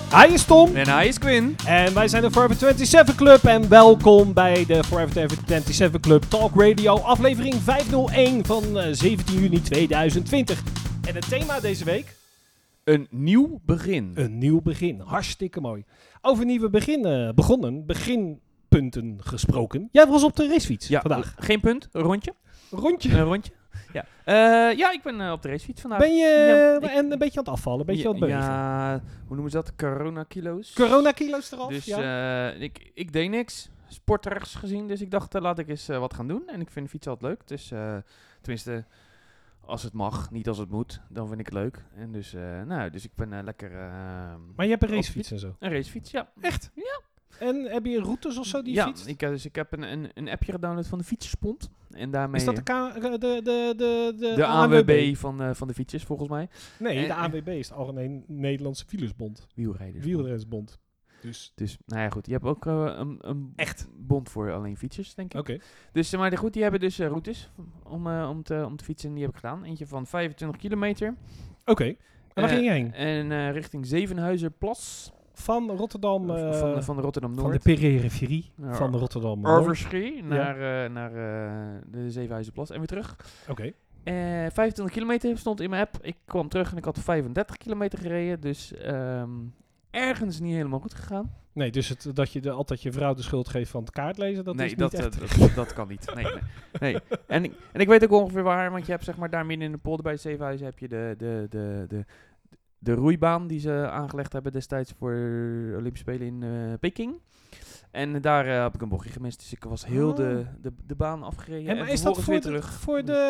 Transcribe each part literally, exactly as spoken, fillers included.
Hij is Tom. En hij is Quinn. En wij zijn de Forever tweeëntwintig Club. En welkom bij de Forever tweeëntwintig Club Talk Radio. Aflevering vijfhonderdéén van uh, zeventien juni tweeduizend twintig. En het thema deze week? Een nieuw begin. Een nieuw begin. Hartstikke mooi. Over nieuwe beginnen, begonnen, beginpunten gesproken. Jij was op de racefiets ja, vandaag. Geen punt, een rondje. Rondje. Een rondje. Ja, uh, ja ik ben uh, op de racefiets vandaag. Ben je ja, uh, en een beetje aan het afvallen, een beetje ja, aan het bewegen? Ja, hoe noemen ze dat? Corona-kilo's. Corona-kilo's eraf, Dus ja. uh, ik, ik deed niks, sporters gezien, dus ik dacht uh, laat ik eens uh, wat gaan doen. En ik vind fietsen altijd leuk, dus uh, tenminste als het mag, niet als het moet, dan vind ik het leuk. En dus, uh, nou, dus ik ben uh, lekker... Uh, maar je hebt een racefiets en zo? Een racefiets, ja. Echt? Ja. En heb je routes of zo die je ja, fietst? Ja, dus ik heb een, een, een appje gedownload van de Fietserspont. En daarmee is dat de, K- de, de, de, de, de A N W B van, uh, van de fietsers, volgens mij? Nee, en, de A N W B is de Algemeen Nederlandse Wielersbond. Wielrijders. Wielrennersbond. Dus. dus, nou ja, goed. Je hebt ook uh, een, een echt bond voor alleen fietsers, denk ik. Oké. Okay. Dus, maar goed, die hebben dus uh, routes om, uh, om, te, om te fietsen. En die heb ik gedaan. Eentje van vijfentwintig kilometer. Oké. Okay. En waar uh, ging je heen? En uh, richting Zevenhuizerplas. Van Rotterdam... Uh, van, de, van de Rotterdam-Noord. Van de Pereriferie uh, van de Rotterdam-Noord. Overschie naar, ja. uh, naar uh, de Zevenhuizerplas en weer terug. Oké. Okay. Uh, vijfentwintig kilometer stond in mijn app. Ik kwam terug en ik had vijfendertig kilometer gereden. Dus um, ergens niet helemaal goed gegaan. Nee, dus het, dat je de, altijd je vrouw de schuld geeft van het kaartlezen, dat nee, is niet dat, echt... dat, dat, dat kan niet. Nee, nee. nee. En, ik, en ik weet ook ongeveer waar, want je hebt zeg maar daar midden in de polder bij het Zevenhuizen heb je de... de, de, de De roeibaan die ze aangelegd hebben destijds voor de Olympische Spelen in uh, Peking. En daar uh, heb ik een bochtje gemist. Dus ik was heel oh. de, de, de baan afgereden. En, maar en is dat voor, weer de, terug. voor de,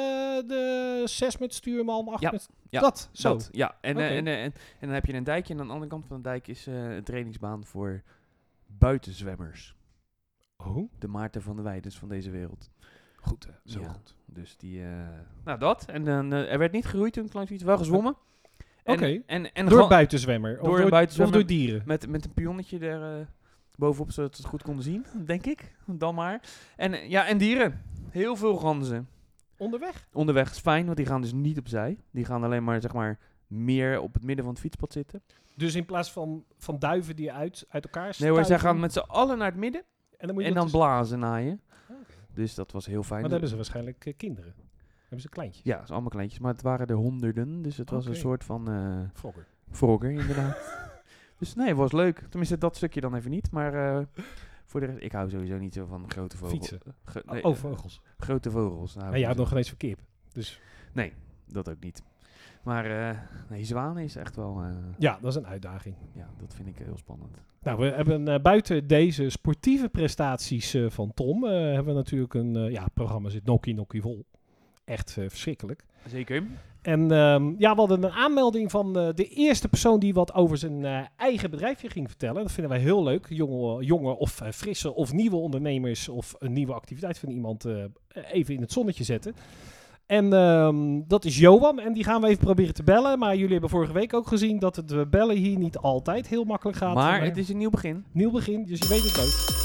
de zes met stuurman, acht ja, met... Ja, dat, zo. Dat, ja, en, okay. uh, en, uh, en, en dan heb je een dijkje. En aan de andere kant van de dijk is uh, een trainingsbaan voor buitenzwemmers. Oh? De Maarten van der Weijden van deze wereld. Goed, hè? Zo ja, goed. Dus die... Uh, nou, dat. En dan uh, er werd niet geroeid toen ik langs fiets, wel gezwommen. Oké, okay. en, en door buitenzwemmer? Door, of door buitenzwemmer. Of door dieren? Met, met een pionnetje er uh, bovenop, zodat ze het goed konden zien, denk ik. Dan maar. En uh, ja, en dieren. Heel veel ganzen. Onderweg? Onderweg is fijn, want die gaan dus niet opzij. Die gaan alleen maar, zeg maar, meer op het midden van het fietspad zitten. Dus in plaats van, van duiven die uit, uit elkaar Nee hoor, zij gaan met z'n allen naar het midden. En dan, moet je en dan dus blazen naar je. Okay. Dus dat was heel fijn. Maar dan hebben ze waarschijnlijk uh, kinderen. Hebben ze kleintjes? Ja, het zijn allemaal kleintjes, maar het waren er honderden. Dus het okay. was een soort van... Uh, Frogger. Frogger, inderdaad. Dus nee, het was leuk. Tenminste, dat stukje dan even niet. Maar uh, voor de rest, ik hou sowieso niet zo van grote vogels. Fietsen. Ge- nee, oh, vogels. Uh, grote vogels. Nou, en je houdt nog geen eens van kip. Dus. Nee, dat ook niet. Maar uh, nee, zwanen is echt wel... Uh, ja, dat is een uitdaging. Ja, dat vind ik heel spannend. Nou, we hebben uh, buiten deze sportieve prestaties uh, van Tom... Uh, hebben we natuurlijk een uh, ja, programma zit nokkie nokkie vol. Echt uh, verschrikkelijk. Zeker. En um, ja, we hadden een aanmelding van uh, de eerste persoon die wat over zijn uh, eigen bedrijfje ging vertellen. Dat vinden wij heel leuk. Jonge, jonge of uh, frisse of nieuwe ondernemers of een nieuwe activiteit van iemand uh, even in het zonnetje zetten. En um, dat is Johan en die gaan we even proberen te bellen. Maar jullie hebben vorige week ook gezien dat het uh, bellen hier niet altijd heel makkelijk gaat. Maar, maar het is een nieuw begin. Nieuw begin, dus je weet het nooit.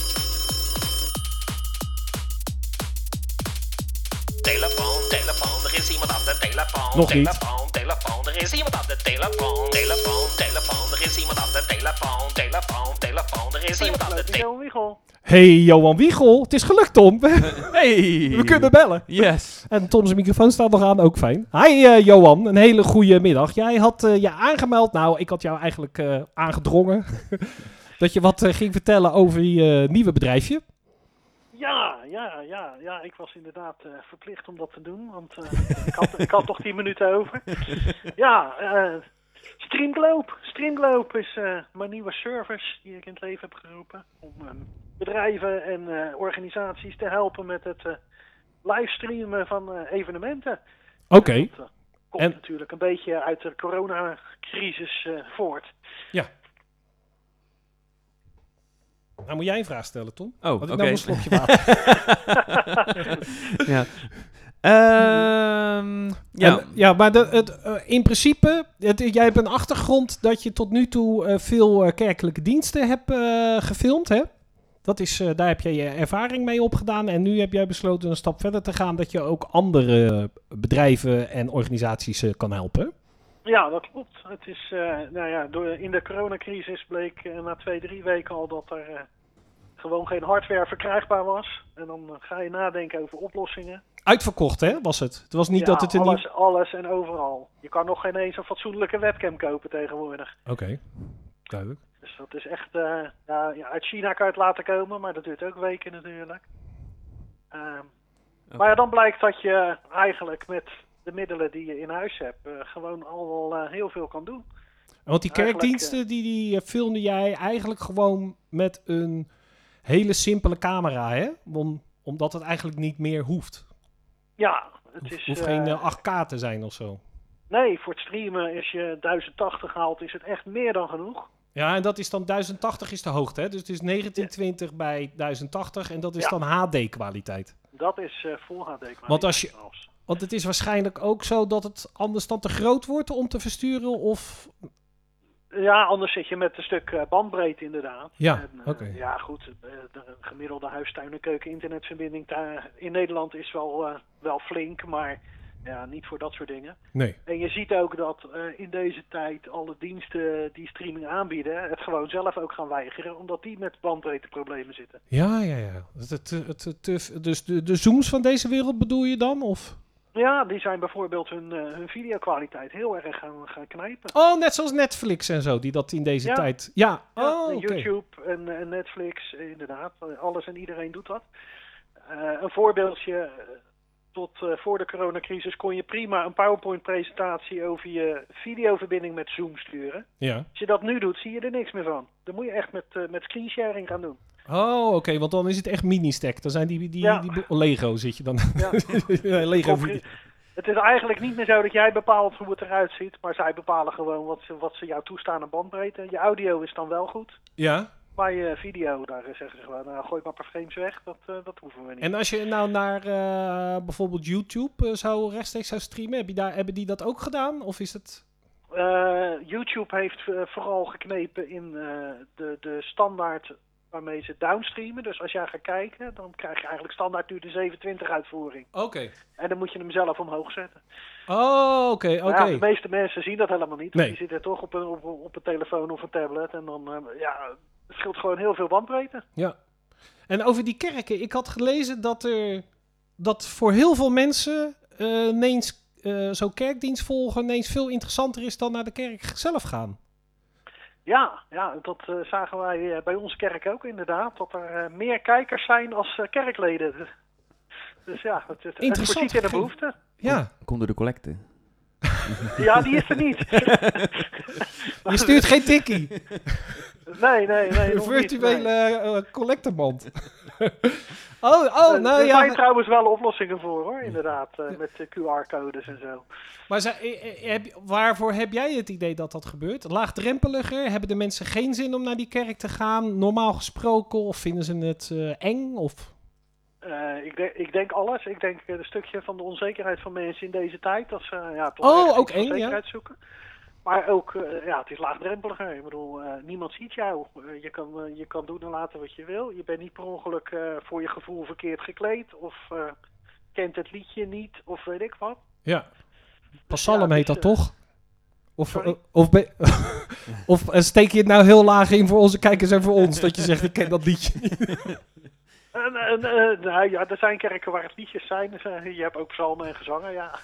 Telefoon, telefoon, er is iemand aan de telefoon. Nog telefoon, niet. telefoon, er is iemand aan de telefoon. Telefoon, telefoon, er is iemand aan de telefoon. Telefoon, telefoon, er is iemand aan de telefoon. Hey Johan Wiegel, het is gelukt Tom. Hey. We kunnen bellen. Yes. En Tom's microfoon staat nog aan, ook fijn. Hi uh, Johan, een hele goede middag. Jij had uh, je aangemeld, nou ik had jou eigenlijk uh, aangedrongen dat je wat uh, ging vertellen over je uh, nieuwe bedrijfje. Ja, ja, ja, ja, ik was inderdaad uh, verplicht om dat te doen, want uh, ik, had, ik had toch tien minuten over. Ja, uh, Streamglobe. Streamglobe is uh, mijn nieuwe service die ik in het leven heb geroepen om uh, bedrijven en uh, organisaties te helpen met het uh, livestreamen van uh, evenementen. Oké. Okay. Dat uh, komt en... natuurlijk een beetje uit de coronacrisis uh, voort. Ja. Nou, moet jij een vraag stellen, Tom? Oh, oké. Okay. Nou een slokje water. ja. Um, ja. En, ja, maar de, het, uh, in principe, het, jij hebt een achtergrond dat je tot nu toe uh, veel uh, kerkelijke diensten hebt uh, gefilmd, hè? Dat is, uh, daar heb je je ervaring mee opgedaan en nu heb jij besloten een stap verder te gaan dat je ook andere bedrijven en organisaties uh, kan helpen. Ja, dat klopt. Het is, uh, nou ja, door, in de coronacrisis bleek uh, na twee, drie weken al dat er uh, gewoon geen hardware verkrijgbaar was. En dan uh, ga je nadenken over oplossingen. Uitverkocht, hè, was het? Het was niet ja, dat het een alles, nieuw... alles en overal. Je kan nog geen eens een fatsoenlijke webcam kopen tegenwoordig. Oké, okay. Duidelijk. Dus dat is echt... Uh, ja, ja, uit China kan je het laten komen, maar dat duurt ook weken natuurlijk. Um, okay. Maar ja, dan blijkt dat je eigenlijk met de middelen die je in huis hebt, uh, gewoon al wel uh, heel veel kan doen. Want die kerkdiensten, uh, die, die filmde jij eigenlijk gewoon met een hele simpele camera, hè? Om, omdat het eigenlijk niet meer hoeft. Ja, het Hoef, is... hoeft uh, geen uh, acht K te zijn of zo. Nee, voor het streamen, als je duizend tachtig haalt, is het echt meer dan genoeg. Ja, en dat is dan duizend tachtig is de hoogte, hè? Dus het is negentien twintig ja. bij duizend tachtig en dat is ja. dan H D-kwaliteit. Dat is uh, Full H D-kwaliteit. Want, als je, want het is waarschijnlijk ook zo dat het anders dan te groot wordt om te versturen, of... Ja, anders zit je met een stuk uh, bandbreedte inderdaad. Ja, uh, oké. Okay. Ja, goed, uh, de gemiddelde huistuin- en keuken internetverbinding in Nederland is wel, uh, wel flink, maar... Ja, niet voor dat soort dingen. Nee. En je ziet ook dat uh, in deze tijd alle diensten die streaming aanbieden... het gewoon zelf ook gaan weigeren... omdat die met bandbreedteproblemen zitten. Ja, ja, ja. Het, het, het, het, het, dus de, de Zooms van deze wereld bedoel je dan? Of? Ja, die zijn bijvoorbeeld hun, uh, hun videokwaliteit heel erg gaan, gaan knijpen. Oh, net zoals Netflix en zo, die dat in deze ja. tijd... Ja, ja oh, en okay. YouTube en, en Netflix, inderdaad. Alles en iedereen doet dat. Uh, een voorbeeldje... Tot uh, voor de coronacrisis kon je prima een PowerPoint-presentatie over je videoverbinding met Zoom sturen. Ja. Als je dat nu doet, zie je er niks meer van. Dan moet je echt met, uh, met screensharing gaan doen. Oh, oké, okay, want dan is het echt mini-stack. Dan zijn die, die, ja. die, die Lego zit je dan. Ja. Lego video. Het is eigenlijk niet meer zo dat jij bepaalt hoe het eruit ziet, maar zij bepalen gewoon wat ze, wat ze jou toestaan aan bandbreedte. Je audio is dan wel goed. Ja. Maar je video, daar zeggen ze gewoon, nou, gooi maar een paar frames weg, dat, uh, dat hoeven we niet. En als je nou naar uh, bijvoorbeeld YouTube uh, zou rechtstreeks zou streamen, heb je daar, hebben die dat ook gedaan? Of is het... Uh, YouTube heeft uh, vooral geknepen in uh, de, de standaard waarmee ze downstreamen. Dus als jij gaat kijken, dan krijg je eigenlijk standaard nu de zevenentwintig uitvoering. Oké. Okay. En dan moet je hem zelf omhoog zetten. Oh, oké, okay, oké. Okay. Ja, de meeste mensen zien dat helemaal niet. Nee. Die zitten toch op een, op, op een telefoon of een tablet en dan, uh, ja... Het scheelt gewoon heel veel bandbreedte. Ja. En over die kerken. Ik had gelezen dat er dat voor heel veel mensen uh, ineens uh, zo'n kerkdienst volgen ineens veel interessanter is dan naar de kerk zelf gaan. Ja, ja dat uh, zagen wij uh, bij onze kerk ook inderdaad. Dat er uh, meer kijkers zijn als uh, kerkleden. Dus ja, het, het, het voorziet in de behoefte. Ja. Komt door de collecte. Ja, die is er niet. Je stuurt geen tikkie. Nee, nee, nee. Een virtuele nee. uh, collecteband. oh, oh, nou er ja. zijn trouwens wel oplossingen voor, hoor, inderdaad. Uh, met uh, Q R-codes en zo. Maar zij, heb, waarvoor heb jij het idee dat dat gebeurt? Laagdrempeliger? Hebben de mensen geen zin om naar die kerk te gaan? Normaal gesproken? Of vinden ze het uh, eng? Of... Uh, ik, de, ik denk alles. Ik denk uh, een stukje van de onzekerheid van mensen in deze tijd. Dat ze uh, ja, toch oh, ook eng, onzekerheid ja. zoeken. Maar ook, uh, ja, het is laagdrempeliger. Ik bedoel, uh, niemand ziet jou. Uh, je, kan, uh, je kan doen en laten wat je wil. Je bent niet per ongeluk uh, voor je gevoel verkeerd gekleed. Of uh, kent het liedje niet. Of weet ik wat. Ja. Passalem ja, heet dat uh, toch? Of, uh, of, be, of uh, steek je het nou heel laag in voor onze kijkers en voor ons? Dat je zegt, ik ken dat liedje niet. Uh, uh, uh, nou ja, er zijn kerken waar het liedjes zijn. Uh, je hebt ook psalmen en gezangen, ja.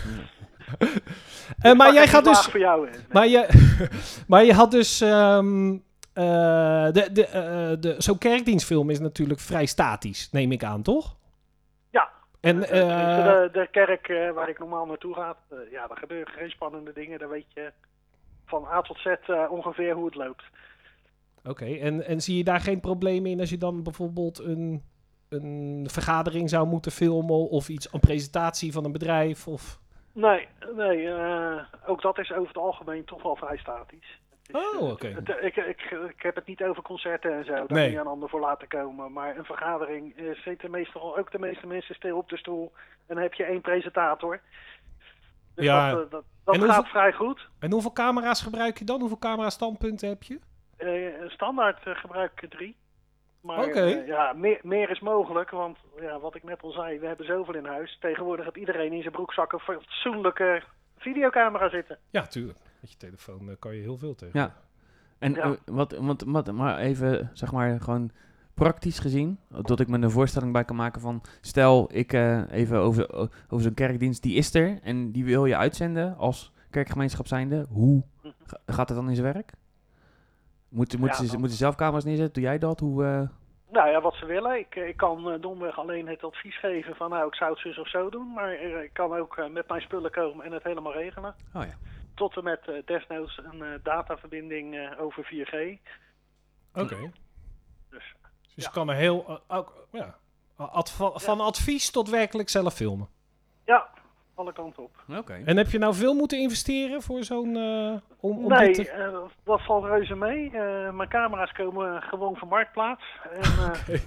uh, maar jij gaat dus... Voor jou, nee. maar, je, maar je had dus... Um, uh, de, de, uh, de, zo'n kerkdienstfilm is natuurlijk vrij statisch, neem ik aan, toch? Ja. En, uh, de, de kerk uh, waar ik normaal naartoe ga, uh, ja, daar gebeuren geen spannende dingen. Daar weet je van A tot Z uh, ongeveer hoe het loopt. Oké, okay, en, en zie je daar geen problemen in als je dan bijvoorbeeld een, een vergadering zou moeten filmen of iets, een presentatie van een bedrijf? Of... Nee, nee uh, ook dat is over het algemeen toch wel vrij statisch. Is, oh, oké. Okay. Uh, ik, ik, ik heb het niet over concerten en zo, daar nee. moet je een ander voor laten komen. Maar een vergadering uh, zitten meestal ook de meeste mensen stil op de stoel en dan heb je één presentator. Dus ja. dat, uh, dat, dat gaat hoeveel, vrij goed. En hoeveel camera's gebruik je dan? Hoeveel camera standpunten heb je? Uh, standaard uh, gebruik ik drie. Maar okay. uh, ja, meer, meer is mogelijk, want ja, wat ik net al zei, we hebben zoveel in huis. Tegenwoordig heeft iedereen in zijn broekzak een fatsoenlijke videocamera zitten. Ja, tuurlijk. Met je telefoon uh, kan je heel veel tegen. Ja. En Ja. uh, wat, wat, wat, maar even, zeg maar, gewoon praktisch gezien, dat ik me een voorstelling bij kan maken van, stel, ik uh, even over, over zo'n kerkdienst, die is er en die wil je uitzenden als kerkgemeenschap zijnde. Hoe ga, gaat het dan in zijn werk? Moet, moet, Ja, ze, dan- moeten ze zelf camera's neerzetten? Doe jij dat? Hoe... Uh... Nou ja, wat ze willen. Ik, ik kan uh, domweg alleen het advies geven van nou, ik zou het zus of zo doen. Maar uh, ik kan ook uh, met mijn spullen komen en het helemaal regelen. Oh ja. Tot en met uh, desnoods een uh, dataverbinding uh, over vier G. Oké. Okay. Dus, dus ja. je kan er heel... Uh, ook, ja, ad, van, van advies tot werkelijk zelf filmen. Ja, alle kanten op. Oké. Okay. En heb je nou veel moeten investeren voor zo'n... Uh, om, om nee, dit te... uh, dat valt reuze mee. Uh, mijn camera's komen gewoon van Marktplaats. En, uh, okay.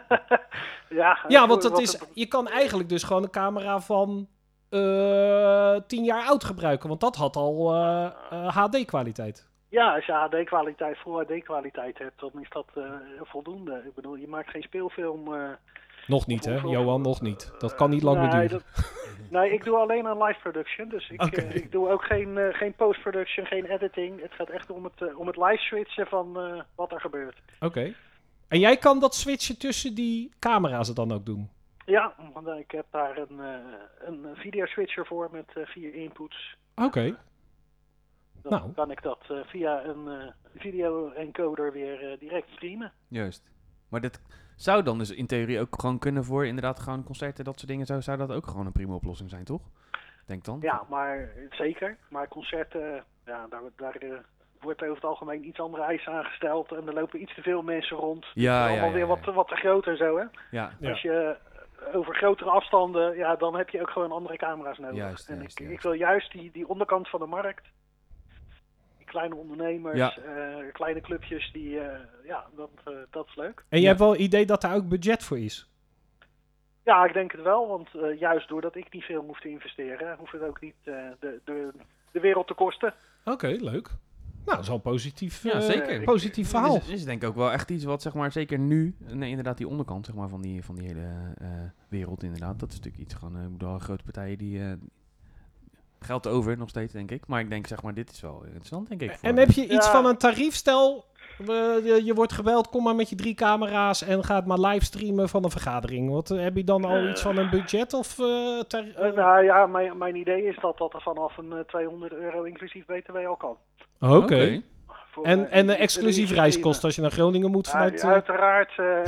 ja, ja, want dat wat is, het... je kan eigenlijk dus gewoon een camera van uh, tien jaar oud gebruiken. Want dat had al uh, uh, H D-kwaliteit. Ja, als je H D-kwaliteit, Full H D-kwaliteit hebt, dan is dat uh, voldoende. Ik bedoel, je maakt geen speelfilm... Uh, Nog niet, hè, Johan, nog niet. Dat kan niet lang nee, meer duren. Dat, nee, ik doe alleen aan live production. Dus ik, okay. uh, ik doe ook geen, uh, geen post-production, geen editing. Het gaat echt om het, uh, om het live switchen van uh, wat er gebeurt. Oké. Okay. En jij kan dat switchen tussen die camera's dan ook doen? Ja, want ik heb daar een, uh, een video-switcher voor met uh, vier inputs. Oké. Okay. Dan nou. kan ik dat uh, via een uh, video-encoder weer uh, direct streamen. Juist. Maar dit zou dan dus in theorie ook gewoon kunnen voor inderdaad gewoon concerten, dat soort dingen. Zou, zou dat ook gewoon een prima oplossing zijn, toch? Denk dan. Ja, maar zeker. Maar concerten, ja, daar, daar uh, wordt over het algemeen iets andere eisen aangesteld. En er lopen iets te veel mensen rond. Ja, allemaal ja, ja, weer ja. wat, wat te groot en zo, hè? Ja. Ja. Als je over grotere afstanden, ja, dan heb je ook gewoon andere camera's nodig. Juist, en juist, ik, juist. ik wil juist die, die onderkant van de markt, die kleine ondernemers, Ja. uh, kleine clubjes, die, uh, ja, dat, uh, dat is leuk. En je Ja. hebt wel het idee dat daar ook budget voor is? Ja, ik denk het wel, want uh, juist doordat ik niet veel hoef te investeren, hoeft het ook niet uh, de, de, de wereld te kosten. Oké, okay, leuk. Nou, dat is al positief, Ja, uh, zeker. positief verhaal. Dit is, is denk ik ook wel echt iets wat, zeg maar, zeker nu, nee, inderdaad die onderkant, zeg maar, van die, van die hele uh, wereld, inderdaad. Dat is natuurlijk iets gewoon, uh, ik bedoel, grote partijen die... Uh, geld over nog steeds, denk ik. Maar ik denk, zeg maar, dit is wel interessant, denk ik. Voor en heb je iets ja. van een tarief? Stel, uh, je, je wordt gebeld, kom maar met je drie camera's en gaat maar livestreamen van een vergadering. Wat, uh, heb je dan al uh, iets van een budget? Of, uh, ter, uh, uh, nou ja, mijn, mijn idee is dat dat er vanaf een uh, tweehonderd euro inclusief B T W al kan. Oké. Okay. Okay. Voor, En, uh, en uh, exclusief reiskosten als je naar Groningen moet vanuit... Ja, uiteraard uh,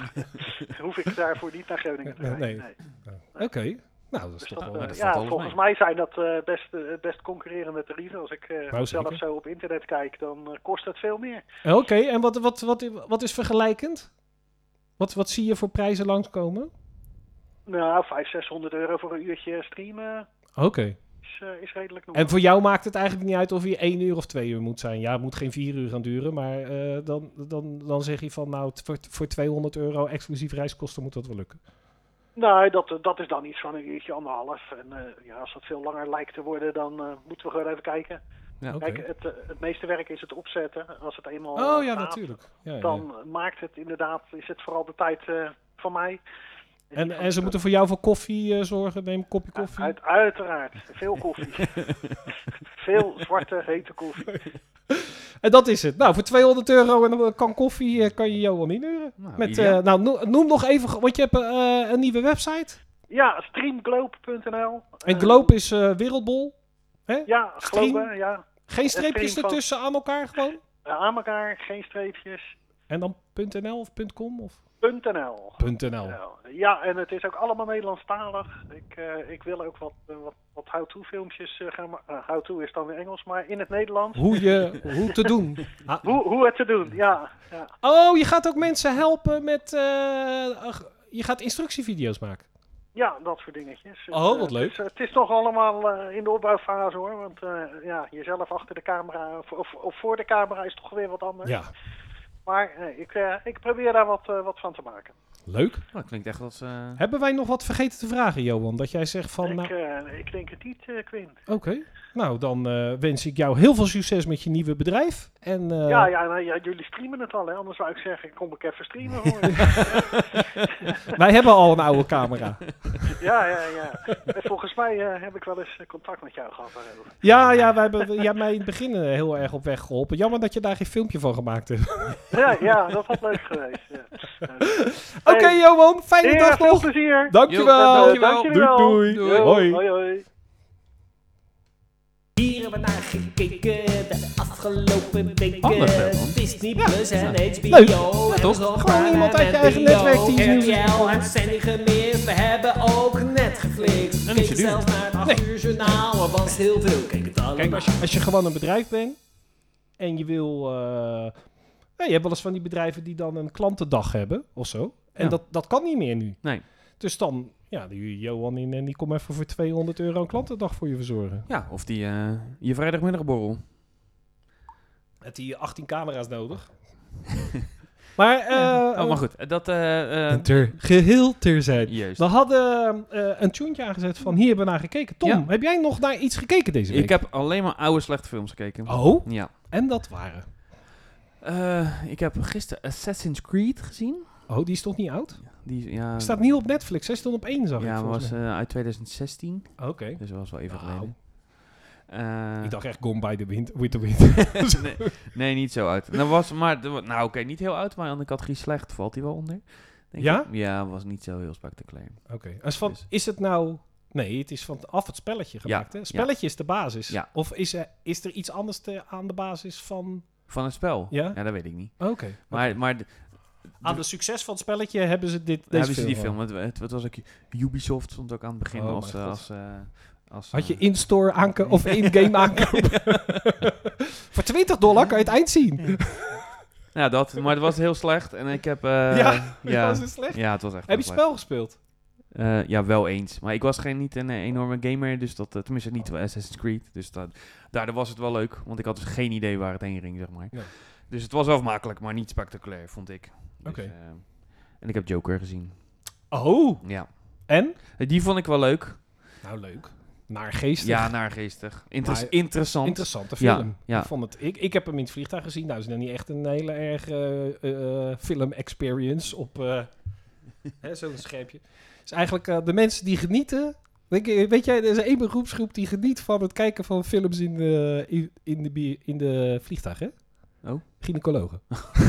hoef ik daarvoor niet naar Groningen te rijden. Nee. nee. nee. Oké. Okay. Nou, dat is dus toch dat, wel... uh, dat ja, alles volgens mee. mij zijn dat uh, best, uh, best concurrerende tarieven. Als ik uh, nou, zelf zeker. zo op internet kijk, dan uh, kost het veel meer. Oké, okay. En wat, wat, wat, wat is vergelijkend? Wat, wat zie je voor prijzen langskomen? Nou, vijfhonderd, zeshonderd euro voor een uurtje streamen. Oké. Okay. Is, uh, is redelijk normaal. En voor jou maakt het eigenlijk niet uit of je één uur of twee uur moet zijn. Ja, het moet geen vier uur gaan duren, maar uh, dan, dan, dan zeg je van nou, voor, voor tweehonderd euro exclusief reiskosten moet dat wel lukken. Nee, dat, dat is dan iets van een uurtje, anderhalf. En uh, ja, als dat veel langer lijkt te worden, dan uh, moeten we gewoon even kijken. Ja. Okay. Kijk, het, uh, het meeste werk is het opzetten. Als het eenmaal oh uh, ja, staat, natuurlijk. Ja, dan ja. maakt het inderdaad, is het vooral de tijd uh, van mij. En, en ze moeten voor jou voor koffie uh, zorgen. Neem een kopje koffie. Uit, uiteraard. Veel koffie. Veel zwarte, hete koffie. En dat is het. Nou, voor tweehonderd euro en een kan koffie uh, kan je Johan inhuren. Nou, Met, uh, nou, no, noem nog even, want je hebt uh, een nieuwe website. Ja, streamglobe punt n l. En Globe is uh, wereldbol. Hè? Ja, Stream. Globe, ja. Geen streepjes van, ertussen aan elkaar gewoon? Uh, aan elkaar, geen streepjes. En dan .nl of .com? Of? .nl. .nl. Ja, en het is ook allemaal Nederlandstalig. Ik, uh, ik wil ook wat, uh, wat, wat how-to filmpjes uh, gaan maken. Uh, how-to is dan weer Engels, maar in het Nederlands. Hoe, je, hoe te doen. Ah. Hoe, hoe het te doen, ja, ja. Oh, je gaat ook mensen helpen met... Uh, je gaat instructievideo's maken. Ja, dat soort dingetjes. Oh, wat leuk. Het is, het is nog allemaal uh, in de opbouwfase hoor. Want uh, ja, jezelf achter de camera of, of, of voor de camera is toch weer wat anders. Ja. Maar uh, ik, uh, ik probeer daar wat, uh, wat van te maken. Leuk. Oh, dat klinkt echt als... Uh... Hebben wij nog wat vergeten te vragen, Johan? Dat jij zegt van... Ik, nou... uh, ik denk het niet, uh, Quint. Oké. Okay. Nou, dan uh, wens ik jou heel veel succes met je nieuwe bedrijf. En, uh... ja, ja, nou, ja, jullie streamen het al, hè? Anders zou ik zeggen, kom ik even streamen hoor. Wij hebben al een oude camera. Ja, ja, ja. En volgens mij uh, heb ik wel eens contact met jou gehad daarover. Ja, ja, wij hebben, jij hebt mij in het begin uh, heel erg op weg geholpen. Jammer dat je daar geen filmpje van gemaakt hebt. Ja, ja, dat had leuk geweest. Ja. Oké, okay, hey, Johan, fijne heer, dag veel nog. plezier. Dankjewel. Jo, dankjewel. Dankjewel. Doei, doei. Jo, Hoi. hoi, hoi. Hier hebben we naar gekeken de afgelopen weken. Anders wel, man. Disney Plus en H B O. Leuk. Ja, toch? Gewoon iemand uit je eigen netwerk die iets nieuws R T L uitzending gemist. We hebben ook Netflix. We En niet zo keken duur. zelfs naar het acht uur journaal. Er was heel veel. Kijk het allemaal. Kijk, als je, als je gewoon een bedrijf bent en je wil... Uh, ja, je hebt wel eens van die bedrijven die dan een klantendag hebben of zo. En Ja. dat, dat kan niet meer nu. Nee. Dus dan, ja, die Johan in en die komt even voor tweehonderd euro een klantendag voor je verzorgen. Ja, of die, uh, je vrijdagmiddagborrel. Met die achttien camera's nodig. maar, uh, oh, maar goed. Dat, uh, uh, ter, geheel terzijde. juist. We hadden uh, een tuentje aangezet van hier hebben we naar gekeken. Tom, Ja. heb jij nog naar iets gekeken deze week? Ik heb alleen maar oude slechte films gekeken. Oh, Ja. en dat waren? Uh, ik heb gisteren Assassin's Creed gezien. Oh, die is toch niet oud? Die ja, Staat niet op Netflix, hij stond op één, zag ik. ja, volgens was mij. uh, uit twintig zestien. Oké. Okay. Dus dat was wel even Nou. geleden. Uh, Ik dacht echt Gone by the Wind. With the wind. nee, nee, niet zo oud. Dat was maar, nou oké, okay, niet heel oud, maar aan de categorie slecht valt hij wel onder. Denk Ja? Ik. Ja, was niet zo heel spectaculair. Oké. Okay. Is, van, Dus. is het nou... Nee, het is van af het spelletje gemaakt, Ja, hè? Spelletje ja. is de basis. Ja. Of is er, is er iets anders te, aan de basis van... Van het spel? Ja? Ja, dat weet ik niet. Oké. Okay. Maar, okay. maar de, aan de succes van het spelletje hebben ze dit, deze hebben ze film die van. film. Het, het, het was ook Ubisoft stond ook aan het begin Oh, als, mijn uh, God. als, uh, als Had je uh, in-store aankopen of in-game aankopen? Voor twintig dollar kan je het eind zien. ja, dat. Maar het was heel slecht en ik heb... Uh, ja, ja, was het slecht? Ja, het was echt Heb je het spel gespeeld? Uh, ja, wel eens. Maar ik was geen, niet een uh, enorme gamer, dus dat, uh, tenminste niet Assassin's Creed. Dus dat, daardoor was het wel leuk, want ik had dus geen idee waar het heen ging, zeg maar. Ja. Dus het was wel vermakelijk, maar niet spectaculair, vond ik. Dus, Oké. uh, en ik heb Joker gezien. Oh, Ja. en? Uh, die vond ik wel leuk. Nou, leuk. Naargeestig. Ja, naargeestig. Inter- Maar- interessant. Interessante film. Ja, ja. Ik, vond het, ik, ik heb hem in het vliegtuig gezien. Nou, is nou niet echt een hele erg uh, uh, film-experience op uh, hè, zo'n schermpje. Het is eigenlijk uh, de mensen die genieten... Weet, je, weet jij, er is één beroepsgroep die geniet van het kijken van films in de, in, in de, bi- in de vliegtuig, hè? Oh? Gynaecologen.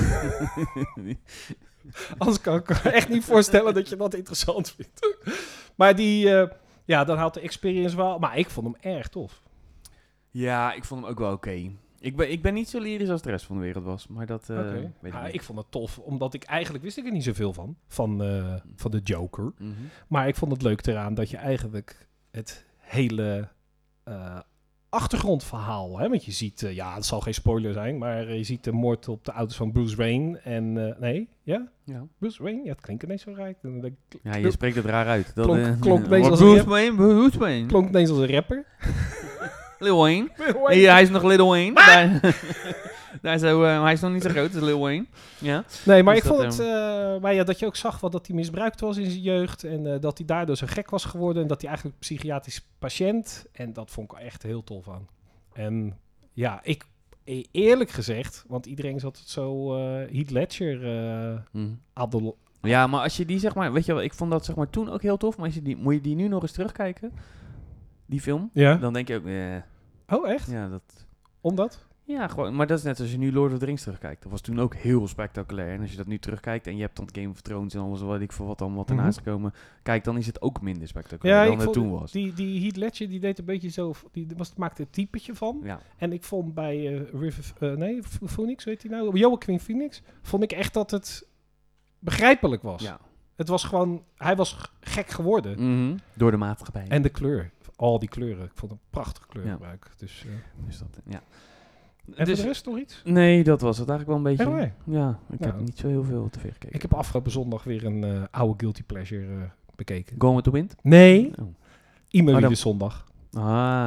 Anders kan ik me echt niet voorstellen dat je dat interessant vindt. Maar die... Uh, ja, dan haalt de experience wel... Maar ik vond hem erg tof. Ja, ik vond hem ook wel oké. Okay. Ik ben, ik ben niet zo lyrisch als de rest van de wereld was, maar dat uh, Okay. weet ik ja, niet. ik vond het tof, omdat ik eigenlijk wist ik er niet zoveel van, van, uh, van de Joker. Mm-hmm. Maar ik vond het leuk eraan dat je eigenlijk het hele uh, achtergrondverhaal, hè, want je ziet, uh, ja, het zal geen spoiler zijn, maar uh, je ziet de moord op de auto's van Bruce Wayne en, uh, nee, ja? Ja. Bruce Wayne? Ja, het klinkt ineens zo raar. De, Ja, je spreekt het raar uit. Dat, klonk, uh, klonk ineens als Bruce een Wayne, Bruce Wayne. klonk ineens als een rapper. Lil Wayne. Hey, hij is nog Lil Wayne. Daar, daar zo, uh, hij is nog niet zo groot, dat is Lil Wayne. Ja. Nee, maar Dus ik vond dat, het... Uh, maar ja, dat je ook zag wat, dat hij misbruikt was in zijn jeugd. En uh, dat hij daardoor zo gek was geworden. En dat hij eigenlijk psychiatrisch patiënt... En dat vond ik echt heel tof aan. En ja, ik... Eerlijk gezegd... Want iedereen zat het zo... Uh, Heath Ledger... Uh, Mm. Adel, Ja, maar als je die zeg maar... Weet je wel, ik vond dat zeg maar toen ook heel tof. Maar als je die, moet je die nu nog eens terugkijken? Die film? ja. Dan denk je ook... Eh, Oh, echt? ja, dat... Omdat? Ja, gewoon, maar dat is net als je nu Lord of the Rings terugkijkt. Dat was toen ook heel spectaculair. En als je dat nu terugkijkt en je hebt dan Game of Thrones en alles wat ik voor wat dan wat ernaast Mm-hmm. gekomen, kijk, dan is het ook minder spectaculair Ja, dan ik het vond toen was. Die, die Heath Ledger, die deed een beetje zo... Die was, maakte een typetje van. Ja. En ik vond bij uh, River... Uh, nee, Phoenix, weet hij nou? Joaquin Phoenix. Vond ik echt dat het begrijpelijk was. Ja. Het was gewoon... Hij was g- gek geworden. Mm-hmm. Door de maatschappij. En de kleur. Al die kleuren. Ik vond het een prachtig kleurgebruik. Ja. Dus, uh. Dus dat, ja. En dus, voor de rest nog iets? Nee, dat was het eigenlijk wel een beetje. Echt waar? Ja, ik Nou. heb niet zo heel veel te veel gekeken. Ik heb afgelopen zondag weer een uh, oude Guilty Pleasure uh, bekeken. Gone with the Wind? Nee. Oh. Immers Oh, dan- de zondag. Ah.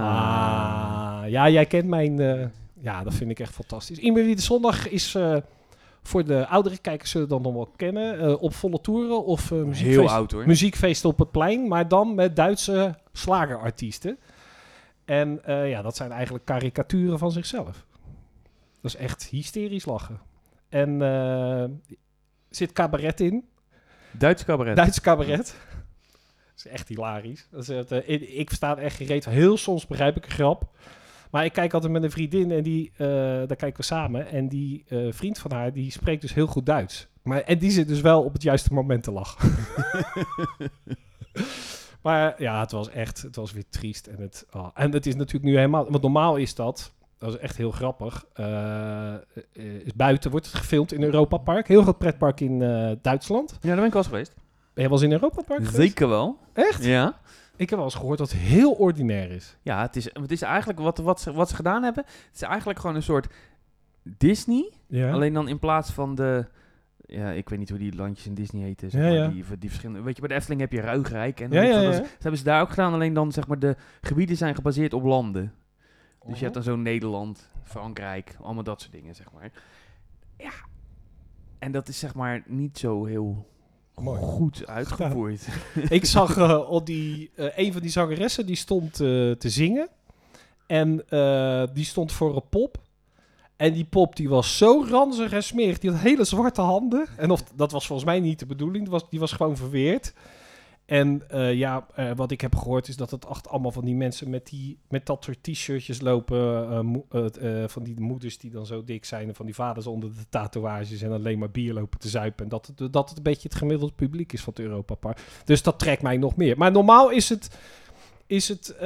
Ah. Ja, jij kent mijn... Uh, ja, dat vind ik echt fantastisch. Immers de zondag is... Uh, voor de oudere kijkers zullen dan nog wel kennen. Uh, op volle toeren of uh, muziekfeest, Heel oud hoor. muziekfeesten op het plein. Maar dan met Duitse slagerartiesten. En uh, ja, dat zijn eigenlijk karikaturen van zichzelf. Dat is echt hysterisch lachen. En uh, zit cabaret in. Duits cabaret. Duits cabaret. is echt hilarisch. Dat is het, uh, ik, ik versta echt gereed. Heel soms begrijp ik een grap. Maar ik kijk altijd met een vriendin en die, uh, daar kijken we samen. En die uh, vriend van haar, die spreekt dus heel goed Duits. Maar, en die zit dus wel op het juiste moment te lachen. Maar ja, het was echt, het was weer triest. En het, oh, en het is natuurlijk nu helemaal, want normaal is dat, dat is echt heel grappig. Uh, uh, is buiten wordt het gefilmd in Europa Park. Heel groot pretpark in uh, Duitsland. Ja, daar ben ik wel eens geweest. Ben je wel eens in Europa Park geweest? Zeker wel. Echt? Ja. Ik heb wel eens gehoord dat het heel ordinair is. Ja, het is, het is eigenlijk wat, wat, ze, wat ze gedaan hebben. Het is eigenlijk gewoon een soort Disney. Ja. Alleen dan in plaats van de... Ja, ik weet niet hoe die landjes in Disney heten. Zeg Ja, maar, ja. Die, die verschillende, weet je, bij de Efteling heb je Ruigrijk. En Ja, ja, ja. dat, is, dat hebben ze daar ook gedaan. Alleen dan, zeg maar, de gebieden zijn gebaseerd op landen. Dus Uh-huh. je hebt dan zo Nederland, Frankrijk, allemaal dat soort dingen, zeg maar. Ja. En dat is, zeg maar, niet zo heel Mooi. goed uitgevoerd. Ik zag uh, op die, uh, een van die zangeressen, die stond uh, te zingen. En uh, die stond voor een pop. En die pop die was zo ranzig en smerig. Die had hele zwarte handen. En of, dat was volgens mij niet de bedoeling. Die was, die was gewoon verweerd. En uh, ja, uh, wat ik heb gehoord is dat het echt allemaal van die mensen met, die, met dat soort t-shirtjes lopen. Uh, mo- uh, uh, van die moeders die dan zo dik zijn. En van die vaders onder de tatoeages. En alleen maar bier lopen te zuipen. En dat het, dat het een beetje het gemiddelde publiek is van het Europa Park. Dus dat trekt mij nog meer. Maar normaal is het... Is het...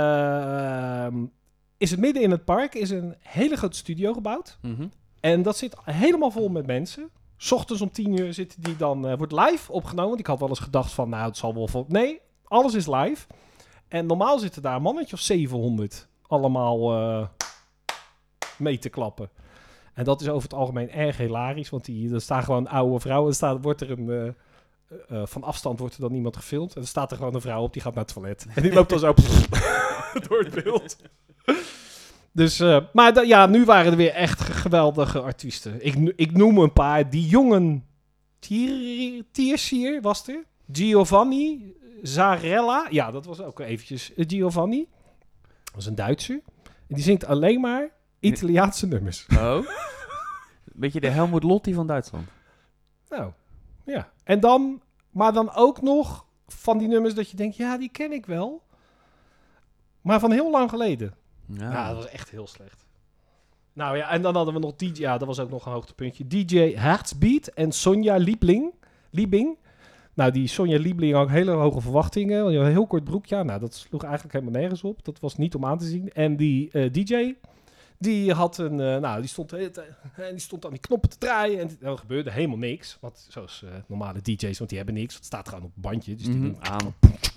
Uh, is het midden in het park. Is een hele grote studio gebouwd. Mhm. En dat zit helemaal vol met mensen. 's Ochtends om tien uur zitten die dan... Uh, wordt live opgenomen. Want ik had wel eens gedacht van... Nou, het zal wel... Vol... Nee, alles is live. En normaal zitten daar een mannetje of zevenhonderd. Allemaal uh, mee te klappen. En dat is over het algemeen erg hilarisch. Want die, er staan gewoon oude vrouwen. Er staat, wordt er een... Uh, uh, van afstand wordt er dan iemand gefilmd. En er staat er gewoon een vrouw op. Die gaat naar het toilet. En die loopt dan zo... door het beeld. Dus, uh, maar da- ja, nu waren er weer echt g- geweldige artiesten. Ik, no- ik noem een paar. Die jongen Tier- Tiersier was er. Giovanni Zarella. Ja, dat was ook eventjes uh, Giovanni. Dat was een Duitser. En die zingt alleen maar Italiaanse nummers. Oh. Beetje de Helmut Lotti van Duitsland. Nou, ja. En dan, maar dan ook nog van die nummers dat je denkt, ja, die ken ik wel. Maar van heel lang geleden. Ja. Ja, dat was echt heel slecht. Nou ja, en dan hadden we nog D J, ja, dat was ook nog een hoogtepuntje. D J Heartsbeat en Sonja Liebling. Liebing. Nou, die Sonja Liebling had hele hoge verwachtingen. Want die had een heel kort broekje. Ja, nou, dat sloeg eigenlijk helemaal nergens op. Dat was niet om aan te zien. En die uh, D J, die had een, uh, nou, die stond, uh, die stond aan die knoppen te draaien. En er gebeurde helemaal niks. Want zoals uh, normale D J's, want die hebben niks. Het staat gewoon op een bandje. Dus die Mhm, doen aan.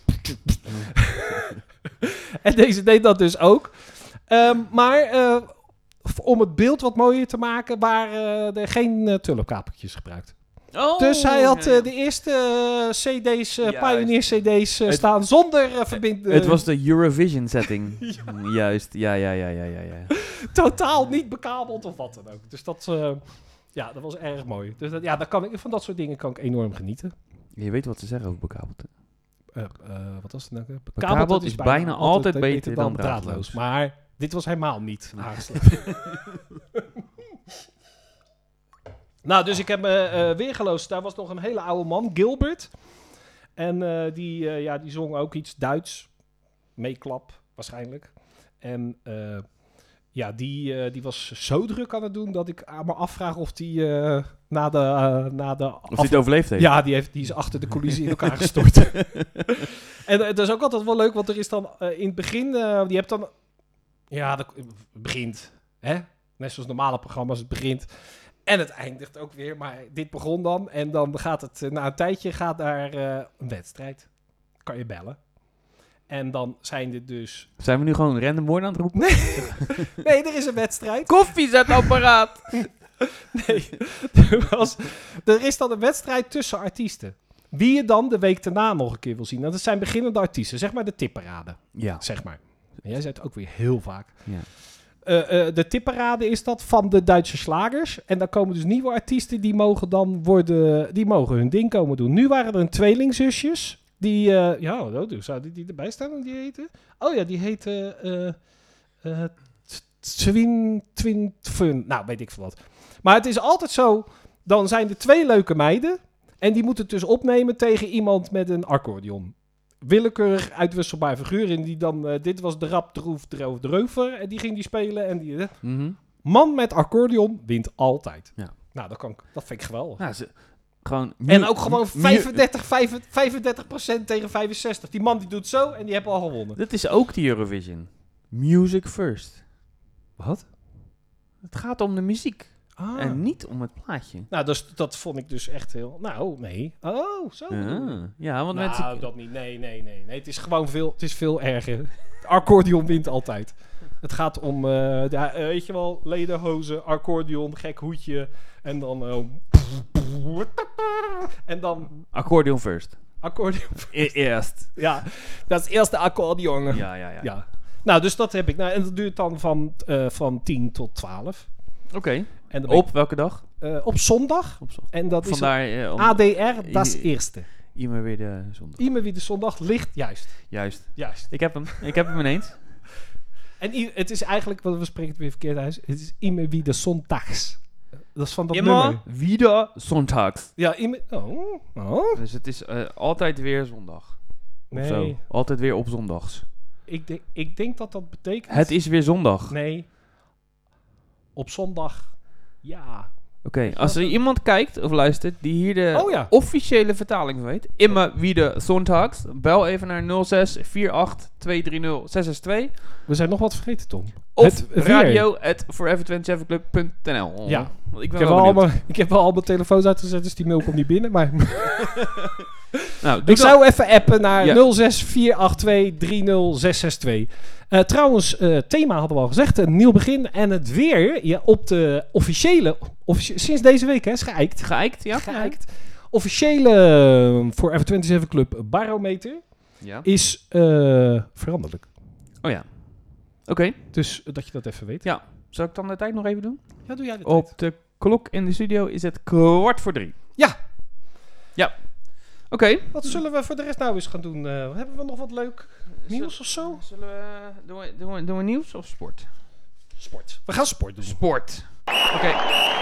En deze deed dat dus ook. Um, maar uh, v- om het beeld wat mooier te maken, waren uh, er geen uh, tulpkapeltjes gebruikt. Oh, dus hij had ja, uh, ja. de eerste uh, cd's, uh, Juist. Pioneer cd's uh, Het- staan zonder uh, verbinden. Het was de Eurovision setting. Juist, ja, ja, ja, ja, ja, ja. totaal niet bekabeld of wat dan ook. Dus dat, uh, ja, dat was erg mooi. Dus dat, ja, daar kan ik, van dat soort dingen kan ik enorm genieten. Je weet wat ze zeggen over bekabeld. Uh, uh, wat was het nou? Bekabeld, Bekabeld dat is bijna altijd beter dan draadloos. draadloos. Maar dit was helemaal niet aangesloten. Nou, dus ik heb me uh, weer geloosd. Daar was nog een hele oude man, Gilbert. En uh, die, uh, ja, die zong ook iets Duits. Meeklap, waarschijnlijk. En uh, ja, die, uh, die was zo druk aan het doen dat ik aan me afvraag of die uh, na de... Uh, na de Of hij het overleefd heeft. Ja, die, heeft, die is achter de coulissen in elkaar gestort. En uh, dat is ook altijd wel leuk, want er is dan uh, in het begin... Uh, die hebt dan... Ja, dat het begint. Hè? Net zoals normale programma's, het begint... En het eindigt ook weer, maar dit begon dan. En dan gaat het, uh, na een tijdje gaat daar uh, een wedstrijd. Kan je bellen. En dan zijn er dus... Zijn we nu gewoon random woorden aan het roepen? Nee, er is een wedstrijd. Koffiezetapparaat! Nee, er, was, er is dan een wedstrijd tussen artiesten. Wie je dan de week daarna nog een keer wil zien. Nou, dat zijn beginnende artiesten, zeg maar de tipparade. Ja. Zeg maar. En jij zei het ook weer heel vaak. Ja. Uh, uh, de tipparade is dat van de Duitse slagers. En dan komen dus nieuwe artiesten die mogen dan worden, die mogen hun ding komen doen. Nu waren er een tweelingzusjes. Die, uh, ja, oh, zou die, die erbij staan hoe die heten? Oh ja, die heten uh, uh, Twin, Twin Fun. Nou, weet ik veel wat. Maar het is altijd zo, dan zijn er twee leuke meiden. En die moeten het dus opnemen tegen iemand met een accordeon. willekeurig uitwisselbaar figuur in die dan... Uh, dit was de rap, droef, droof, dreuver. En die ging die spelen. En die, uh, Mm-hmm. man met accordeon wint altijd. Ja. Nou, dat, kan, dat vind ik geweldig. Nou, ze, gewoon en mu- ook gewoon mu- vijfendertig, vijfendertig procent tegen vijfenzestig. Die man die doet zo en die heeft al gewonnen. Dat is ook de Eurovision. Music first. Wat? Het gaat om de muziek. Ah. En niet om het plaatje. Nou, dus, dat vond ik dus echt heel... Nou, nee. Oh, zo. Ah, ja, want Nou, mensen... dat niet. Nee, nee, nee. Nee, het is gewoon veel, het is veel erger. Accordeon wint altijd. Het gaat om, uh, ja, uh, weet je wel, lederhozen, accordeon, gek hoedje. En dan... Uh, en dan... Accordeon first. Accordeon. Eerst. Ja, dat is eerst de accordeon. Ja. Ja, ja, ja. ja. Nou, dus dat heb ik. Nou, en dat duurt dan van, uh, van tien tot twaalf. Oké. Okay. En dan ben ik, Op welke dag? uh, op zondag. Op zondag. En dat Vandaar, is uh, om- A D R, dat is eerste. Immer weer de zondag. Iemand wie de zondag ligt, juist. Juist. Juist. Ik heb hem. Ik heb hem ineens. En i- het is eigenlijk, want we spreken het weer verkeerd uit, het is immer wie de zondags. Dat is van dat Immer nummer. wieder zondags. Ja, immer... Oh, oh. Dus het is uh, altijd weer zondag. Of Nee. zo. Altijd weer op zondags. Ik, denk, ik denk dat dat betekent... Het is weer zondag. Nee. Op zondag, ja. Oké, okay. Als er iemand kijkt of luistert die hier de Oh ja. officiële vertaling weet. Immer wieder zondags. Bel even naar nul zes vier acht twee drie nul zes zes twee. We zijn nog wat vergeten, Tom. Of Het weer. radio at forever twenty-seven club punt n l. Ja. Want ik Ik ben heb, wel wel benieuwd. allemaal, ik heb wel al mijn telefoons uitgezet, dus die mail komt niet binnen. Maar Nou, doe ik dat. zou even appen naar Ja. nul zes vier acht twee drie nul zes zes twee. Uh, trouwens, uh, thema hadden we al gezegd. Een nieuw begin. En het weer ja, op de officiële... Officie- sinds deze week, hè, is geëikt. Geëikt, ja? Geëikt. Officiële uh, Forever twenty-seven Club barometer Ja. is uh, veranderlijk. Oh ja. Oké. Okay. Dus uh, dat je dat even weet. Ja. Zal ik dan de tijd nog even doen? Ja, doe jij de Op tijd. de klok in de studio is het kwart voor drie. Ja. Ja. Oké. Okay. Wat zullen we voor de rest nou eens gaan doen? Uh, hebben we nog wat leuk nieuws of zo? Zullen we... Doen we, doen we, doen we nieuws of sport? Sport. We gaan sport doen. Sport. Oké. Okay.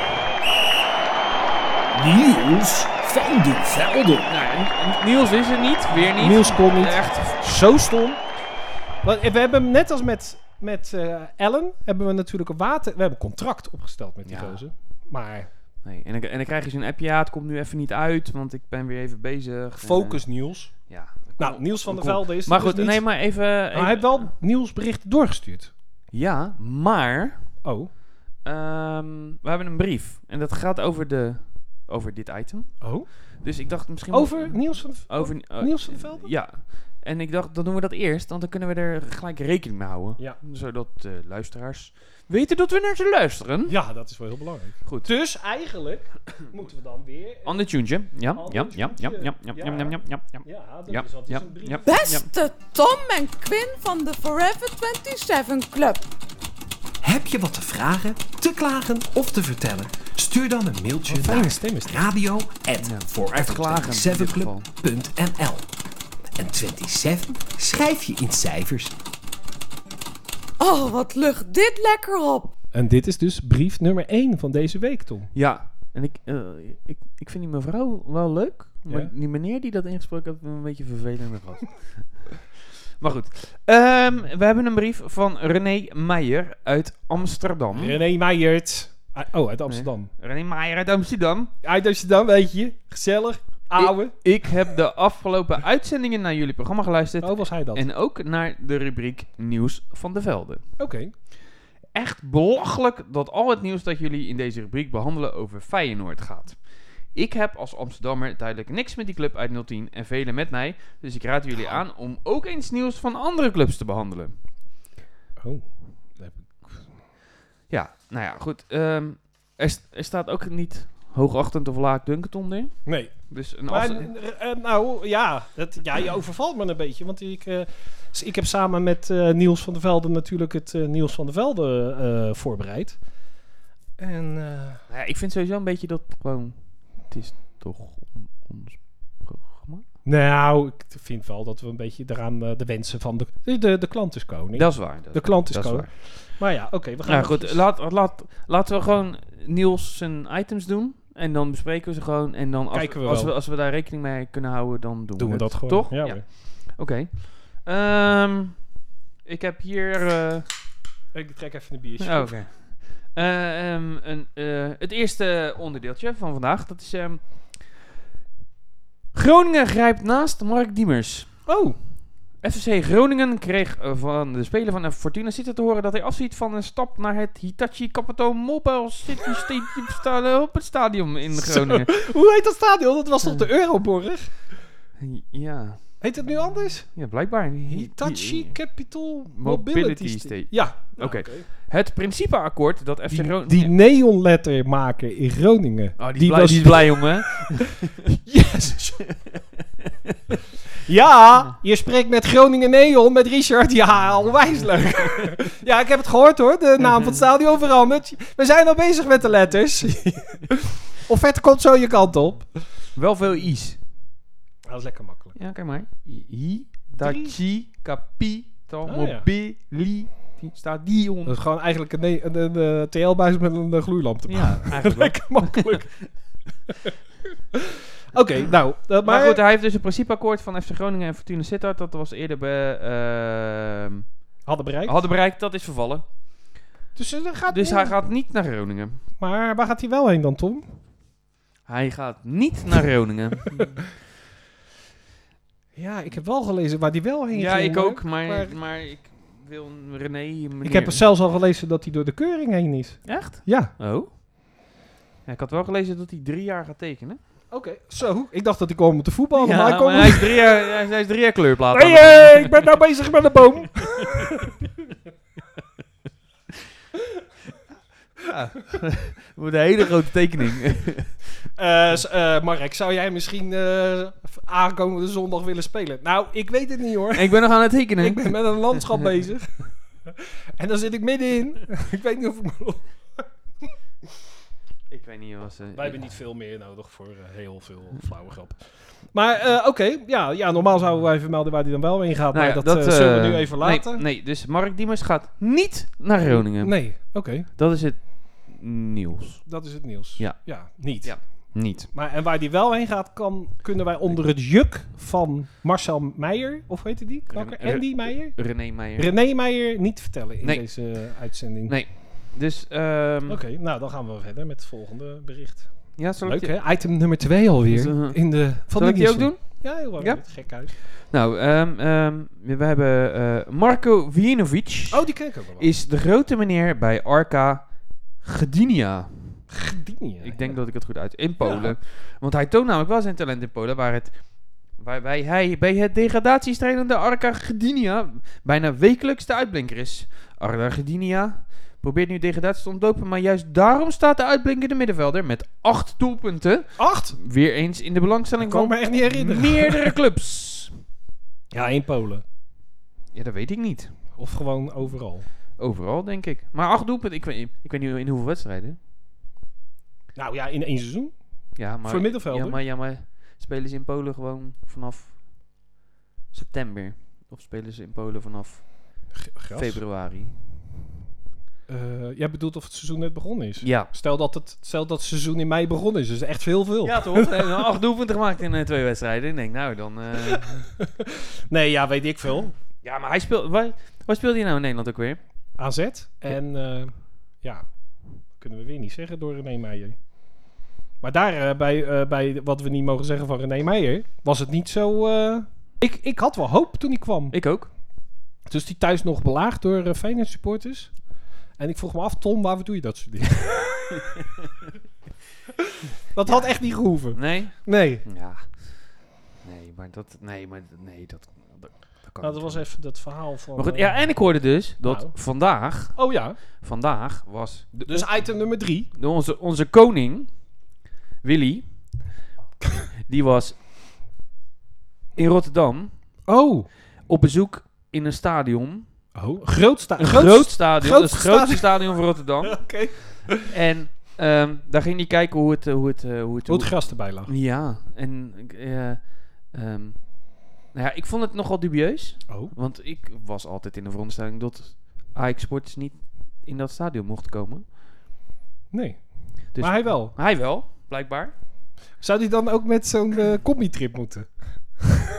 Nieuws van de velden. Nou, n- Niels is er niet. Weer niet. Niels kon niet. Echt. Zo stom. Want we hebben net als met, met uh, Ellen, hebben we natuurlijk een water... We hebben een contract opgesteld met die Ja. gozer. Maar Nee, en, dan, en dan krijg je zo'n appje. Ja, het komt nu even niet uit, want ik ben weer even bezig. focus Niels. En, uh, ja. Nou, Niels van der Cool. Velde is er Maar dus goed, niet. nee, maar even... Maar even hij heeft wel nieuwsberichten doorgestuurd. Ja, maar... Oh. Um, we hebben een brief. En dat gaat over, de, over dit item. Oh? Dus ik dacht misschien... Over Niels van, Over, uh, Niels van der Velde? Ja. En ik dacht, dan doen we dat eerst, want dan kunnen we er gelijk rekening mee houden. Ja. Zodat de luisteraars weten dat we naar ze luisteren. Ja, dat is wel heel belangrijk. Goed. Dus eigenlijk moeten we dan weer... Ander tuentje. Ja, Ander ja, ja, ja, tuentje. ja, ja, Ja. ja, ja, ja, ja, ja. Ja, dat Ja, is altijd ja, een brief. ja. Beste Tom en Quinn van de Forever twenty-seven Club. Heb je wat te vragen, te klagen of te vertellen? Stuur dan een mailtje Wat fijne naar stem is dit. radio at Ja, forever klagen in twenty-seven dit club punt n l. En zevenentwintig schrijf je in cijfers. Oh, wat lucht dit lekker op. En dit is dus brief nummer één van deze week, Tom. Ja, en ik, uh, ik, ik vind die mevrouw wel leuk. Maar Ja. die meneer die dat ingesproken had, een beetje vervelende gast. Maar goed. Um, we hebben een brief van René Meijer uit Amsterdam. René Meijert. Ah, Oh, uit Amsterdam. René Meijer uit Amsterdam. Uit Amsterdam, weet je. Gezellig. Ouwe. Ik heb de afgelopen uitzendingen naar jullie programma geluisterd. Oh, was hij dat? En ook naar de rubriek Nieuws van de Velden. Oké. Echt belachelijk dat al het nieuws dat jullie in deze rubriek behandelen over Feyenoord gaat. Ik heb als Amsterdammer duidelijk niks met die club uit nul tien en velen met mij. Dus ik raad jullie aan om ook eens nieuws van andere clubs te behandelen. Oh. Ja, nou ja, goed. Um, er, st- er staat ook niet hoogachtend of laagdunkend onder. Nee. Dus een Maar, als- eh, eh, nou, ja, het, ja. Je overvalt me een beetje. Want ik, uh, ik heb samen met uh, Niels van der Velde natuurlijk het uh, Niels van der Velde uh, voorbereid. En... Uh, nou ja, ik vind sowieso een beetje dat gewoon... Het is toch on- ons programma? Nou, ik vind wel dat we een beetje eraan uh, de wensen van de... De, de klant is koning. Dat is waar. Dat de klant is dat is koning. waar. Maar ja, oké. Okay, we gaan... Nou goed, eventjes- laat, laat, laten we gewoon Niels zijn items doen. En dan bespreken we ze gewoon. En dan als, Kijken we als, wel. we, als we daar rekening mee kunnen houden, dan doen, doen we we dat het. gewoon. Toch? Ja, Ja. hoor. Oké. Ehm, ik heb hier... Uh... Ik trek even een biertje. Oh, Oké. Okay. Uh, um, een, uh, het eerste onderdeeltje van vandaag, dat is... Um, Groningen grijpt naast Mark Diemers. Oh. F C Groningen kreeg uh, van de speler van Fortuna Sittard te horen dat hij afziet van een stap naar het Hitachi Capito Mobile City Stadium sta- op het stadion in Groningen. Zo. Hoe heet dat stadion? Dat was toch de Euroborg? Ja. Heet het nu anders? Ja, blijkbaar. Hitachi Capital Mobility Mobility State. State. Ja. Oké. Okay. Okay. Het principeakkoord dat F C Die, Groningen... die neonlettermaker in Groningen. Oh, die, die, is blij, was... die is blij, jongen. Yes! Ja, je spreekt met Groningen Neon, met Richard. Ja, onwijs leuk. Ja, ik heb het gehoord hoor. De naam van het stadion veranderd. We zijn al bezig met de letters. Offerte komt zo je kant op. Wel veel i's. Dat is lekker makkelijk. Ja, kijk maar. Hitachi Capito Oh, Mobility Stadion. Dat is gewoon eigenlijk een, een, een, een T L-buis met een, een gloeilamp te Ja, eigenlijk lekker makkelijk. Oké, okay, nou. Uh, maar, maar goed, hij heeft dus een principeakkoord van F C Groningen en Fortuna Sittard. Dat was eerder bij... Uh, hadden bereikt. Hadden bereikt, dat is vervallen. Dus, uh, gaat dus hij gaat niet naar Groningen. Maar waar gaat hij wel heen dan, Tom? Hij gaat niet naar Groningen. Ja, ik heb wel gelezen waar hij wel heen ja, ging. Ja, ik ook, maar, maar, maar ik wil René... Meneer. Ik heb zelfs al gelezen dat hij door de keuring heen is. Echt? Ja. Oh. Ja, ik had wel gelezen dat hij drie jaar gaat tekenen. Oké, okay, zo. Ik dacht dat hij kwam om te voetballen. Ja, maar hij, komt maar hij, is drie jaar, hij is drie jaar kleurplaat. Hé, hey, hey, ik ben nou bezig met een boom. Ja, wordt een hele grote tekening. uh, uh, Mark, zou jij misschien uh, aankomende zondag willen spelen? Nou, ik weet het niet hoor. Ik ben nog aan het tekenen. Ik ben met een landschap bezig. En dan zit ik middenin. Ik weet niet of ik me... Ik weet niet wat ze... Wij hebben niet veel meer nodig voor uh, heel veel flauwe grap. Maar uh, oké, okay, ja, ja, normaal zouden wij vermelden waar hij dan wel heen gaat. Nou maar ja, dat, dat uh, zullen we nu even laten. Nee, nee, dus Mark Diemers gaat niet naar Groningen. Nee, oké. Okay. Dat is het nieuws. Dat is het nieuws. Ja. Ja, niet. Ja, niet. Maar en waar die wel heen gaat, kan, kunnen wij onder het juk van Marcel Meijer, of heet die? Knakker? Andy Meijer? René Meijer. René Meijer niet vertellen in nee. deze uh, uitzending. Nee. Dus, um, Oké, okay, nou dan gaan we verder met het volgende bericht. Ja, zal leuk ik hè? Item nummer twee alweer. Uh, in de, van zal ik die ook doen? Ja, heel erg. Ja? Gek uit. Nou, um, um, we hebben uh, Marko Vujinovic. Oh, die ken ik ook wel. Is de grote meneer bij Arka Gdynia. Gdynia? Ik denk ja. dat ik het goed uit. In Polen. Ja. Want hij toont namelijk wel zijn talent in Polen. Waar het... Waarbij hij bij het degradatiestrijdende Arka Gdynia bijna wekelijks de uitblinker is. Arka Gdynia probeert nu degradatie te ontlopen, maar juist daarom staat de uitblinkende middenvelder met acht doelpunten. Acht? Weer eens in de belangstelling van me echt niet herinneren. meerdere clubs. Ja, in Polen. Ja, dat weet ik niet. Of gewoon overal. Overal, denk ik. Maar acht doelpunten, ik weet, ik weet niet in hoeveel wedstrijden. Nou ja, in één seizoen. Ja, maar, voor middenvelder. Ja maar, ja, maar spelen ze in Polen gewoon vanaf september? Of spelen ze in Polen vanaf Gras. februari? Uh, jij bedoelt of het seizoen net begonnen is? Ja. Stel dat het, stel dat het seizoen in mei begonnen is. Dus echt veel, veel. Ja, toch? En acht doelpunten gemaakt in uh, twee wedstrijden. Ik denk, nou, dan... Uh... nee, ja, weet ik veel. Ja, maar hij speelt... Waar, waar speelt hij nou in Nederland ook weer? A Z. En uh, ja, kunnen we weer niet zeggen door René Meijer. Maar daar, uh, bij, uh, bij wat we niet mogen zeggen van René Meijer, was het niet zo... Uh... Ik, ik had wel hoop toen hij kwam. Ik ook. Dus die thuis nog belaagd door uh, Feyenoord supporters. En ik vroeg me af, Tom, waarvoor doe je dat soort dingen? Dat ja. had echt niet gehoeven. Nee? Nee. Ja. Nee, maar dat... Nee, maar... Nee, dat... dat, dat kan nou, dat was even dat verhaal van... Maar goed, uh, ja, en ik hoorde dus dat nou. vandaag... Oh ja. Vandaag was... De, dus item nummer drie. De, onze, onze koning, Willy, die was in Rotterdam... Oh. Op bezoek in een stadion... Oh, groot, sta- een groot, groot stadion. Groot het grootste stadion van Rotterdam. Oké. Okay. En um, daar ging hij kijken hoe het... Uh, hoe het, uh, hoe het, hoe het gras erbij lag. Ja. En... Uh, um, nou ja, ik vond het nogal dubieus. Oh. Want ik was altijd in de veronderstelling dat Ajax Sports niet in dat stadion mocht komen. Nee. Dus maar hij wel. Hij wel, blijkbaar. Zou hij dan ook met zo'n uh, combi-trip moeten?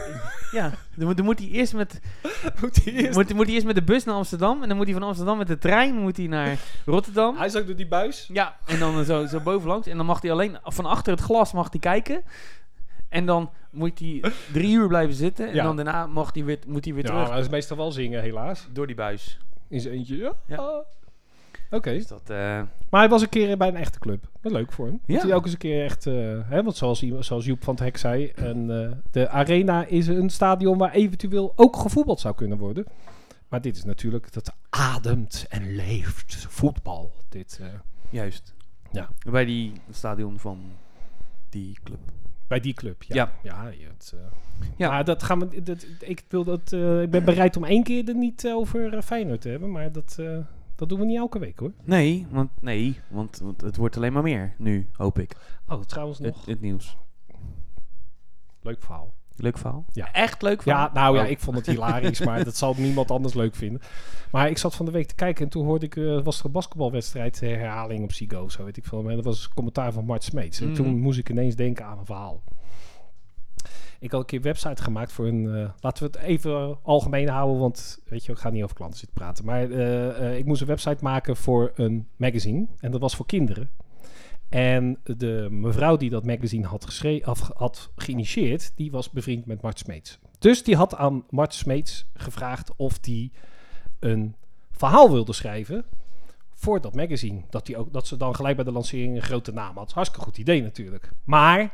Ja, dan moet, dan moet hij eerst met... Moet hij eerst... Moet, moet hij eerst met de bus naar Amsterdam. En dan moet hij van Amsterdam met de trein moet hij naar Rotterdam. Hij is ook door die buis. Ja, en dan zo, zo bovenlangs. En dan mag hij alleen van achter het glas mag hij kijken. En dan moet hij drie uur blijven zitten. En Ja. dan daarna mag hij weer, moet hij weer Ja, terug maar hij is meestal wel zingen, helaas. door die buis. In zijn eentje, ja. Ja. Ah. Oké. Dus dat... eh, Maar hij was een keer bij een echte club. Wat leuk voor hem. Ja. Dat hij ook eens een keer echt... eh, hè, want zoals, i- zoals Joep van het Hek zei... En, eh, de Arena is een stadion waar eventueel ook gevoetbald zou kunnen worden. Maar dit is natuurlijk... Dat ademt en leeft voetbal. Dit, eh, juist. Ja. Bij die stadion van die club. bij die club, ja. Ja. Ja, je het, eh, Ja. Maar dat gaan we... Dat, ik, wil dat, eh, ik ben bereid om één keer er niet eh, over eh, Feyenoord te hebben. Maar dat, eh, dat doen we niet elke week, hoor. Nee, want, nee want, want het wordt alleen maar meer nu, hoop ik. Oh, trouwens Het, nog... het nieuws. Leuk verhaal. Leuk verhaal? Ja. Echt leuk verhaal? Ja, nou ja, Oh. ik vond het hilarisch, maar dat zal niemand anders leuk vinden. Maar ik zat van de week te kijken en toen hoorde ik, eh, was er een basketbalwedstrijd, eh, herhaling op Ziggo, zo weet ik veel. En dat was een commentaar van Mart Smeets. En Mhm. toen moest ik ineens denken aan een verhaal. Ik had een keer een website gemaakt voor een... eh, laten we het even algemeen houden, want weet je, ik ga niet over klanten zitten praten. Maar eh, eh, ik moest een website maken voor een magazine en dat was voor kinderen. En de mevrouw die dat magazine had, geschre- af, had geïnitieerd, die was bevriend met Mart Smeets. Dus die had aan Mart Smeets gevraagd of die een verhaal wilde schrijven voor dat magazine. Dat, die ook, dat ze dan gelijk bij de lancering een grote naam had. Hartstikke goed idee natuurlijk. Maar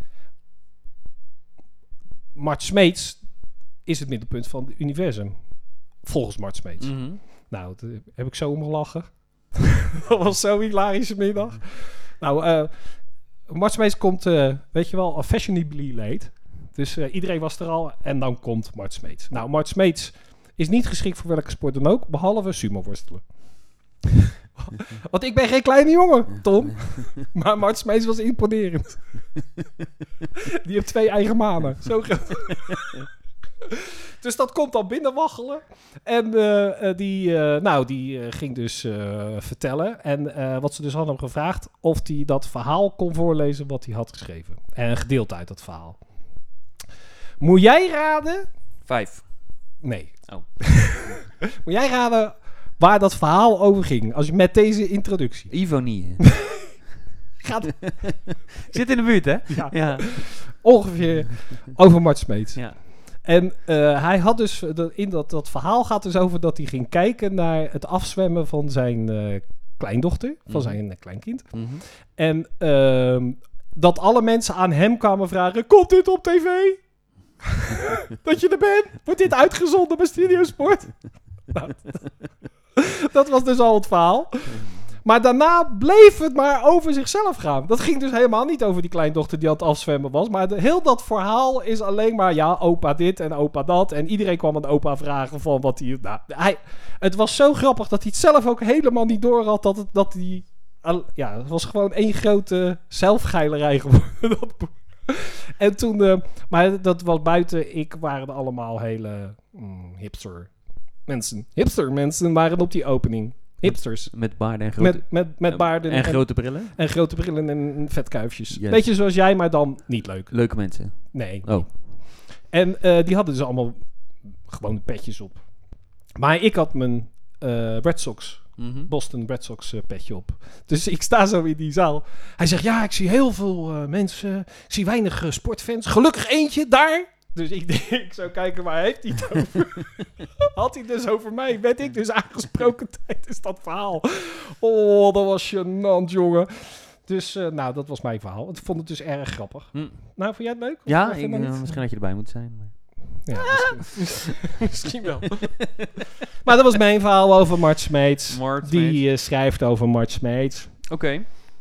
Mart Smeets is het middelpunt van het universum. Volgens Mart Smeets. Mhm. Nou, daar heb ik zo om gelachen. Dat was zo'n hilarische middag. Nou, eh Mart Smeets komt, eh, weet je wel, fashionably late. Dus eh, iedereen was er al en dan komt Mart Smeets. Nou, Mart Smeets is niet geschikt voor welke sport dan ook, behalve sumo worstelen. Want ik ben geen kleine jongen, Tom. Maar Mart Smeets was imponerend. Die heeft twee eigen manen. Zo groot. Dus dat komt dan binnenwaggelen. En eh, eh, die, eh, nou, die eh, ging dus eh, vertellen. En eh, wat ze dus hadden hem gevraagd... of hij dat verhaal kon voorlezen wat hij had geschreven. En een gedeelte uit dat verhaal. Moet jij raden... Vijf. Nee. Oh. Moet jij raden waar dat verhaal over ging? Als je met deze introductie... Ivonie. Gaat Zit in de buurt, hè? ja, Ja. ongeveer over Mart Smeets. Ja. En uh, hij had dus, de, in dat, dat verhaal gaat dus over dat hij ging kijken naar het afzwemmen van zijn uh, kleindochter, van Mhm. zijn uh, kleinkind. Mhm. En uh, dat alle mensen aan hem kwamen vragen, komt dit op tv? Dat je er bent? Wordt dit uitgezonden bij Studiosport? Nou, dat was dus al het verhaal. Maar daarna bleef het maar over zichzelf gaan. Dat ging dus helemaal niet over die kleindochter die aan het afzwemmen was. Maar de, heel dat verhaal is alleen maar... Ja, opa dit en opa dat. En iedereen kwam aan opa vragen van wat hij... Nou, hij het was zo grappig dat hij het zelf ook helemaal niet door had. Dat het, dat hij... al- Ja, het was gewoon één grote zelfgeilerij geworden. dat boek. En toen... Uh, maar dat was buiten. Ik waren er allemaal hele mm, hipster mensen. Hipster mensen waren op die opening. Hipsters. Met baarden en grote... Met, met, met baarden en, grote brillen. en grote brillen en vetkuifjes. Yes. Beetje zoals jij, maar dan niet leuk. Leuke mensen. Nee. Oh. En uh, die hadden dus allemaal gewoon petjes op. Maar ik had mijn uh, Red Sox, Mhm. Boston Red Sox uh, petje op. Dus ik sta zo in die zaal. Hij zegt, ja, ik zie heel veel uh, mensen. Ik zie weinig uh, sportfans. Gelukkig eentje, daar. Dus ik denk, ik zou kijken, waar heeft hij het over? Had hij dus over mij? Werd ik dus aangesproken tijdens dat verhaal? Oh, dat was gênant, jongen. Dus, uh, nou, dat was mijn verhaal. Ik vond het dus erg grappig. Hm. Nou, vond jij het leuk? Of Ja, vond je ik, dat uh, niet? misschien had je erbij moeten zijn. Maar... Ja, misschien, misschien wel. Maar dat was mijn verhaal over Mart Smeets. Mart Die uh, schrijft over Mart Smeets. Oké.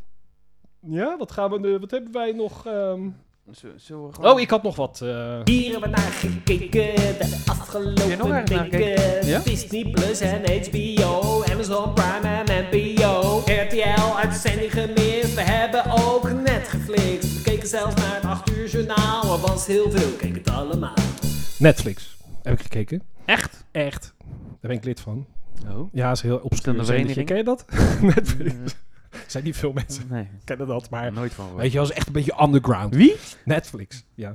Ja, wat gaan we nu? Wat hebben wij nog? Um... Zullen we gewoon... Oh, ik had nog wat. Uh... Hier hebben we naar gekeken de Heb je nog afgelopen ergens naar weken. gekeken? Ja? Disney Plus en H B O, Amazon Prime en N P O. R T L uitzending gemist, we hebben ook Netflix. We keken zelfs naar het acht uur journaal, er was heel veel, we keken het allemaal. Netflix. Heb ik gekeken. Echt? Echt. Daar ben ik lid van. Oh. Ja, is een heel obscure Een zendetje. vereniging? Ken je dat? Netflix. Er zijn niet veel mensen Nee, kennen dat, maar... nooit van. Weet je, dat is echt een beetje underground. Wie? Netflix, ja.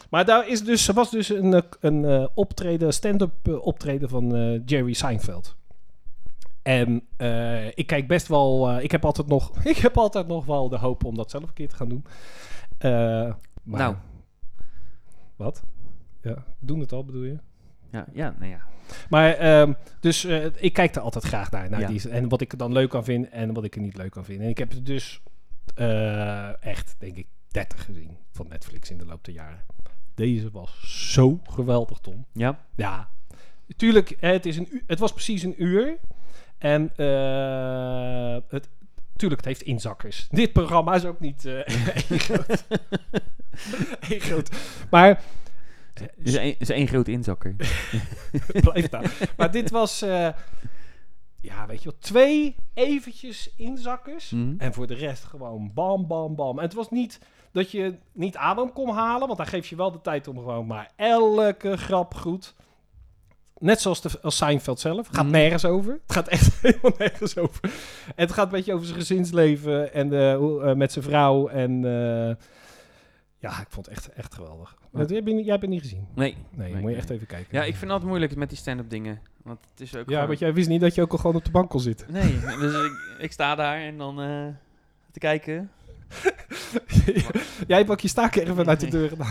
Maar daar is dus, er was dus een, eh, een uh, optreden, stand-up uh, optreden van uh, Jerry Seinfeld. En uh, ik kijk best wel, uh, ik heb altijd nog, ik heb altijd nog wel de hoop om dat zelf een keer te gaan doen. Uh, maar, Nou. Wat? Ja, we doen het al, bedoel je? Ja, ja, nee, ja. Maar, um, dus uh, ik kijk er altijd graag naar. naar Ja. die, en wat ik er dan leuk aan vind en wat ik er niet leuk aan vind. En ik heb er dus uh, echt, denk ik, dertig gezien van Netflix in de loop der jaren. Deze was zo geweldig, Tom. Ja? Ja, tuurlijk, het, is een u- het was precies een uur. En uh, het, tuurlijk, het heeft inzakkers. Dit programma is ook niet uh, één groot. één groot. Maar... Het is één, is één groot inzakker. Blijf daar. Maar dit was... Uh, ja, weet je wel, twee eventjes inzakkers. Mm. En voor de rest gewoon bam, bam, bam. En het was niet dat je niet adem kon halen, want daar geef je wel de tijd om gewoon maar elke grap goed. Net zoals de, als Seinfeld zelf. Het gaat Mm. nergens over. Het gaat echt helemaal nergens over. En het gaat een beetje over zijn gezinsleven en uh, hoe, uh, met zijn vrouw. En uh, ja, ik vond het echt, echt geweldig. Ja. Dat, jij, hebt, jij hebt het niet gezien? Nee. Nee, Nee, moet je nee. echt even kijken. Ja, ik vind het altijd moeilijk met die stand-up dingen. Want het is ook Ja, gewoon... want jij wist niet dat je ook al gewoon op de bank kon zitten. Nee, dus ik, ik sta daar en dan uh, te kijken. Jij hebt ook je staker even uit de deur gedaan.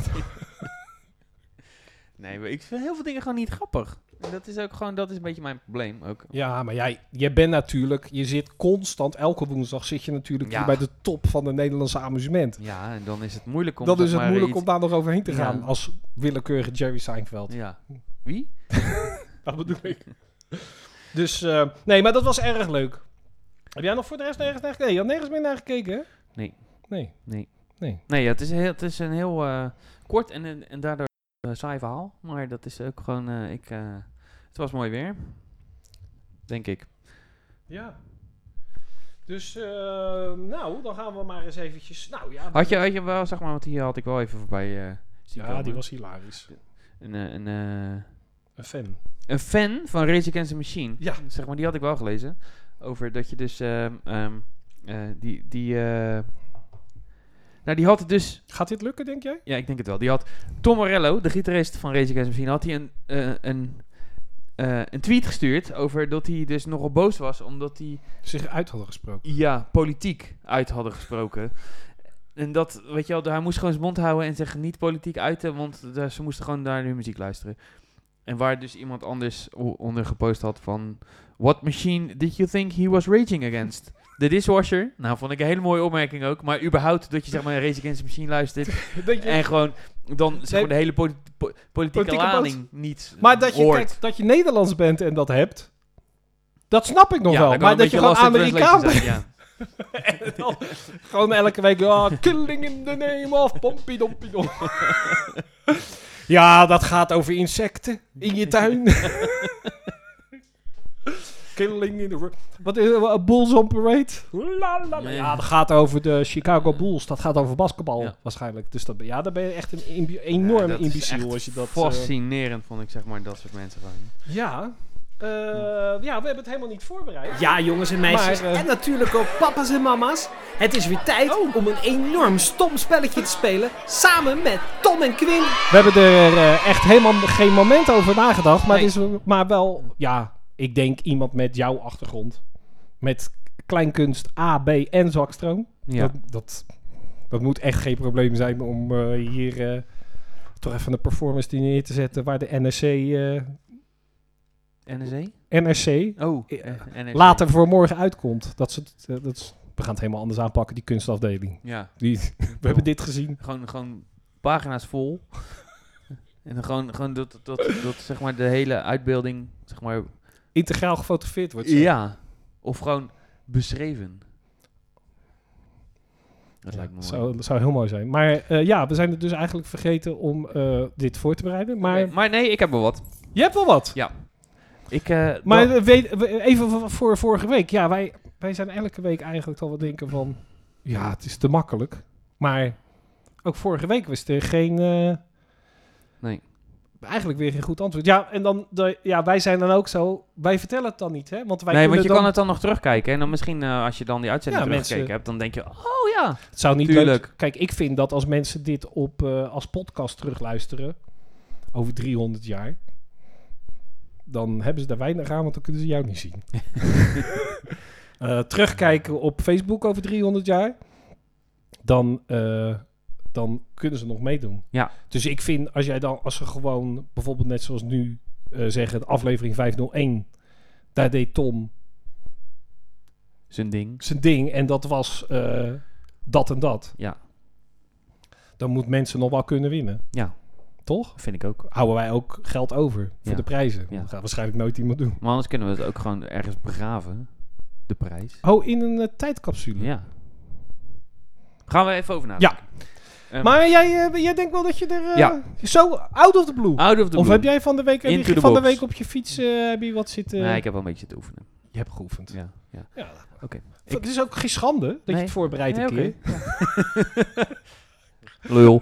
Nee, maar ik vind heel veel dingen gewoon niet grappig. En dat is ook gewoon, dat is een beetje mijn probleem ook. Ja, maar jij, jij bent natuurlijk, je zit constant, elke woensdag zit je natuurlijk Ja. hier bij de top van het Nederlandse amusement. Ja, en dan is het moeilijk om... Dan zeg is het maar, moeilijk iets- om daar nog overheen te Ja. gaan als willekeurige Jerry Seinfeld. Ja. Wie? Dat bedoel ik. Dus, uh, nee, maar dat was erg leuk. Heb jij nog voor de rest nergens naar gekeken? Je had nergens meer naar gekeken, hè? Nee. Nee. Nee. Nee. Nee, ja, het, is heel, het is een heel uh, kort en, en, en daardoor uh, saai verhaal. Maar dat is ook gewoon... Uh, ik, uh, het was mooi weer. Denk ik. Ja. Dus, uh, nou, dan gaan we maar eens eventjes... Nou, ja, Had je, had je wel, zeg maar, want hier had ik wel even voorbij uh, zien Ja, komen. die was hilarisch. Een, uh, een, uh, Een fan. een fan van Rage Against the Machine. Ja. Zeg maar, die had ik wel gelezen. Over dat je dus... Um, um, uh, die... die uh, nou, die had het dus... Gaat dit lukken, denk jij? Ja, ik denk het wel. Die had Tom Morello, de gitarist van Rage Against the Machine, had hij een, uh, een, uh, een tweet gestuurd over dat hij dus nogal boos was, omdat hij, Zich uit hadden gesproken. ja, politiek uit hadden gesproken. En dat, weet je wel, hij moest gewoon zijn mond houden en zich niet politiek uiten, want uh, ze moesten gewoon naar hun muziek luisteren. En waar dus iemand anders o- onder gepost had van... What machine did you think he was raging against? The dishwasher? Nou, vond ik een hele mooie opmerking ook. Maar überhaupt dat je zeg maar Rage Against the Machine luistert... Denk je- En gewoon dan zeg maar de hele poli- po- politieke Politieke lading niet Maar dat je, hoort. kijk, dat je Nederlands bent en dat hebt, dat snap ik nog Ja, wel. dan kan Maar een dat je beetje gewoon lost in Amerikaan translation bent. zijn, ja. En dan gewoon elke week, oh, killing in the name of pompidompidom. Ja, dat gaat over insecten in je tuin. Killing in the... ro- Wat is a Bulls on Parade? La, la, la. Nee. Ja, dat gaat over de Chicago Bulls. Dat gaat over basketbal Ja. waarschijnlijk. Dus dat, ben- ja, dan ben je echt een imbi- enorme Ja, dat is imbeciel echt als je dat... eh, Fascinerend vond ik zeg maar dat soort mensen gewoon. ja. Eh, ja, we hebben het helemaal niet voorbereid. Ja, jongens en meisjes. Maar, eh, en natuurlijk ook papa's en mama's. Het is weer tijd om een enorm stom spelletje te spelen. Samen met Tom en Quinn. We hebben er eh, echt helemaal geen moment over nagedacht. Maar, Nee. het is, maar wel, ja, ik denk iemand met jouw achtergrond. Met kleinkunst A, B en zwakstroom. Ja. Dat, dat, dat moet echt geen probleem zijn om eh, hier eh, toch even een performance die neer te zetten. Waar de N R C, eh, N S E? N R C Oh, Eh, eh, N S E. later voor morgen uitkomt. Dat is het, eh, dat is, we gaan het helemaal anders aanpakken, die kunstafdeling. Ja, Die, we hebben dit gezien. gewoon, gewoon pagina's vol. En dan gewoon, gewoon dat, dat, dat zeg maar de hele uitbeelding, zeg maar, Integraal gefotografeerd wordt. ja, of gewoon beschreven. Dat Ja, lijkt me mooi. zou, zou heel mooi zijn. Maar eh, ja, we zijn het dus eigenlijk vergeten om eh, dit voor te bereiden. Maar Nee, maar nee, ik heb wel wat. je hebt wel wat. Ja. Ik, uh, Maar eh, weet, we- even v- voor vorige week. Ja, wij, wij zijn elke week eigenlijk al wat denken van... Ja, het is te makkelijk. Maar ook vorige week was er geen... eh, Nee. Eigenlijk weer geen goed antwoord. Ja, en dan, de, ja, wij zijn dan ook zo, wij vertellen het dan niet, hè? Want wij Nee, want kunnen je dan, kan het dan nog terugkijken. En dan misschien, uh, als je dan die uitzending Ja, teruggekeken mensen- hebt, dan denk je, oh ja. Het zou niet Tuurlijk. leuk. Kijk, ik vind dat als mensen dit op uh, als podcast terugluisteren over driehonderd jaar, dan hebben ze daar weinig aan, want dan kunnen ze jou niet zien. uh, terugkijken op Facebook over driehonderd jaar, dan, uh, dan kunnen ze nog meedoen. Ja. Dus ik vind, als jij dan, als ze gewoon bijvoorbeeld net zoals nu uh, zeggen, de aflevering vijfhonderdéén, daar deed Tom Zijn ding. zijn ding en dat was uh, dat en dat. Ja. Dan moet mensen nog wel kunnen winnen. Ja. Toch? Vind ik ook. Houden wij ook geld over voor Ja. de prijzen. Ja. Dat gaat waarschijnlijk nooit iemand doen. Maar anders kunnen we het ook gewoon ergens begraven. De prijs. Oh, in een uh, tijdcapsule. Ja. Gaan we even over nadenken. Ja. Um, Maar jij, uh, jij denkt wel dat je er uh, Ja. zo out of the blue. out of the of blue. heb jij van de week, heb Into je the van de box. week op je fiets uh, heb je wat zitten? Nee, ik heb wel een beetje zitten oefenen. Je hebt geoefend. Ja. ja. Ja. Oké. Het is ook geen schande dat Nee. je het voorbereidt een Nee, keer. oké. Lul.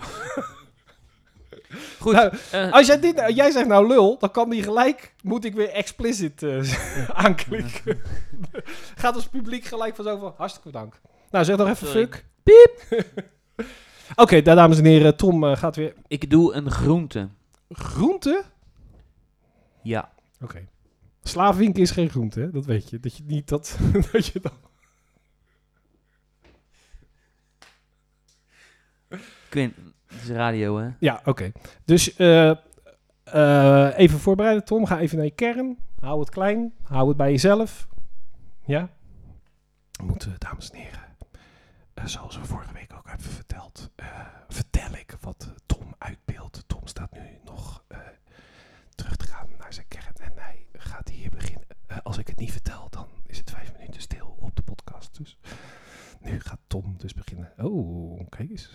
Goed. Nou, eh, Als jij, dit, jij zegt nou lul, dan kan die gelijk, moet ik weer explicit uh, aanklikken. Gaat ons publiek gelijk van zo van, hartstikke bedankt. Nou, zeg nog even Sorry. fuck. Piep. Oké, okay, dames en heren, Tom uh, gaat weer... ik doe een groente. Groente? Ja. Oké. Okay. Slavinken is geen groente, hè? Dat weet je. Dat je niet dat... dat je dan... Quinn, het is radio, hè? Ja, oké. Okay. Dus uh, uh, even voorbereiden, Tom. Ga even naar je kern. Hou het klein. Hou het bij jezelf. Ja? We moeten, dames en heren, uh, zoals we vorige week ook hebben verteld, uh, vertel ik wat uh, Tom uitbeeldt. Tom staat nu nog uh, terug te gaan naar zijn kern en hij gaat hier beginnen. Uh, als ik het niet vertel, dan is het vijf minuten stil op de podcast. Dus nu gaat Tom dus beginnen. Oh, kijk eens.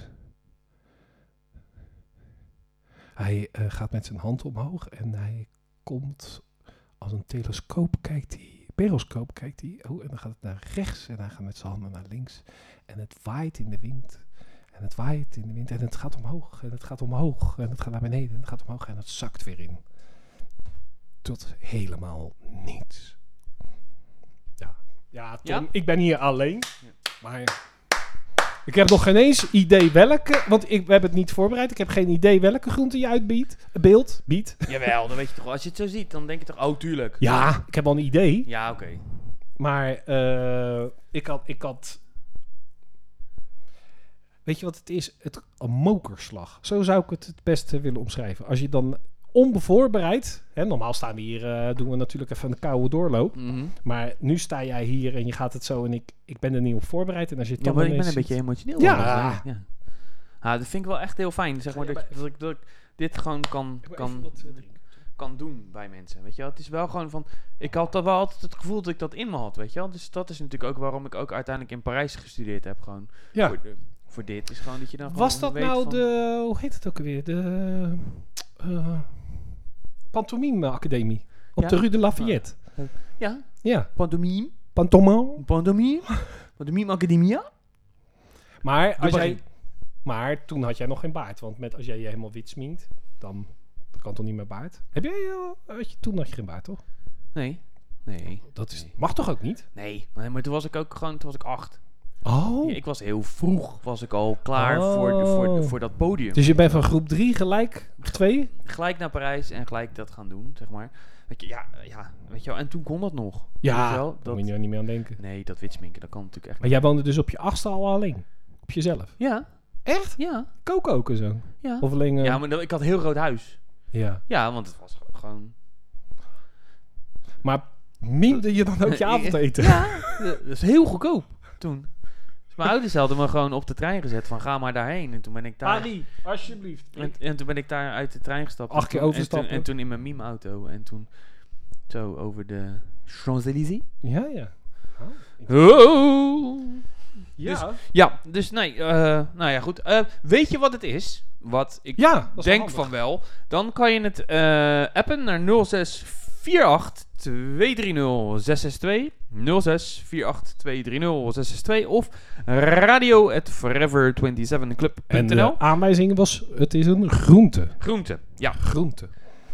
Hij uh, gaat met zijn hand omhoog en hij komt als een telescoop, kijkt hij, periscoop kijkt hij. Oh, en dan gaat het naar rechts en hij gaat met zijn handen naar links. En het waait in de wind. En het waait in de wind en het gaat omhoog. En het gaat omhoog en het gaat naar beneden en het gaat omhoog en het zakt weer in. Tot helemaal niets. Ja, ja Tom, Ja? ik ben hier alleen. Maar... Ik heb nog geen eens idee welke, want ik, we hebben het niet voorbereid. Ik heb geen idee welke groente je uitbiedt. Beeld, biedt. Jawel, dan weet je toch. Als je het zo ziet, dan denk je toch, oh, tuurlijk. Ja, ik heb al een idee. Ja, oké. Okay. Maar uh, ik had, ik had... Weet je wat het is? Het, een mokerslag. Zo zou ik het het beste willen omschrijven. Als je dan onbevoorbereid... Hè, normaal staan we hier, uh, doen we natuurlijk even een koude doorloop. Mm-hmm. Maar nu sta jij hier en je gaat het zo en ik, ik ben er niet op voorbereid. En als je het Ja, dan maar ik ben een ziet, beetje emotioneel. Ja. Anders, ja. Ah, dat vind ik wel echt heel fijn. Zeg maar, Ja, dat, maar- dat, ik, dat ik dit gewoon kan, Ik wil kan, even wat, uh, drinken. kan doen bij mensen. Weet je wel? Het is wel gewoon van... Ik had wel altijd het gevoel dat ik dat in me had, weet je wel? Dus dat is natuurlijk ook waarom ik ook uiteindelijk in Parijs gestudeerd heb. Gewoon Ja. voor, de, voor dit is gewoon dat je dan gewoon Was dat weet nou van- de... Hoe heet het ook alweer? De... Uh, Pantomime Academie. Op Ja. de Rue de Lafayette. Ja, Ja. pantomime. Pantomime. Pantomime. Pantomime Academia. Maar, als Barry. jij, maar toen had jij nog geen baard. Want met, als jij je helemaal wit sminkt, dan dat kan toch niet meer baard? Heb jij... Uh, weet je, toen had je geen baard, toch? Nee. Nee. Dat is, Nee. mag toch ook niet? Nee, maar, maar toen was ik ook gewoon... Toen was ik acht. Oh. Ja, ik was heel vroeg was ik al klaar voor, de, voor, de, voor dat podium. Dus je bent van groep drie gelijk twee? Gelijk naar Parijs en gelijk dat gaan doen, zeg maar. Weet je, ja, ja, weet je wel. En toen kon dat nog. Weet je Ja, wel, daar dat, moet je er niet meer aan denken. nee, dat witsminken, dat kan natuurlijk echt Maar jij woonde dus op je achtste al alleen? Op jezelf? Ja, Echt? ja, Koken ook en zo? ja. Of alleen... uh, Ja, maar dat- ik had een heel groot huis. ja. Ja, want het was gewoon... Maar mimde je dan ook je avondeten? Ja, dat is heel goedkoop toen. Dus mijn ouders hadden me gewoon op de trein gezet van ga maar daarheen. En toen ben ik daar... Harry, alsjeblieft. En, en toen ben ik daar uit de trein gestapt. Acht En keer toen- overstappen. En toen, en toen in mijn meme-auto. En toen zo over de Champs-Élysées. Ja, ja. Oh. Ja. Ja, dus nee, uh, nou ja, goed. Uh, weet je wat het is? Wat ik Ja, dat is denk handig. van wel. Dan kan je het uh, appen naar nul zes vier acht twee drie nul zes zes twee. nul zes vier acht twee drie nul zes zes twee. Of radio at forever twenty-seven club En punt n l. de aanwijzing was, het is een groente. Groente, ja. Groente.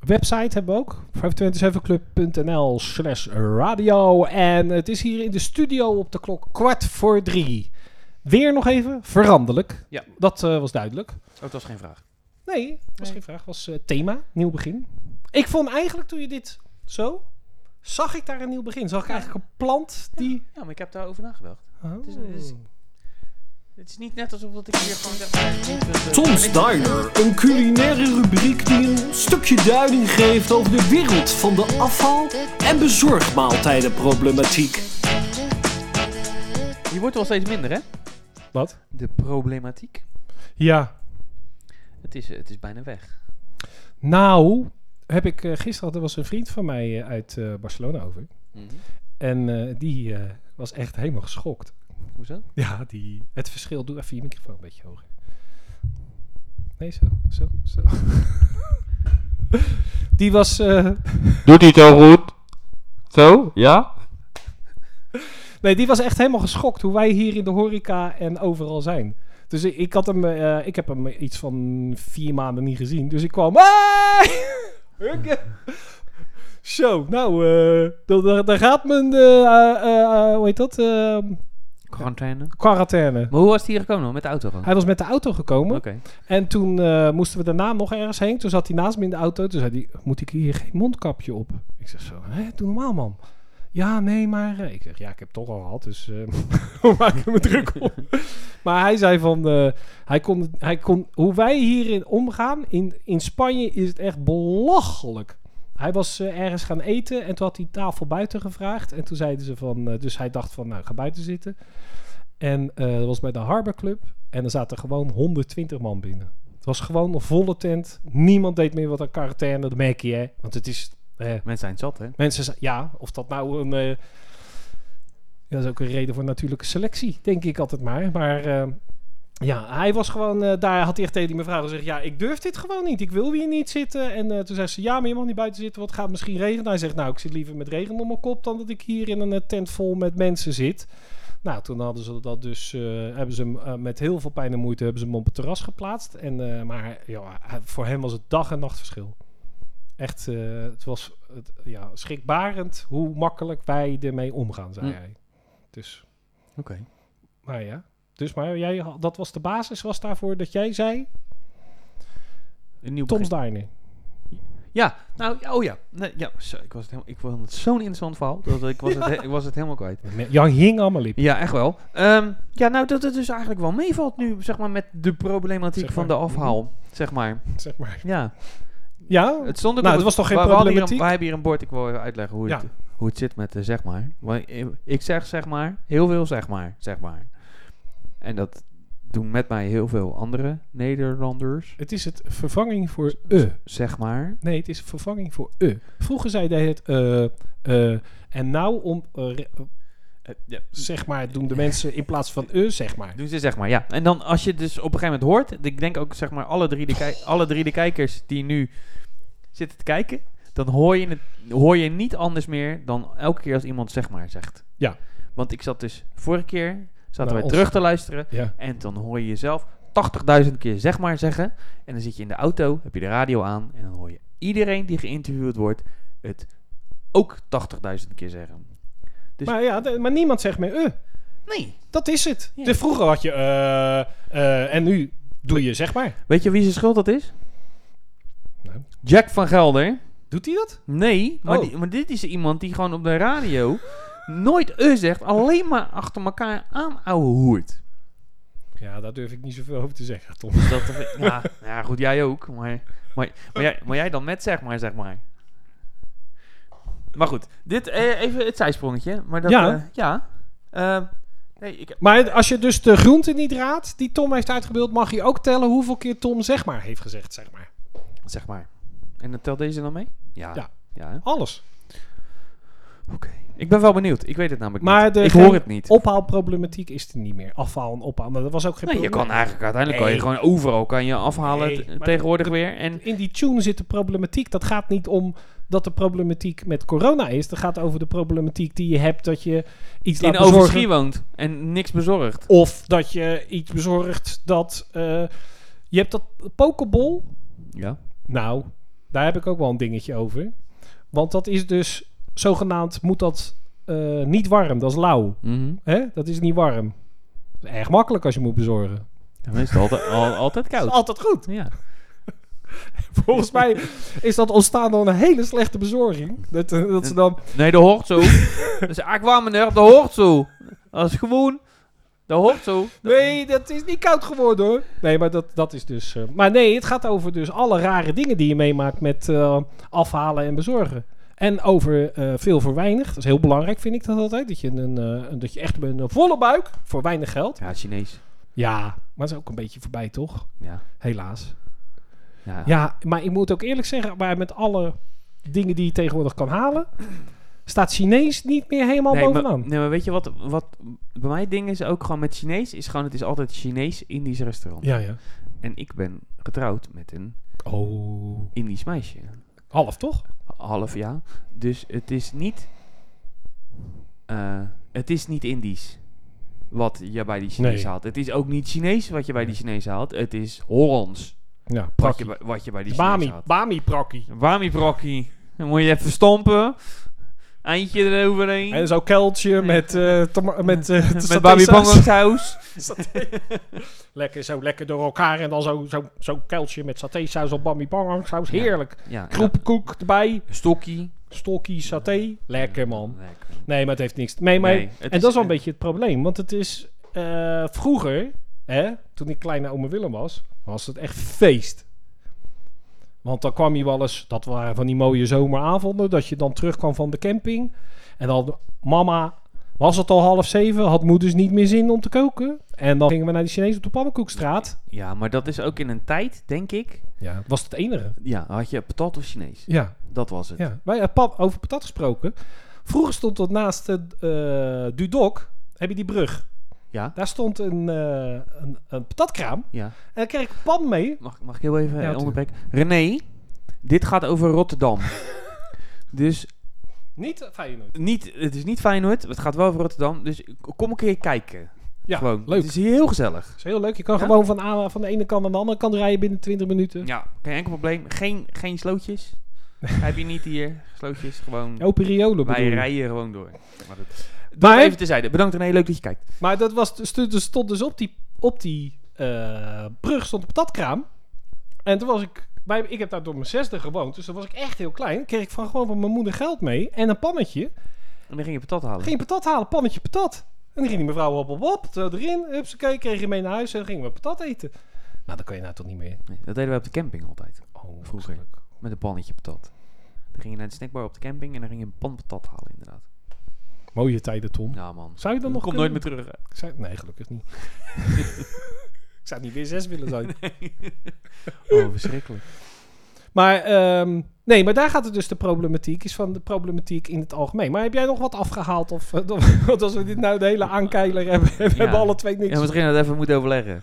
Website hebben we ook. vijfentwintig club punt n l slash radio. En het is hier in de studio op de klok kwart voor drie. Weer nog even veranderlijk. Ja. Dat uh, was duidelijk. Oh, dat was geen vraag. Nee, dat was Nee. geen vraag. Het was uh, thema, nieuw begin. Ik vond eigenlijk toen je dit zo... Zag ik daar een nieuw begin. Zag ik eigenlijk een plant die... Ja, maar ik heb daarover nagedacht. Oh. Het is, het, is, het is niet net alsof dat ik hier gewoon zeg... Tom's Diner, een culinaire rubriek die een stukje duiding geeft over de wereld van de afval- en bezorgmaaltijdenproblematiek. Die wordt wel steeds minder, hè? Wat? De problematiek. Ja. Het is, het is bijna weg. Nou, heb ik uh, gisteren had er was een vriend van mij uh, uit uh, Barcelona over. Mm-hmm. En uh, die uh, was echt helemaal geschokt. Hoezo? Ja, die, het verschil. Doe even je microfoon een beetje hoger. Nee, zo, zo, zo. Die was... Uh, Doet hij het zo goed? Zo? Ja? nee, die was echt helemaal geschokt hoe wij hier in de horeca en overal zijn. Dus ik, ik had hem, uh, ik heb hem iets van vier maanden niet gezien. Dus ik kwam... Hey! Zo, nou, uh, daar, daar gaat mijn... Uh, uh, uh, hoe heet dat? Uh, Quarantaine. Quarantaine. Maar hoe was hij hier gekomen dan? Met de auto gewoon? Hij was met de auto gekomen. Oké. Okay. En toen uh, moesten we daarna nog ergens heen. Toen zat hij naast me in de auto. Toen zei hij, moet ik hier geen mondkapje op? Ik zeg zo, hé, doe normaal man. Ja, nee, maar... Uh, ik zeg, ja, ik heb het toch al gehad, dus uh, we maken me druk op. Maar hij zei van, uh, hij kon, hij kon, hoe wij hierin omgaan, in, in Spanje is het echt belachelijk. Hij was uh, ergens gaan eten en toen had hij tafel buiten gevraagd. En toen zeiden ze van, uh, dus hij dacht van, nou, ga buiten zitten. En uh, dat was bij de Harbor Club. En er zaten gewoon honderdtwintig man binnen. Het was gewoon een volle tent. Niemand deed meer wat aan quarantaine, dat merk je, hè. Want het is... Uh, Mensen zijn zat, hè? Mensen, ja, of dat nou een... Uh, ja, dat is ook een reden voor natuurlijke selectie, denk ik altijd maar. Maar uh, ja, hij was gewoon... Uh, daar had hij echt tegen die mevrouw gezegd... Ja, ik durf dit gewoon niet. Ik wil hier niet zitten. En uh, toen zei ze... Ja, maar je mag niet buiten zitten, want het gaat misschien regenen. Hij zegt... Nou, ik zit liever met regen op mijn kop... dan dat ik hier in een uh, tent vol met mensen zit. Nou, toen hadden ze dat dus... Uh, hebben ze hem uh, met heel veel pijn en moeite... hebben ze hem op het terras geplaatst. En, uh, maar ja, voor hem was het dag en nacht verschil. Echt, uh, het was het, ja, schrikbarend hoe makkelijk wij ermee omgaan, zei mm. hij. Dus. Oké. Okay. Maar ja. Dus maar jij, dat was de basis, was daarvoor dat jij zei... Een nieuw Tom's begin. Diner. Ja, nou, oh ja. Nee, ja zo, ik, was het helemaal, ik vond het zo'n interessant verhaal. Dat ik, was het, he, ik was het helemaal kwijt. Jan hing allemaal lip. Ja, echt wel. Um, ja, nou, dat het dus eigenlijk wel meevalt nu, zeg maar, met de problematiek van de afhaal, mm-hmm. zeg maar. Zeg maar. Ja. Ja, het stond ook nou, het was toch geen we, problematiek? We, wij hebben hier een bord, ik wil even uitleggen hoe, ja. het, hoe het zit met uh, zeg maar. Want ik zeg zeg maar, heel veel zeg maar, zeg maar. En dat doen met mij heel veel andere Nederlanders. Het is het vervanging voor e. Zeg maar. Nee, het is vervanging voor e. Vroeger zei hij het uh, uh, en nou om... Uh, re- Uh, ja. Zeg maar, doen de mensen in plaats van e, zeg maar. Doen ze zeg maar, ja. En dan als je dus op een gegeven moment hoort... Ik denk ook, zeg maar, alle drie de, kijk, alle drie de kijkers die nu zitten te kijken... Dan hoor je, het, hoor je niet anders meer dan elke keer als iemand zeg maar zegt. Ja. Want ik zat dus vorige keer... Zaten nou, wij ons... terug te luisteren. Ja. En dan hoor je jezelf tachtigduizend keer zeg maar zeggen. En dan zit je in de auto, heb je de radio aan... En dan hoor je iedereen die geïnterviewd wordt... Het ook tachtigduizend keer zeggen. Dus maar ja, de, maar niemand zegt meer uh. Nee. Dat is het. Ja. De vroeger had je uh, uh, en nu doe je zeg maar. Weet je wie zijn schuld dat is? Nou. Jack van Gelder. Doet hij dat? Nee, maar, oh. die, maar dit is iemand die gewoon op de radio nooit uh zegt, alleen maar achter elkaar aan ouwe hoert. Ja, daar durf ik niet zoveel over te zeggen, Tom. Dat, ja, ja, goed, jij ook. Maar, maar, maar, jij, maar jij dan met zeg maar, zeg maar. Maar goed, dit eh, even het zijsprongetje. Maar dat, ja. Uh, ja. Uh, nee, ik... Maar als je dus de groente niet raadt die Tom heeft uitgebeeld, mag je ook tellen hoeveel keer Tom zeg maar heeft gezegd, zeg maar. Zeg maar. En dan telt deze dan mee? Ja. Ja. ja Alles. Oké. Okay. Ik ben wel benieuwd. Ik weet het namelijk maar niet. De ik hoor het niet. Ophaalproblematiek is er niet meer. Afhaal en ophaal. Maar dat was ook geen nee, probleem. Je kan eigenlijk uiteindelijk nee. kan je gewoon overal kan je afhalen nee, t- tegenwoordig de, weer. En in die tune zit de problematiek. Dat gaat niet om dat de problematiek met corona is. Dat gaat over de problematiek die je hebt dat je iets in laat bezorgen. In Overschie woont en niks bezorgt. Of dat je iets bezorgt dat... Uh, je hebt dat pokeball. Ja. Nou, daar heb ik ook wel een dingetje over. Want dat is dus zogenaamd, moet dat uh, niet warm. Dat is lauw. Mm-hmm. Hè? Dat is niet warm. Dat is erg makkelijk als je moet bezorgen. Dan is het altijd, al, altijd Dat koud. is altijd goed. Ja. Volgens mij is dat ontstaan door een hele slechte bezorging. Dat, uh, dat ze dan... Nee, dat hoort zo. Dat is eigenlijk waar, meneer. Dat hoort zo. Dat is gewoon... Dat hoort zo. Nee, dat is niet koud geworden hoor. Nee, maar dat, dat is dus... Uh, maar nee, het gaat over dus alle rare dingen die je meemaakt met uh, afhalen en bezorgen. En over uh, veel voor weinig. Dat is heel belangrijk, vind ik dat altijd. Dat je, een, uh, dat je echt met een volle buik voor weinig geld. Ja, Chinees. Ja, maar dat is ook een beetje voorbij, toch? Ja. Helaas. Ja. Ja, maar ik moet ook eerlijk zeggen, maar met alle dingen die je tegenwoordig kan halen, staat Chinees niet meer helemaal Nee bovenaan. maar, nee, maar weet je wat, wat bij mij het ding is ook gewoon met Chinees, is gewoon, het is altijd Chinees-Indisch restaurant. Ja, ja. En ik ben getrouwd met een Oh. Indisch meisje. Half, toch? Half jaar. Dus het is niet... Uh, het is niet Indisch wat je bij die Chinees Nee. haalt. Het is ook niet Chinees wat je bij die Chinees haalt. Het is Hollands Ja, wat je, prakkie. bij- wat je bij die Chinees Bami, haalt. Bami prakkie. Wami brokkie. Dan moet je even stompen. Eindje eroverheen. En zo'n keltje met, uh, toma- met, uh, Met Bami satésaus. saus. Lekker, zo lekker door elkaar. En dan zo'n zo, zo keltje met satésaus of bami saus. Heerlijk. Ja, Kroepkoek erbij. Stokkie. Stokkie, saté. Lekker man. Lekker. Nee, maar het heeft niks. Nee, maar, Nee, het en is- dat is wel een beetje het probleem. Want het is uh, vroeger, hè, toen ik kleine ome Willem was, was het echt feest. Want dan kwam je wel eens, dat waren van die mooie zomeravonden, dat je dan terugkwam van de camping. En dan, mama, was het al half zeven, had moeders niet meer zin om te koken. En dan gingen we naar die Chinees op de Pannenkoekstraat. Ja, maar dat is ook in een tijd, denk ik. Ja, dat was het enige. Ja, had je patat of Chinees. Ja, Dat was het. ja. Maar, uh, pa- over patat gesproken. Vroeger stond dat naast de uh, Dudok, heb je die brug. Ja? Daar stond een, uh, een, een patatkraam. Ja. En daar kreeg ik een pan mee. Mag, mag ik heel even Ja, ja, onderbreken? René, dit gaat over Rotterdam. Dus Niet Feyenoord. niet, het is niet Feyenoord, het gaat wel over Rotterdam. Dus kom een keer kijken. Ja, Gewoon. leuk. Het is hier heel gezellig. Dat is heel leuk. Je kan Ja? gewoon van, aan, van de ene kant naar de andere kant rijden binnen twintig minuten. Ja, geen enkel probleem. Geen, geen slootjes. Heb je niet hier. Slootjes, gewoon. Open riolen Wij bedoel je. rijden gewoon door. Maar dat, Maar, even terzijde. Bedankt René, leuk dat je kijkt. maar dat was, stond, stond dus op die, op die uh, brug stond een patatkraam. En toen was ik... Bij, ik heb daar door mijn zesde gewoond. Dus toen was ik echt heel klein. Dan kreeg ik van gewoon van mijn moeder geld mee. En een pannetje. En dan ging je patat halen. Ging je patat halen. Pannetje patat. En dan ging die mevrouw op op op. Zo erin. Hupsakee. Kreeg je mee naar huis. En dan gingen we patat eten. Nou, dat kan je nou toch niet meer. Nee, dat deden we op de camping altijd. Oh, Vroeger. Met een pannetje patat. Dan ging je naar de snackbar op de camping en dan ging je een pan patat halen inderdaad. Mooie tijden, Tom. Ja man. Zou je dan nog Komt nooit kunnen? meer terug. Ik zou, nee, gelukkig niet. Ik zou niet weer zes willen zijn. Oh, verschrikkelijk. Maar, ehm, nee, maar daar gaat het dus de problematiek. Is van de problematiek in het algemeen. Maar heb jij nog wat afgehaald? Of, uh, want als we dit nou de hele aankeiler hebben, we Ja. hebben alle twee niks. Ja, misschien dat even moeten overleggen.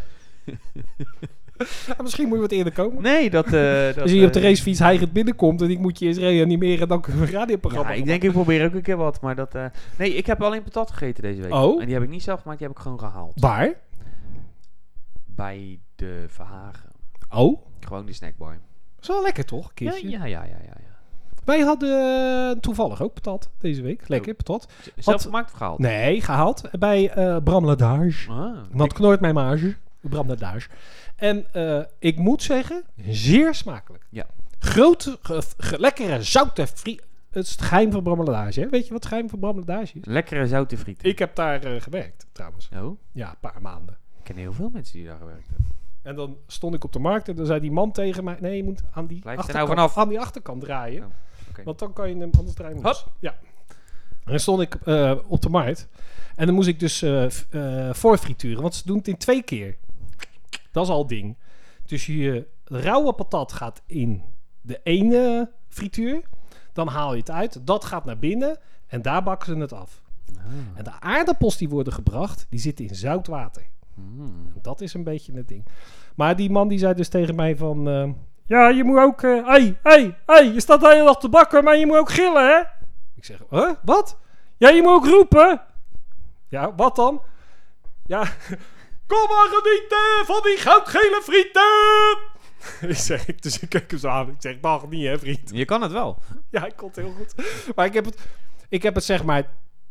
Ja, misschien moet je wat eerder komen. Nee, dat... Uh, dat Als je hier op de eh, racefiets heigend binnenkomt en ik moet je eens reanimeren, dan kunnen we een radioprogramma Ja, ik maken. denk ik probeer ook een keer wat, maar dat... Uh, nee, ik heb alleen patat gegeten deze week. Oh. En die heb ik niet zelf gemaakt, die heb ik gewoon gehaald. Waar? Bij de Verhagen. Oh, Gewoon die snackbar. dat is wel lekker toch? Een Ja, keertje. ja, ja, ja, ja. ja. Wij hadden uh, toevallig ook patat deze week. Lekker, patat. Z- Zelf Wat- gemaakt of gehaald? Nee, gehaald bij uh, Bram Ladage. Ah, Want knooit mijn mage. Bram Ladage. En uh, ik moet zeggen, zeer smakelijk. Ja. Grote, ge- ge- lekkere, zoute friet. Het is het geheim van Bram Ladage. Hè? Weet je wat het geheim van Bram Ladage is? lekkere zoute frieten. Ik heb daar uh, gewerkt, trouwens. Oh, Ja, een paar maanden. ik ken heel veel mensen die daar gewerkt hebben. En dan stond ik op de markt en dan zei die man tegen mij... Nee, je moet aan die, Blijf er achterkant, nou vanaf. aan die achterkant draaien. Oh, oké. Want dan kan je hem anders draaien. Hop. los. Ja. En dan stond ik uh, op de markt. En dan moest ik dus uh, f- uh, voorfrituren. Want ze doen het in twee keer. Dat is al het ding. Dus je rauwe patat gaat in de ene frituur. Dan haal je het uit. Dat gaat naar binnen. En daar bakken ze het af. Ah. En de aardappels die worden gebracht, die zitten in zout water. Mm. Dat is een beetje het ding. Maar die man die zei dus tegen mij van... Uh, ja, je moet ook... Hé, uh, hey, hey, hey, je staat de hele dag te bakken, maar je moet ook gillen, hè? Ik zeg, huh? Wat? Ja, je moet ook roepen. Ja, wat dan? Ja, kom maar genieten van die goudgele frieten! ik zeg, ik, dus ik kijk hem zo aan. Ik zeg, mag niet hè vriend. Je kan het wel. Ja, ik kon het heel goed. Maar ik heb het, ik heb het zeg maar...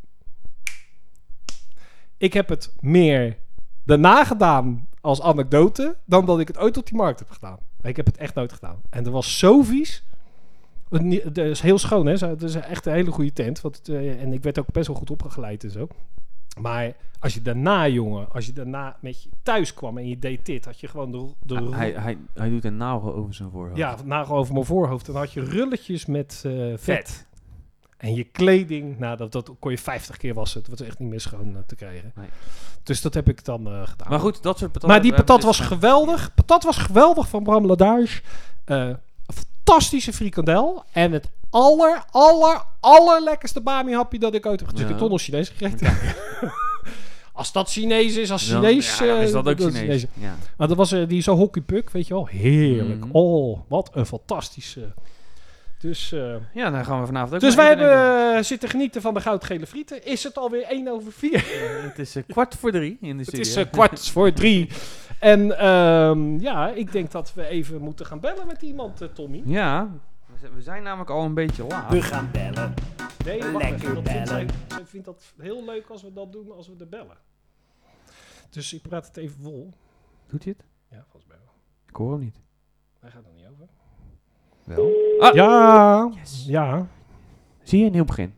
Ik heb het meer daarna gedaan als anekdote... dan dat ik het ooit op die markt heb gedaan. Ik heb het echt nooit gedaan. En dat was zo vies. Het is heel schoon, hè. Het is echt een hele goede tent. Want, uh, en ik werd ook best wel goed opgeleid en zo. Maar als je daarna, jongen... Als je daarna met je thuis kwam en je deed dit... had je gewoon de... de Ah, hij, hij, hij doet een nagel over zijn voorhoofd. Ja, nagel over mijn voorhoofd. En dan had je rulletjes met uh, vet. vet. En je kleding, nou, dat, dat kon je vijftig keer wassen. Het was echt niet meer schoon uh, te krijgen. Nee. Dus dat heb ik dan uh, gedaan. Maar goed, dat soort patat... Maar die patat was dus geweldig. Patat was geweldig van Bram Ladage. Uh, een fantastische frikandel. En het aller, aller, allerlekkerste bami-hapje dat ik ooit heb gegeten. Ja. Ik heb toch nog Chinees gegeten. Ja. Als dat Chinees is, als Dan- Chinees... ja, dan is uh, dat ook is Chinees. Ja. Maar dat was uh, die zo hockeypuck, weet je wel. Heerlijk. Mhm. Oh, wat een fantastische... Dus... Uh, ja, dan gaan we vanavond ook Dus maar wij eten, denk ik. hebben uh, zitten genieten van de goudgele frieten. Is het alweer één over vier? Uh, het is uh, kwart voor drie in de Het studio. is uh, kwart voor drie. En um, ja, ik denk dat we even moeten gaan bellen met iemand, uh, Tommy. Ja, we zijn- we zijn namelijk al een beetje laat. We gaan bellen. Nee, wacht Lekker even. Dat vindt zij, bellen. zij vindt dat heel leuk als we dat doen, als we er bellen. Dus ik praat het even vol. Doet hij het? Ja, volgens mij wel. Ik hoor hem niet. Hij gaat er niet over. Wel? Ah, Ja, yes. ja. Zie je een nieuw begin?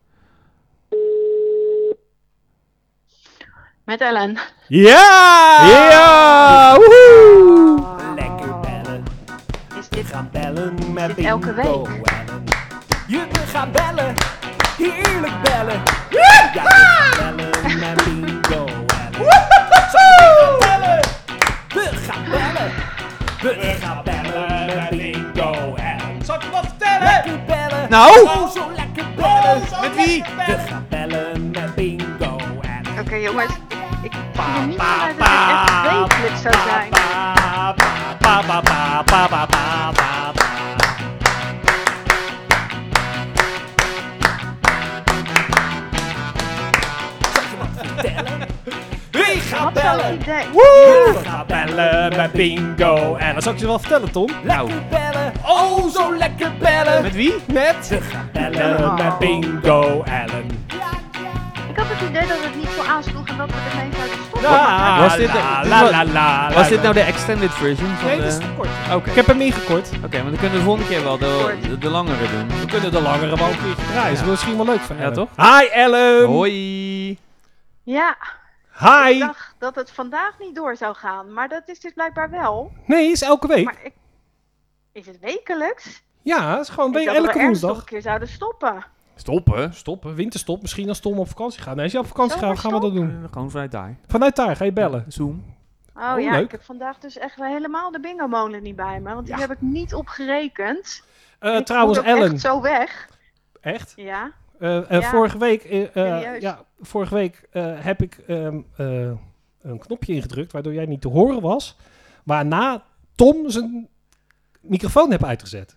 Met Ellen. Ja! Ja! Woehoe! Lekker bellen. Is We dit... gaan bellen met Is dit elke Bingo week? Ellen. Je, we gaan bellen. Heerlijk bellen. Ja, we gaan bellen met Bingo Ellen. We gaan bellen. We gaan bellen. We gaan bellen met Bingo Ellen. Zal ik je wat vertellen? Lekker bellen. Nou? Oh, zo lekker bellen. Met wie? We gaan bellen met Bingo Ellen. Oké jongens, ik ging er niet vanuit dat dit echt wekelijks zou zijn. Pa, pa, pa, pa, pa, pa, pa, pa, pa, pa. Zal ik je wat vertellen? We gaan Wat zo'n bellen. idee. We gaan bellen met Bingo En en dan zal ik je wel vertellen, Tom. lekker bellen. Oh, zo lekker bellen. Met wie? Met? We gaan bellen met Bingo Ellen. Ik had het idee dat het niet zo aansloeg en dat we ermee zouden stoppen. Ja, Was dit de- la, dit la, was- la, la, Was la, dit nou la. de extended version van Nee, de... dit is te kort. Oké, Ik heb hem ingekort. Oké, maar dan kunnen we de volgende keer wel de, de, de langere doen. We kunnen de langere wel een keertje draaien. Is Ja. misschien wel leuk voor Ja, Ellen. toch? Hi Ellen! Hoi! Ja, ik Hi! dacht dat het vandaag niet door zou gaan, maar dat is dus blijkbaar wel. Nee, is elke week. Maar ik... Is het wekelijks? Ja, het is gewoon Ik week, dacht dat we elke ergens nog woensdag. een keer zouden stoppen. Stoppen? Stoppen. Winterstop. Misschien als Tom op vakantie gaat. Nee, als je op vakantie gaat, gaan we dat doen. Uh, gewoon vanuit daar. Vanuit daar ga je bellen. Zoom. Oh, Oh, ja, leuk. ik heb vandaag dus echt helemaal de bingo-molen niet bij me, want die Ja. heb ik niet opgerekend. Uh, Ik trouwens, moet ook Ellen. echt zo weg. Echt? Ja. Uh, uh, Ja. Vorige week, uh, uh, Serieus? ja, vorige week uh, heb ik um, uh, een knopje ingedrukt waardoor jij niet te horen was. Waarna Tom zijn microfoon heb uitgezet.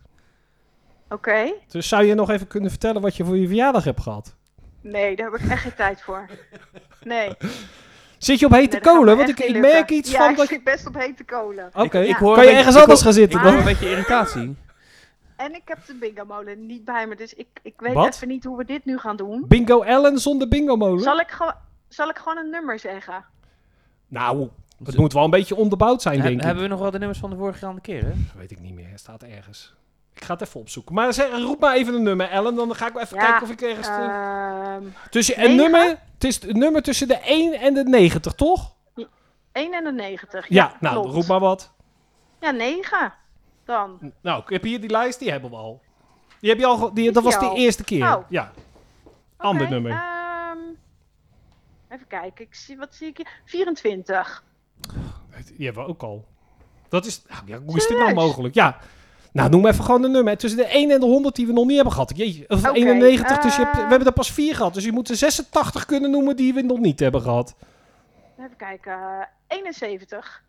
Oké. Dus zou je nog even kunnen vertellen wat je voor je verjaardag hebt gehad? Nee, daar heb ik echt geen tijd voor. Nee. Zit je op hete Nee, dat gaat kolen? me Want echt ik, niet ik lukken. merk iets ja, van ik dat je... zit best op hete kolen. Oké, Ik- ik hoor kan een je beetje- ergens ik anders hoor- gaan zitten Ik hoor dan? een beetje irritatie. En ik heb de bingo-molen niet bij me, dus ik, ik weet Wat? even niet hoe we dit nu gaan doen. Bingo Ellen zonder bingo molen? Zal ik, gewoon, zal ik gewoon een nummer zeggen? Nou, het moet wel een beetje onderbouwd zijn, Heb- denk ik. hebben we nog wel de nummers van de vorige gaande keer, hè? Dat weet ik niet meer. Het staat ergens. Ik ga het even opzoeken. Maar zeg, roep maar even een nummer, Ellen. Dan ga ik wel even Ja, kijken of ik ergens... te- Ehm tussen een negen? nummer... Het is het nummer tussen de één en de negentig, toch? één en de negentig. Ja, Ja, nou, klopt. roep maar wat. Ja, negen. Dan. Nou, ik heb hier die lijst. Die hebben we al. Die heb je al... ge- Die, Is dat was die de al? eerste keer. Oh. Ja. Ander Oké, nummer. ehm, even kijken, ik zie, wat zie ik hier? vierentwintig. Die hebben we ook al. Dat is... Nou, ja, hoe is dit nou Serieus? mogelijk? Ja. Nou, noem even gewoon een nummer. Tussen de één en de honderd die we nog niet hebben gehad. Jeetje, of Oké, eenennegentig. Dus je hebt, eh, we hebben er pas vier gehad. Dus je moet er zesentachtig kunnen noemen die we nog niet hebben gehad. Even kijken, eh, eenenzeventig.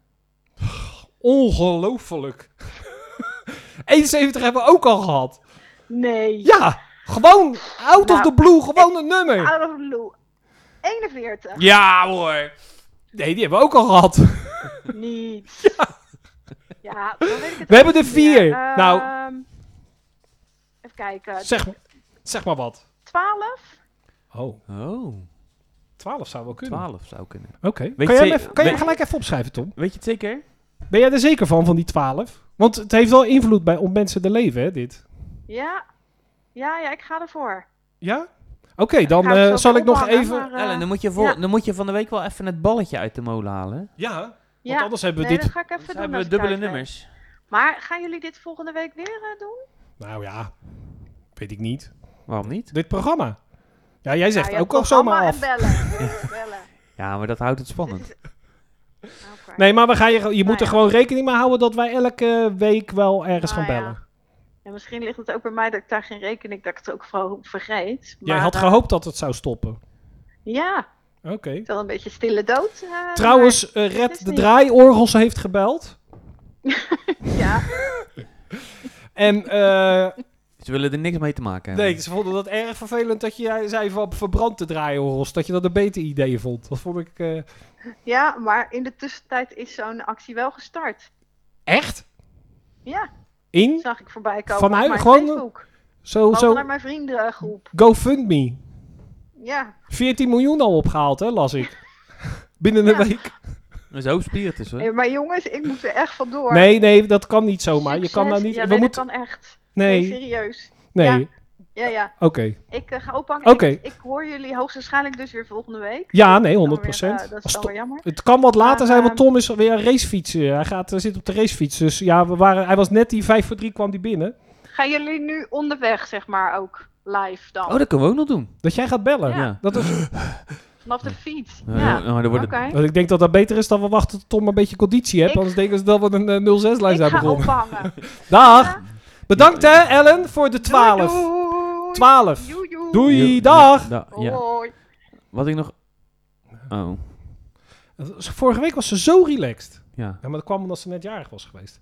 Ongelooflijk. eenenzeventig hebben we ook al gehad. Nee. Ja, gewoon out of Nou, the blue, gewoon een nummer. Out of the blue. eenenveertig. Ja hoor! Nee, die hebben we ook al gehad. Niet. Ja, dan weet ik het We ook hebben er niet meer. vier. Ehm, Nou. Even kijken. Zeg, zeg maar wat. twaalf? Oh, Oh, twaalf zou wel kunnen. twaalf zou kunnen. Oké. Weet Kan, jij je- hem even- kan je weet- hem gelijk even opschrijven, Tom? Weet je het zeker? Ben jij er zeker van, van die twaalf? Want het heeft wel invloed bij, op mensen te leven, hè, dit. Ja. Ja, ja, ik ga ervoor. Ja? Oké, dan ga het eh, zo zal ik nog ophangen, even... maar, eh, Ellen, dan moet, je vol, ja. dan moet je van de week wel even het balletje uit de molen halen. Ja, want Ja. anders hebben we Nee, dit... dat ga ik even Dan doen. hebben als we ik dubbele thuis ben. nummers. Maar gaan jullie dit volgende week weer eh, doen? Nou ja, weet ik niet. Waarom niet? Dit programma. Ja, jij zegt Nou, ja, ook al zomaar programma af. en bellen. bellen. Ja, maar dat houdt het Dit spannend. is... Oké. Nee, maar we gaan je, je moet Nou er ja. gewoon rekening mee houden dat wij elke week wel ergens Nou gaan ja. bellen. Ja, misschien ligt het ook bij mij dat ik daar geen rekening, dat ik het ook gewoon vergeet. Jij Maar, had eh, gehoopt dat het zou stoppen. Ja, Oké. het is wel een beetje stille dood. eh, Trouwens, eh, het Red is de niet. Draaiorgels heeft gebeld. maar- ja, En eh, Ze willen er niks mee te maken hebben. nee, ze vonden dat erg vervelend dat je zei van verbrand de draaiorgels. Dat je dat een beter idee vond. Dat vond ik... eh, ja, maar in de tussentijd is zo'n actie wel gestart. echt? Ja, In? zag ik voorbij komen Vanuit- op mijn gewoon- Facebook. Zo, Gewoon zo... naar mijn vriendengroep. GoFundMe. Ja, veertien miljoen al opgehaald, hè, las ik. Binnen een Ja. week. Dat is hoop spiritus hoor. Eh, maar jongens, ik moet er echt vandoor. Nee, nee, dat kan niet zomaar. Je kan Succes. nou niet... Ja, we nee, moeten... dat kan echt. Nee, Nee, serieus. nee. Ja. Ja, ja. Oké. Ik eh, ga ophangen. Oké. Ik, ik hoor jullie hoogstwaarschijnlijk dus weer volgende week. Ja, nee, Dan honderd weer, procent. eh, dat is Als wel to- weer jammer. Het kan wat later Maar, zijn, want eh, Tom is weer een racefietsen. Hij gaat, eh, zit op de racefiets. Dus ja, we waren, hij was net die vijf voor drie kwam die binnen. Gaan jullie nu onderweg, zeg maar, ook live dan? Oh, dat kunnen we ook nog doen. Dat jij gaat bellen. Ja. Dat is, Vanaf de fiets? Ja, Ja, nou, dan wordt oké. het- want ik denk dat dat beter is dan we wachten tot Tom een beetje conditie heeft. Ik- Anders denken ze dat we een eh, nul zes lijn Ik zijn ga begonnen. ophangen. Dag! Ja. Bedankt hè, Ellen, voor de twaalf. Doei, doei. twaalf. Joe, joe. Doei, Ja, dag! da- ja. Hoi. Wat ik nog... Oh, Vorige week was ze zo relaxed. ja. Ja, maar dat kwam omdat ze net jarig was geweest.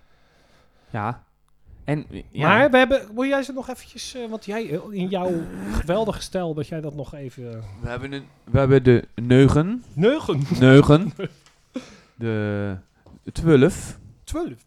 Ja. En, ja. Maar we hebben, wil jij ze nog eventjes, eh, want jij, eh, in jouw geweldige stijl, dat jij dat nog even... eh, We hebben, een, we hebben de neugen. Neugen. Neugen. De twaalf. twaalf.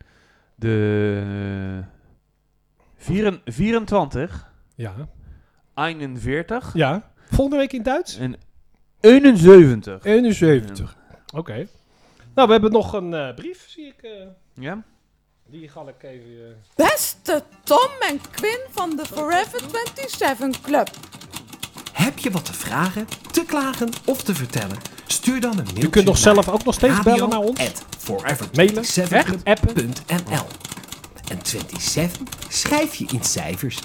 De vieren- vierentwintig. Ja. eenenveertig. Ja. Volgende week in Duits? En eenenzeventig. eenenzeventig. Oké. Nou, we hebben nog een eh, brief, zie ik. eh. Ja? die ga ik even... eh, Beste Tom en Quinn van de Forever zevenentwintig Club. Heb je wat te vragen, te klagen of te vertellen? Stuur dan een mailtje Je kunt nog zelf ook nog steeds bellen naar ons. at forever Mailen, zevenentwintig echt, appen. punt n l. En zevenentwintig schrijf je in cijfers.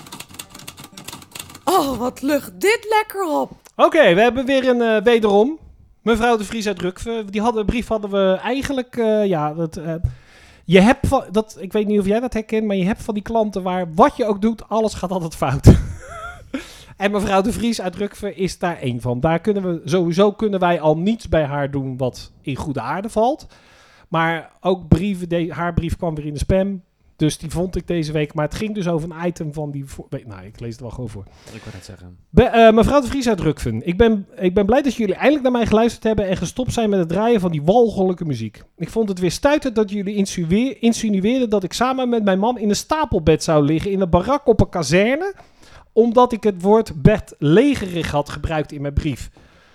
Oh, wat lucht dit lekker op. Oké, we hebben weer een eh, wederom. Mevrouw de Vries uit Rukve. Die hadden, brief hadden we eigenlijk... eh, ja, dat, eh, je hebt van... Dat, ik weet niet of jij dat herkent, maar je hebt van die klanten waar wat je ook doet, alles gaat altijd fout. En mevrouw de Vries uit Rukve is daar één van. Daar kunnen we... Sowieso kunnen wij al niets bij haar doen wat in goede aarde valt. Maar ook brieven... De, haar brief kwam weer in de spam. Dus die vond ik deze week. Maar het ging dus over een item van die... Voor, weet, nou, ik lees het wel gewoon voor. Ik wil het zeggen. Be, eh, mevrouw de Vries uit Rukven. Ik ben, ik ben blij dat jullie eindelijk naar mij geluisterd hebben en gestopt zijn met het draaien van die walgelijke muziek. Ik vond het weer stuitend dat jullie insinueer, insinueerden dat ik samen met mijn man in een stapelbed zou liggen in een barak op een kazerne, omdat ik het woord bedlegerig had gebruikt in mijn brief.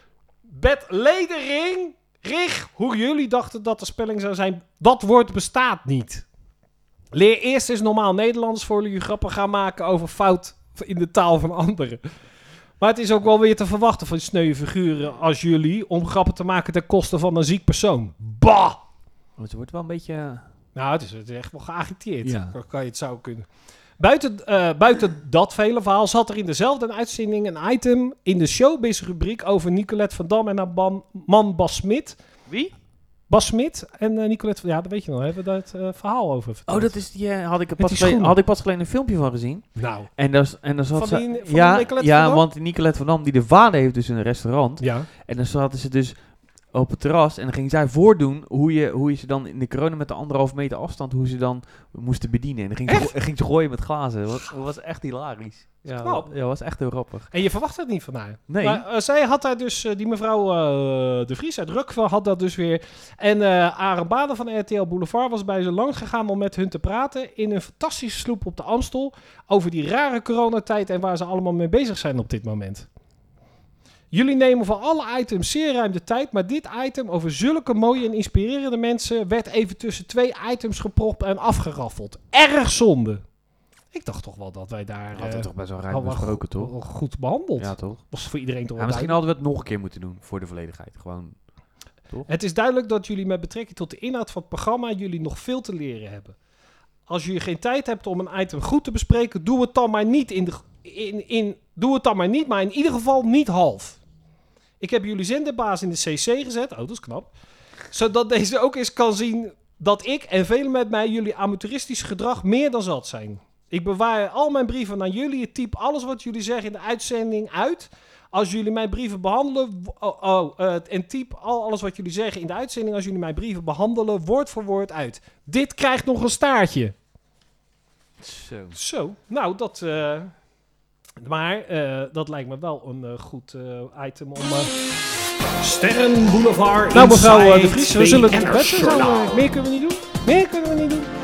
Bedledering? Rig, hoe jullie dachten dat de spelling zou zijn, dat woord bestaat niet. Leer eerst eens normaal Nederlands voor jullie grappen gaan maken over fout in de taal van anderen. Maar het is ook wel weer te verwachten van sneuwe figuren als jullie om grappen te maken ten koste van een ziek persoon. Bah! Oh, ze wordt wel een beetje... eh, Nou, het is, het is echt wel geagiteerd. Ja. Dan kan je het zo kunnen. Buiten, eh, buiten dat vele verhaal zat er in dezelfde uitzending een item in de showbiz-rubriek over Nicolette van Dam en haar ban- man Bas Smit. Wie? Bas Smit en eh, Nicolette van... Ja, dat weet je nog. Hebben we daar het eh, verhaal over verteld. Oh, dat is die... eh, had, ik er Met pas die geleden, schoenen. had ik pas geleden een filmpje van gezien. Nou. En daar en daar zat Van ze... die- van ja, die Nicolette ja van Dam? want die Nicolette van Dam, die de vader heeft dus een restaurant. Ja. En dan zaten ze dus op het terras en dan ging zij voordoen hoe je, hoe je ze dan in de corona met de anderhalf meter afstand, hoe ze dan moesten bedienen. En dan ging ze, Echt? go- ging ze gooien met glazen. Dat was, dat was echt hilarisch. Ja, knap. ja, was echt heel grappig. En je verwacht het niet van haar. Nee. Maar uh, zij had daar dus, uh, die mevrouw uh, De Vries uit Rukve had dat dus weer. En uh, Aaron Baden van R T L Boulevard was bij ze langs gegaan om met hun te praten in een fantastische sloep op de Amstel over die rare coronatijd en waar ze allemaal mee bezig zijn op dit moment. Jullie nemen voor alle items zeer ruim de tijd, maar dit item over zulke mooie en inspirerende mensen werd even tussen twee items gepropt en afgeraffeld. Erg zonde. Ik dacht toch wel dat wij daar Had het uh, toch best wel ruim hadden we besproken, go- toch? goed behandeld. Ja, toch? Was voor iedereen toch Ja, wel misschien duidelijk. hadden we het nog een keer moeten doen voor de volledigheid. Gewoon. Het is duidelijk dat jullie met betrekking tot de inhoud van het programma jullie nog veel te leren hebben. Als jullie geen tijd hebt om een item goed te bespreken, doe het dan maar niet in de in, in doe het dan maar niet, maar in ieder geval niet half. Ik heb jullie zenderbaas in de C C gezet. Oh, dat is knap. Zodat deze ook eens kan zien dat ik en velen met mij jullie amateuristische gedrag meer dan zat zijn. Ik bewaar al mijn brieven aan jullie. Ik typ alles wat jullie zeggen in de uitzending uit. Als jullie mijn brieven behandelen... Oh, oh, uh, en typ al alles wat jullie zeggen in de uitzending... als jullie mijn brieven behandelen, woord voor woord uit. Dit krijgt nog een staartje. Zo. Zo, nou, dat... Uh, maar uh, dat lijkt me wel een uh, goed uh, item om... Uh... Sterren Boulevard. Nou, mevrouw uh, De Inside Vries, we zullen het B N R opletten. Zo, Journaal. uh, meer kunnen we niet doen. Meer kunnen we niet doen.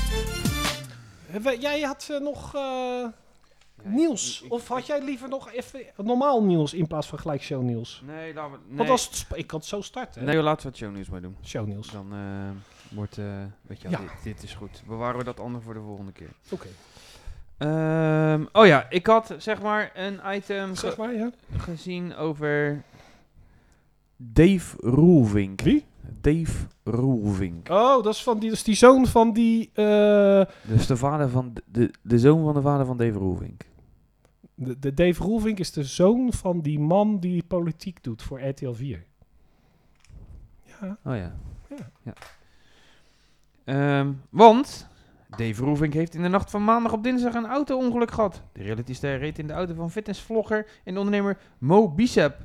We, jij had uh, nog... Uh, nieuws. Of had jij liever nog even normaal nieuws in plaats van gelijk shownieuws? Nee, laten we... Nee. Want als het sp- ik kan het zo starten. Nee, laten we het shownieuws maar doen. Shownieuws. Dan uh, wordt... Uh, weet je Ja. wel, dit, dit is goed. Bewaren we dat ander voor de volgende keer. Oké. Um, oh ja, ik had zeg maar een item ge- Zeg maar, ja. gezien over Dave Roelvink. Wie? Dave Roelvink. Oh, dat is, van die, dat is die zoon van die... Uh, Dus de vader van de, de, de zoon van de vader van Dave Roelvink. de, de Dave Roelvink is de zoon van die man die politiek doet voor R T L vier. Ja. Oh ja. Ja. ja. Um, want Dave Roelvink heeft in de nacht van maandag op dinsdag een auto-ongeluk gehad. De realityster reed in de auto van fitnessvlogger en ondernemer Mo Bicep.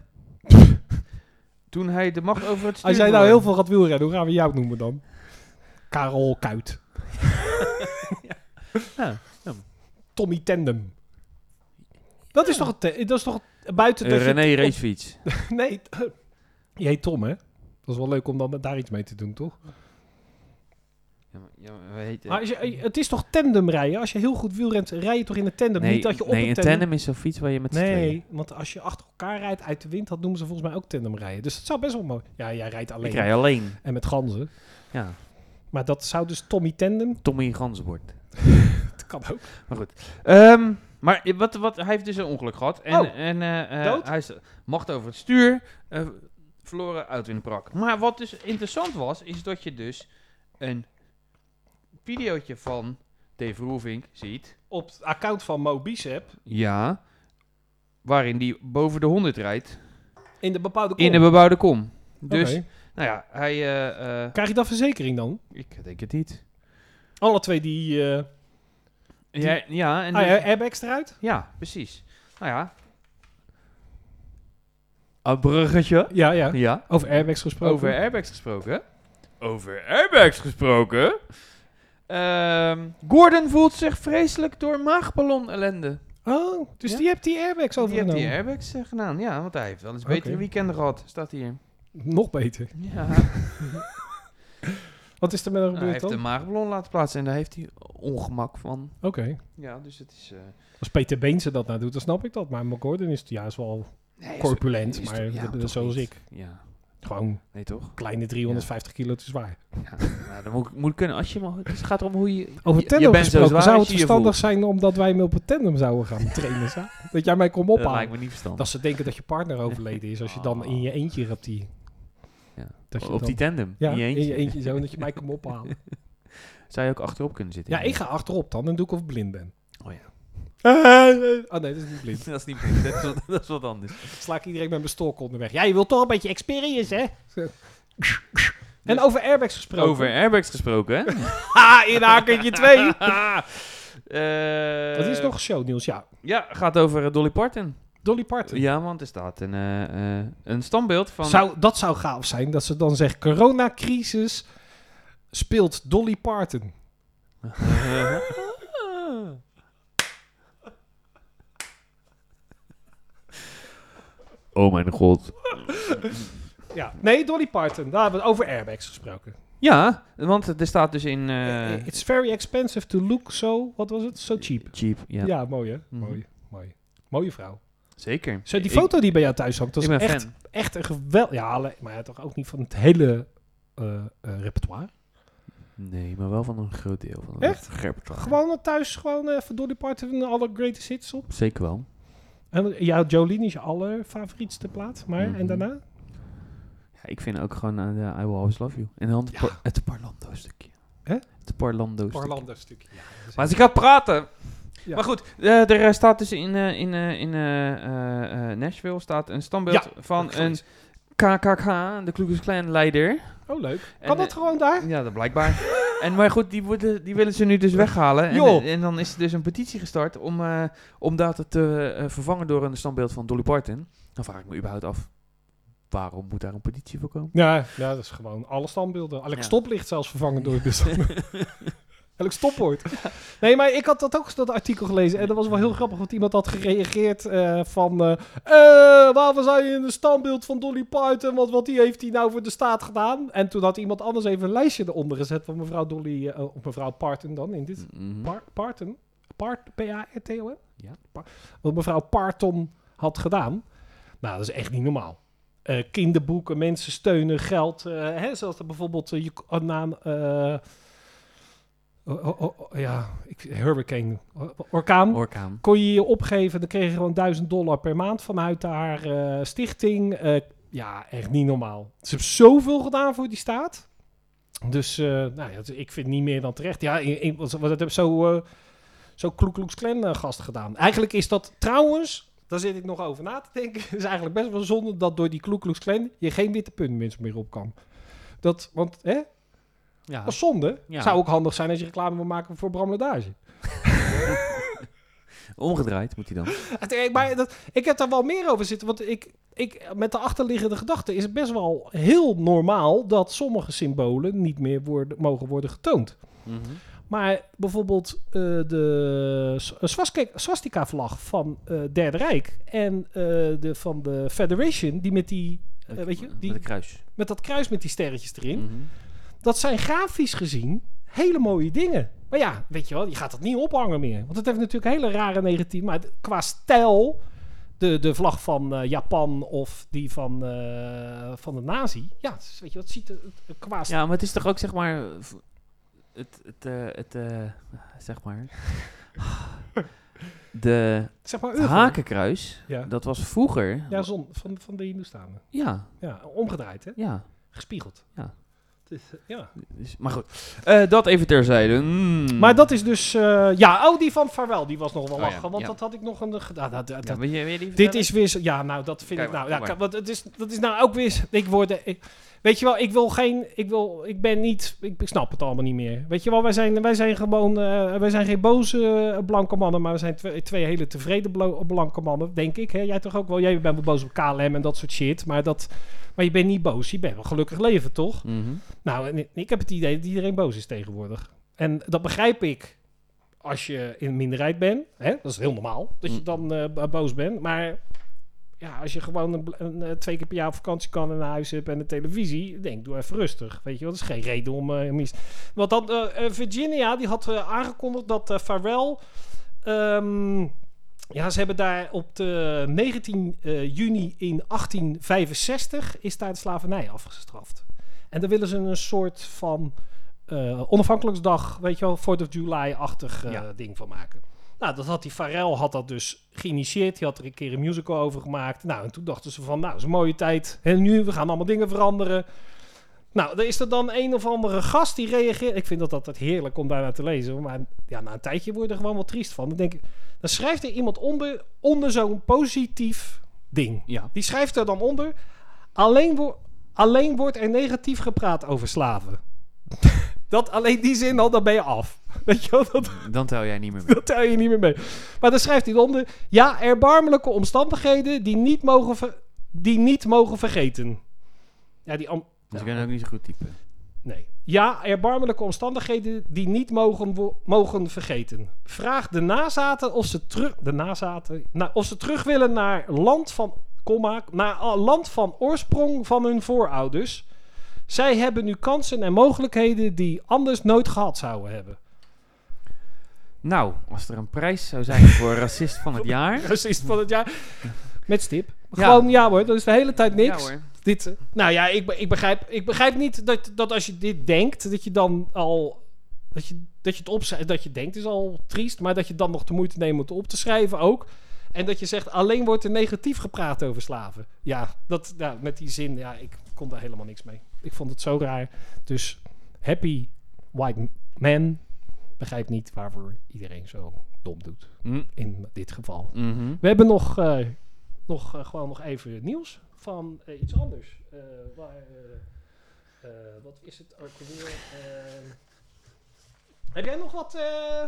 Toen hij de macht over het stuur Als jij nou verloor. heel veel gaat wielrennen, hoe gaan we jou noemen dan? Karel Kuit. Ja. Ja. Tommy Tandem. Dat is toch het, te- dat is toch het- buiten Uh, dat je René het op- Racefiets. Nee, je heet Tom, hè? Dat is wel leuk om dan daar iets mee te doen, toch? Ja, maar, ja, maar we heten- Maar als je, het is toch tandemrijden? Als je heel goed wielrent, rij je toch in een tandem? nee, Niet dat je op nee, een een tandem... tandem is zo'n fiets waar je met z'n tweeën... Nee, want als je achter elkaar rijdt uit de wind, dat noemen ze volgens mij ook tandemrijden. Dus dat zou best wel mooi... Ja, jij rijdt alleen Ik rij alleen. en met ganzen. Ja, Maar dat zou dus Tommy Tandem... Tommy Ganzenbord. Dat kan ook. Maar goed. Um, maar i- wat, wat, hij heeft dus een ongeluk gehad. En, Oh, en uh, uh, dood? hij is macht over het stuur. Uh, verloren auto in de prak. Maar wat dus interessant was, is dat je dus een videootje van Dave Roelvink ziet. Op het account van Mo Bicep, Ja. Waarin die boven de honderd rijdt. in de bepaalde kom. In een bebouwde kom. Dus, Oké. nou ja, hij... Uh, uh, Krijg je dan verzekering dan? ik denk het niet. Alle twee die... Uh, Die- Ja, ja, en ah, dus- ja, airbags eruit? ja, precies. Nou ja. Een bruggetje. Ja, ja. Ja. Over airbags gesproken. Over airbags gesproken. Over airbags gesproken. Ehm, Gordon voelt zich vreselijk door maagballon ellende. Oh, dus Ja? die hebt die airbags Die heeft overgenomen. die airbags eh, gedaan. Ja, want hij heeft wel eens Oké. betere weekenden gehad. Staat hier. Nog beter. Ja. Wat is er met hem Nou, hij gebeurd heeft dan? een maagballon laten plaatsen en daar heeft hij ongemak van. Oké. Ja, dus het is... eh, Als Peter Beense dat nou doet, dan snap ik dat. Maar Gordon is, ja, is wel nee, corpulent, is- is maar toch- ja, dat- toch zoals niet. ik. Ja, Gewoon nee toch? kleine driehonderdvijftig kilo te zwaar. Ja, nou, dat moet, moet kunnen als je... maar Het gaat erom hoe je... Over je- tandem je bent zo gesproken, zwaar zou als het je je verstandig voelt. zijn omdat wij me op een tandem zouden gaan trainen? Zo? Dat jij mij komt Dat ophalen. lijkt me niet verstandig. Dat ze denken dat je partner overleden is als je dan in je eentje op die... Ja. Dat je Op dan- die tandem. Ja, in je eentje. in je eentje zo, en dat je mij komt ophalen. Zou je ook achterop kunnen zitten? Ja, ik ga achterop dan en doe ik of ik blind ben. Oh ja. Oh nee, dat is niet blind. Dat is niet blind, dat is wat, dat is wat anders. Sla ik iedereen met mijn stok onderweg. Ja, je wilt toch een beetje experience, hè? Zo. En over airbags gesproken. Over airbags gesproken, hè? Ha, inhakertje twee. Eh, Dat is nog shownieuws, ja. Ja, gaat over eh, Dolly Parton. Dolly Parton. Ja, want er staat een, eh, eh, een standbeeld van... Zou, dat zou gaaf zijn, dat ze dan zegt... Coronacrisis speelt Dolly Parton. Oh mijn god. Ja, nee, Dolly Parton. Daar hebben we het over airbags gesproken. Ja, want er staat dus in... Uh, It's very expensive to look so... Wat was het? So cheap. Cheap, ja. Ja, mooi hè? Mm-hmm. Mooi, mooi. Mooie vrouw. Zeker. Zo, die Ik- foto die bij jou thuis hangt, dat ik is ben echt, fan. echt een geweld... Ja, alle- maar ja, toch ook niet van het hele uh, uh, repertoire. Nee, maar wel van een groot deel van het Echt? repertoire. Gewoon thuis, gewoon even Dolly Parton alle greatest hits op. Zeker wel. En ja, Jolene is je allerfavorietste plaat. Maar, Mhm. en daarna? Ja, ik vind ook gewoon uh, de I Will Always Love You. En dan het, Ja. par- het Parlando stukje. Hè? Het Parlando stukje. Orlando stukje. Ja, dat is Maar ze gaat praten. Ja. Maar goed, uh, er uh, staat dus in, uh, in, uh, in uh, uh, uh, Nashville staat een standbeeld Ja, van dat een is- K K K, de Ku Klux Klan leider. Oh, leuk. En, Kan dat eh, gewoon daar? Ja, dat blijkbaar. En maar goed, die, worden, die willen ze nu dus weghalen. En, Joh. en dan is er dus een petitie gestart om, uh, om dat te uh, vervangen door een standbeeld van Dolly Parton. Dan vraag ik me überhaupt af, waarom moet daar een petitie voor komen? Ja, ja, dat is gewoon alle standbeelden. Elk Ja. stoplicht zelfs vervangen door dus elk stopwoord. Nee, maar ik had dat ook dat artikel gelezen en dat was wel heel grappig, want iemand had gereageerd uh, van uh, uh, waarom zijn je in een standbeeld van Dolly Parton, want wat die heeft hij nou voor de staat gedaan? En toen had iemand anders even een lijstje eronder gezet van mevrouw Dolly, uh, of mevrouw Parton dan, in dit Mhm. Par- Parton, Part, P A R T O N? Ja. Pa- wat mevrouw Parton had gedaan. Nou, dat is echt niet normaal. Uh, kinderboeken, mensen steunen, geld. Uh, hè, zoals er bijvoorbeeld uh, je k- uh, naam... Uh, oh, oh, oh, oh, ja, ik, hurricane, uh, orkaan. Orkaan. Kon je je opgeven, dan kreeg je gewoon duizend dollar per maand vanuit haar uh, stichting. Uh, ja, echt niet normaal. Ze heeft zoveel gedaan voor die staat. Dus uh, nou ja, dus ik vind niet meer dan terecht. Ja, in, in, wat, wat heb ik zo... Uh, Zo Ku Klux Klan uh, gast gedaan. Eigenlijk is dat trouwens, daar zit ik nog over na te denken, is eigenlijk best wel zonde dat door die Ku Klux Klan je geen witte puntmuts meer op kan. Dat, want, hè? Ja. Als zonde. Ja. Zou ook handig zijn als je reclame wil maken voor Bram Ladage. Omgedraaid moet hij dan. Maar dat, ik heb daar wel meer over zitten, want ik, ik, met de achterliggende gedachte is het best wel heel normaal dat sommige symbolen niet meer worden, mogen worden getoond. Mm-hmm. Maar bijvoorbeeld uh, de swastika- swastika-vlag van uh, Derde Rijk en uh, de van de Federation, die met die, uh, weet je, die, Met een kruis. met dat kruis met die sterretjes erin. Mm-hmm. Dat zijn grafisch gezien hele mooie dingen. Maar ja, weet je wel, je gaat dat niet ophangen meer. Want het heeft natuurlijk hele rare negatief. Maar d- qua stijl, de, de vlag van uh, Japan of die van, uh, van de nazi. Ja, het is, weet je wat, het ziet er het- qua stijl. Ja, maar het is toch ook zeg maar... v- Het, het, uh, het uh, zeg maar... De Zeg maar het euro. hakenkruis, Ja, dat was vroeger... ja zon, van, van de Hindoestanen. Ja, Ja, omgedraaid, hè? ja. Gespiegeld. Ja. Het is, uh, ja. Dus, maar goed, uh, dat even terzijde. Mm. Maar dat is dus... Uh, ja, oh, die van Vaarwel, die was nog wel Oh, ja, lachen. Want ja. dat had ik nog een... gedaan. Nou, dat- Ja, dat- wil je, wil je die dit vertellen? is weer... zo- Ja, nou, dat vind Kijk ik... Nou, maar, ja, kom k- want het is, dat is nou ook weer... Ik word... Ik, weet je wel, ik wil geen... Ik wil... Ik ben niet... Ik, ik snap het allemaal niet meer. Weet je wel, wij zijn, wij zijn gewoon... Uh, wij zijn geen boze uh, blanke mannen, maar we zijn twee, twee hele tevreden blo- blanke mannen, denk ik. Hè? Jij toch ook wel? Jij bent wel boos op K L M en dat soort shit, maar dat... Maar je bent niet boos. Je bent wel gelukkig leven, toch? Mhm. Nou, en ik heb het idee dat iedereen boos is tegenwoordig. En dat begrijp ik als je in een minderheid bent. Hè? Dat is heel normaal, dat je Mm. dan uh, boos bent. Maar ja, als je gewoon een, een, een, twee keer per jaar op vakantie kan en een huis hebt en een televisie, denk, doe even rustig. Weet je wel, dat is geen reden om... Uh, mis... Want dan, uh, uh, Virginia, die had uh, aangekondigd dat uh, Pharrell... Um, ja, ze hebben daar op de negentien juni in achttien vijfenzestig is daar de slavernij afgestraft. En daar willen ze een soort van uh, onafhankelijkheidsdag, weet je wel, fourth of July-achtig uh, Ja. ding van maken. Nou, dat had die Pharrell had dat dus geïnitieerd. Die had er een keer een musical over gemaakt. Nou, en toen dachten ze van, nou, dat is een mooie tijd. En nu, we gaan allemaal dingen veranderen. Nou, er is er dan een of andere gast die reageert. Ik vind dat altijd heerlijk om daarna te lezen. Maar ja, na een tijdje word je er gewoon wel triest van. Dan denk ik, dan schrijft er iemand onder, onder zo'n positief ding. Ja. Die schrijft er dan onder. Alleen, wo- alleen wordt er negatief gepraat over slaven. Dat alleen die zin al, dan ben je af. Weet je wel, dat, Dan tel jij niet meer mee. dat tel je niet meer mee. Maar dan schrijft hij eronder. Ja, erbarmelijke omstandigheden die niet mogen, ver- die niet mogen vergeten. Ja, die... Am- Dus ja. ik kan ook niet zo goed typen. Nee. Ja, erbarmelijke omstandigheden die niet mogen, wo- mogen vergeten. Vraag de nazaten of ze terug, de nazaten, nou, of ze terug willen naar land van komma, naar land van oorsprong van hun voorouders. Zij hebben nu kansen en mogelijkheden die anders nooit gehad zouden hebben. Nou, als er een prijs zou zijn voor racist van het jaar. Racist van het jaar. Met stip. Ja. Gewoon, ja hoor, dat is de hele tijd niks. Ja hoor. Dit, uh, nou ja, ik, ik, begrijp, ik begrijp niet dat, dat als je dit denkt, dat je dan al... Dat je, dat je het opschrijft, dat je denkt is al triest, maar dat je dan nog de moeite neemt om het op te schrijven ook. En dat je zegt, alleen wordt er negatief gepraat over slaven. Ja, dat, ja, met die zin, ja, ik kon daar helemaal niks mee. Ik vond het zo raar. Dus happy white man begrijpt niet waarvoor iedereen zo dom doet. Mm. In dit geval. Mm-hmm. We hebben nog, uh, nog uh, gewoon nog even nieuws van uh, iets anders. Uh, waar, uh, uh, wat is het ook alweer? Uh, heb jij nog wat... Uh...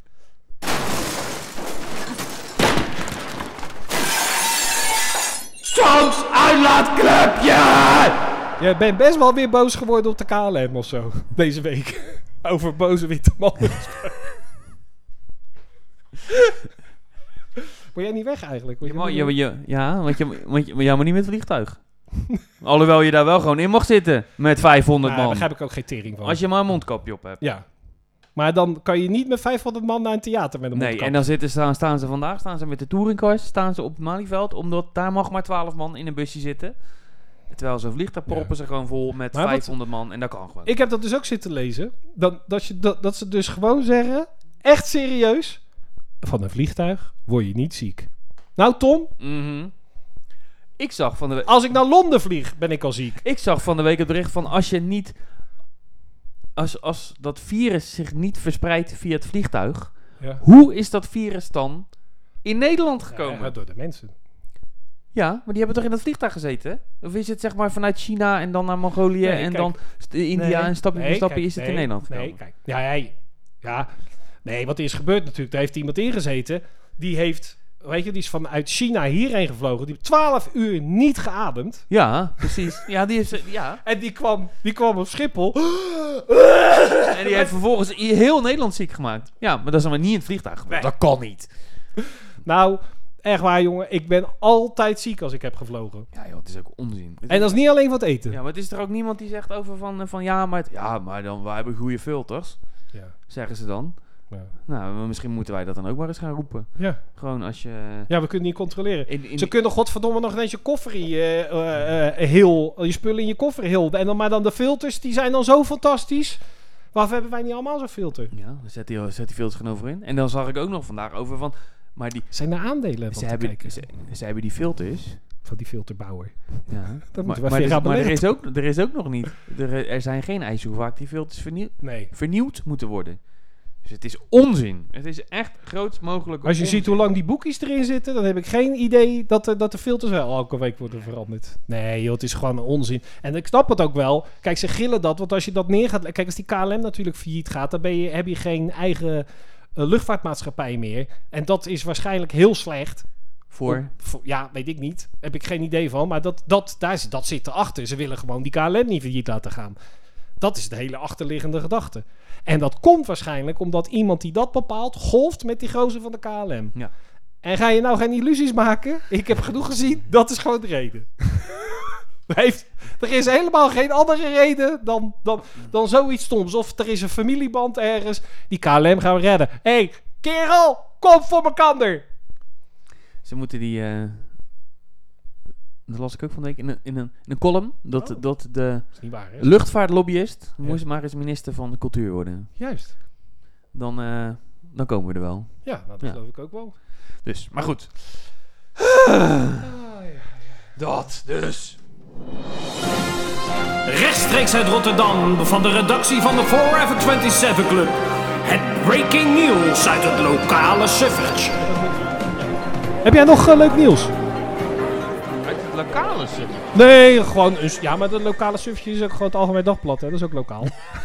Soms uitlaatclubje! Je bent best wel weer boos geworden op de K L M of zo. Deze week. Over boze witte mannen. Moet jij niet weg eigenlijk? Je mag, je, je, ja, want je, want je, ja, maar niet met vliegtuig. Alhoewel je daar wel gewoon in mag zitten. Met vijfhonderd nou, man. Daar heb ik ook geen tering van. Als je maar een mondkapje op hebt. Ja. Maar dan kan je niet met vijfhonderd man naar een theater met een Nee, mondkap. en dan zitten, staan, staan ze vandaag staan ze met de touringcars. Staan ze op het Malieveld. Omdat daar mag maar twaalf man in een busje zitten. Terwijl zo'n vliegtuig proppen Ja. ze gewoon vol met Maar vijfhonderd man. En dat kan gewoon. Ik heb dat dus ook zitten lezen. Dat, dat, je, dat, dat ze dus gewoon zeggen, echt serieus, van een vliegtuig word je niet ziek. Nou Tom, Mhm. Ik zag van de week... als ik naar Londen vlieg, ben ik al ziek. Ik zag van de week het bericht van als je niet... Als, als dat virus zich niet verspreidt via het vliegtuig... Ja. Hoe is dat virus dan in Nederland gekomen? Ja, ja, door de mensen. Ja, maar die hebben toch in dat vliegtuig gezeten? Of is het zeg maar vanuit China en dan naar Mongolië Nee, en kijk. dan st- India Nee. en stapje Nee, voor stapje kijk, is het nee, in Nederland gekomen? Nee, kijk. Ja, hij, ja, nee, wat er is gebeurd natuurlijk, daar heeft iemand ingezeten. Die heeft, weet je, die is vanuit China hierheen gevlogen. Die heeft twaalf uur niet geademd. Ja, precies. Ja, die is... Ja. En die kwam, die kwam op Schiphol. En die heeft vervolgens i- heel Nederland ziek gemaakt. Ja, maar dat is dan maar niet in het vliegtuig gebeurd. Nee. Dat kan niet. Nou, echt waar jongen, ik ben altijd ziek als ik heb gevlogen. Ja joh, het is ook onzin. Het En dat is niet alleen van het eten. Ja, maar het is er ook niemand die zegt over van, eh, van ja, maar, het, ja, maar dan, wij hebben goede filters, Ja. zeggen ze dan. Ja. Nou, maar misschien moeten wij dat dan ook maar eens gaan roepen. Ja. Gewoon als je... Ja, we kunnen niet controleren. In, in Ze kunnen godverdomme nog ineens je koffer uh, uh, uh, heel, je spullen in je koffer heel. En dan, maar dan de filters, die zijn dan zo fantastisch. Waarvoor hebben wij niet allemaal zo'n filter? Ja, dan zet die, zet die filters gewoon over in. En dan zag ik ook nog vandaag over van... Maar die, Zijn er aandelen van ze, te hebben, kijken? ze, ze hebben die filters... Van die filterbouwer. Ja. Dat maar moeten we maar, weer er, gaan maar er, beleggen. is ook, er is ook nog niet... Er, er zijn geen eisen hoe vaak die filters vernieuw, Nee. vernieuwd moeten worden. Dus het is onzin. Het is echt grootst mogelijk Als je onzin. ziet hoe lang die boekjes erin zitten, dan heb ik geen idee dat de, dat de filters wel elke week worden veranderd. Nee joh, het is gewoon een onzin. En ik snap het ook wel. Kijk, ze gillen dat, want als je dat neer gaat... Kijk, als die K L M natuurlijk failliet gaat, dan ben je, heb je geen eigen uh, luchtvaartmaatschappij meer. En dat is waarschijnlijk heel slecht. Voor? Op, voor, ja, weet ik niet. Heb ik geen idee van. Maar dat, dat, daar, zit- dat zit erachter. Ze willen gewoon die K L M niet failliet laten gaan. Dat is de hele achterliggende gedachte. En dat komt waarschijnlijk omdat iemand die dat bepaalt... golft met die gozer van de K L M. Ja. En ga je nou geen illusies maken? Ik heb genoeg gezien. Dat is gewoon de reden. Er heeft, er is helemaal geen andere reden dan, dan, dan zoiets stoms. Of er is een familieband ergens. Die K L M gaan we redden. Hé, hey, kerel, kom voor mekander. Ze moeten die... Uh, dat las ik ook van de week in een, in een, in een column. Dat, Oh. dat de Dat is niet waar, hè? luchtvaartlobbyist... Ja. moest maar eens minister van de cultuur worden. Juist. Dan, uh, dan komen we er wel. Ja, nou, dat Ja. geloof ik ook wel. Dus, maar goed. Dat dus. Rechtstreeks uit Rotterdam van de redactie van de Forever zevenentwintig Club. Het breaking news uit het lokale suffertje. Heb jij nog uh, leuk nieuws? Uit het lokale stuk. Nee, gewoon... Een, ja, maar de lokale sufje is ook gewoon het Algemeen Dagblad, hè. Dat is ook lokaal.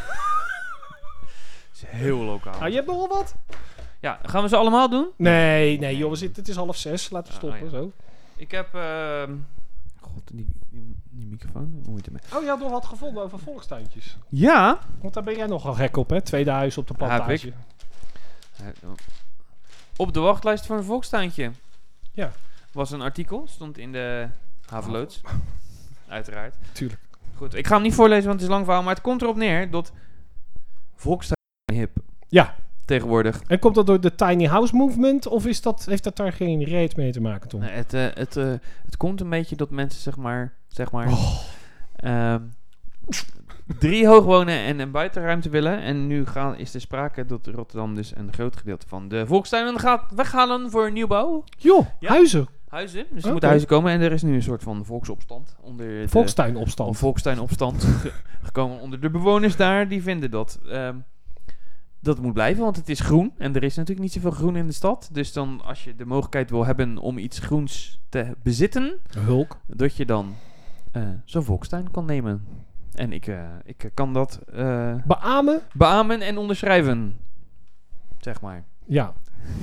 is heel lokaal. Nou, je hebt nog wel wat? Ja, gaan we ze allemaal doen? Nee, nee, joh. We zitten, het is half zes. Laten we stoppen, Ah, ja. zo. Ik heb... Uh, God, die, die, die microfoon. Moeite mee. Oh, je had nog wat gevonden over volkstuintjes. Ja. Want daar ben jij nogal gek op, hè? Tweede huis op de plantage. Heb ik. Op de wachtlijst voor een volkstuintje. Ja. was een artikel, stond in de Haveloods. Uiteraard. Tuurlijk. Goed, ik ga hem niet voorlezen, want het is lang verhaal, maar het komt erop neer dat Volkstuin hip Ja. tegenwoordig. En komt dat door de Tiny House Movement? Of is dat, heeft dat daar geen reet mee te maken, Tom? Nee, het, uh, het, uh, het komt een beetje dat mensen, zeg maar, zeg maar Oh. ehm, drie hoog wonen en een buitenruimte willen. En nu gaan, is er sprake dat Rotterdam dus een groot gedeelte van de volkstuinen gaat weghalen voor nieuwbouw. Joh, Ja. huizen. Huizen, dus er Oké. moeten huizen komen. En er is nu een soort van volksopstand. Onder de, Volkstuinopstand. Een volkstuinopstand ge- gekomen onder de bewoners daar. Die vinden dat ehm, dat het moet blijven, want het is groen. En er is natuurlijk niet zoveel groen in de stad. Dus dan, als je de mogelijkheid wil hebben om iets groens te bezitten, Hulk. dat je dan uh, zo'n volkstuin kan nemen. En ik, uh, ik kan dat uh, Beamen? beamen en onderschrijven. Zeg maar. Ja.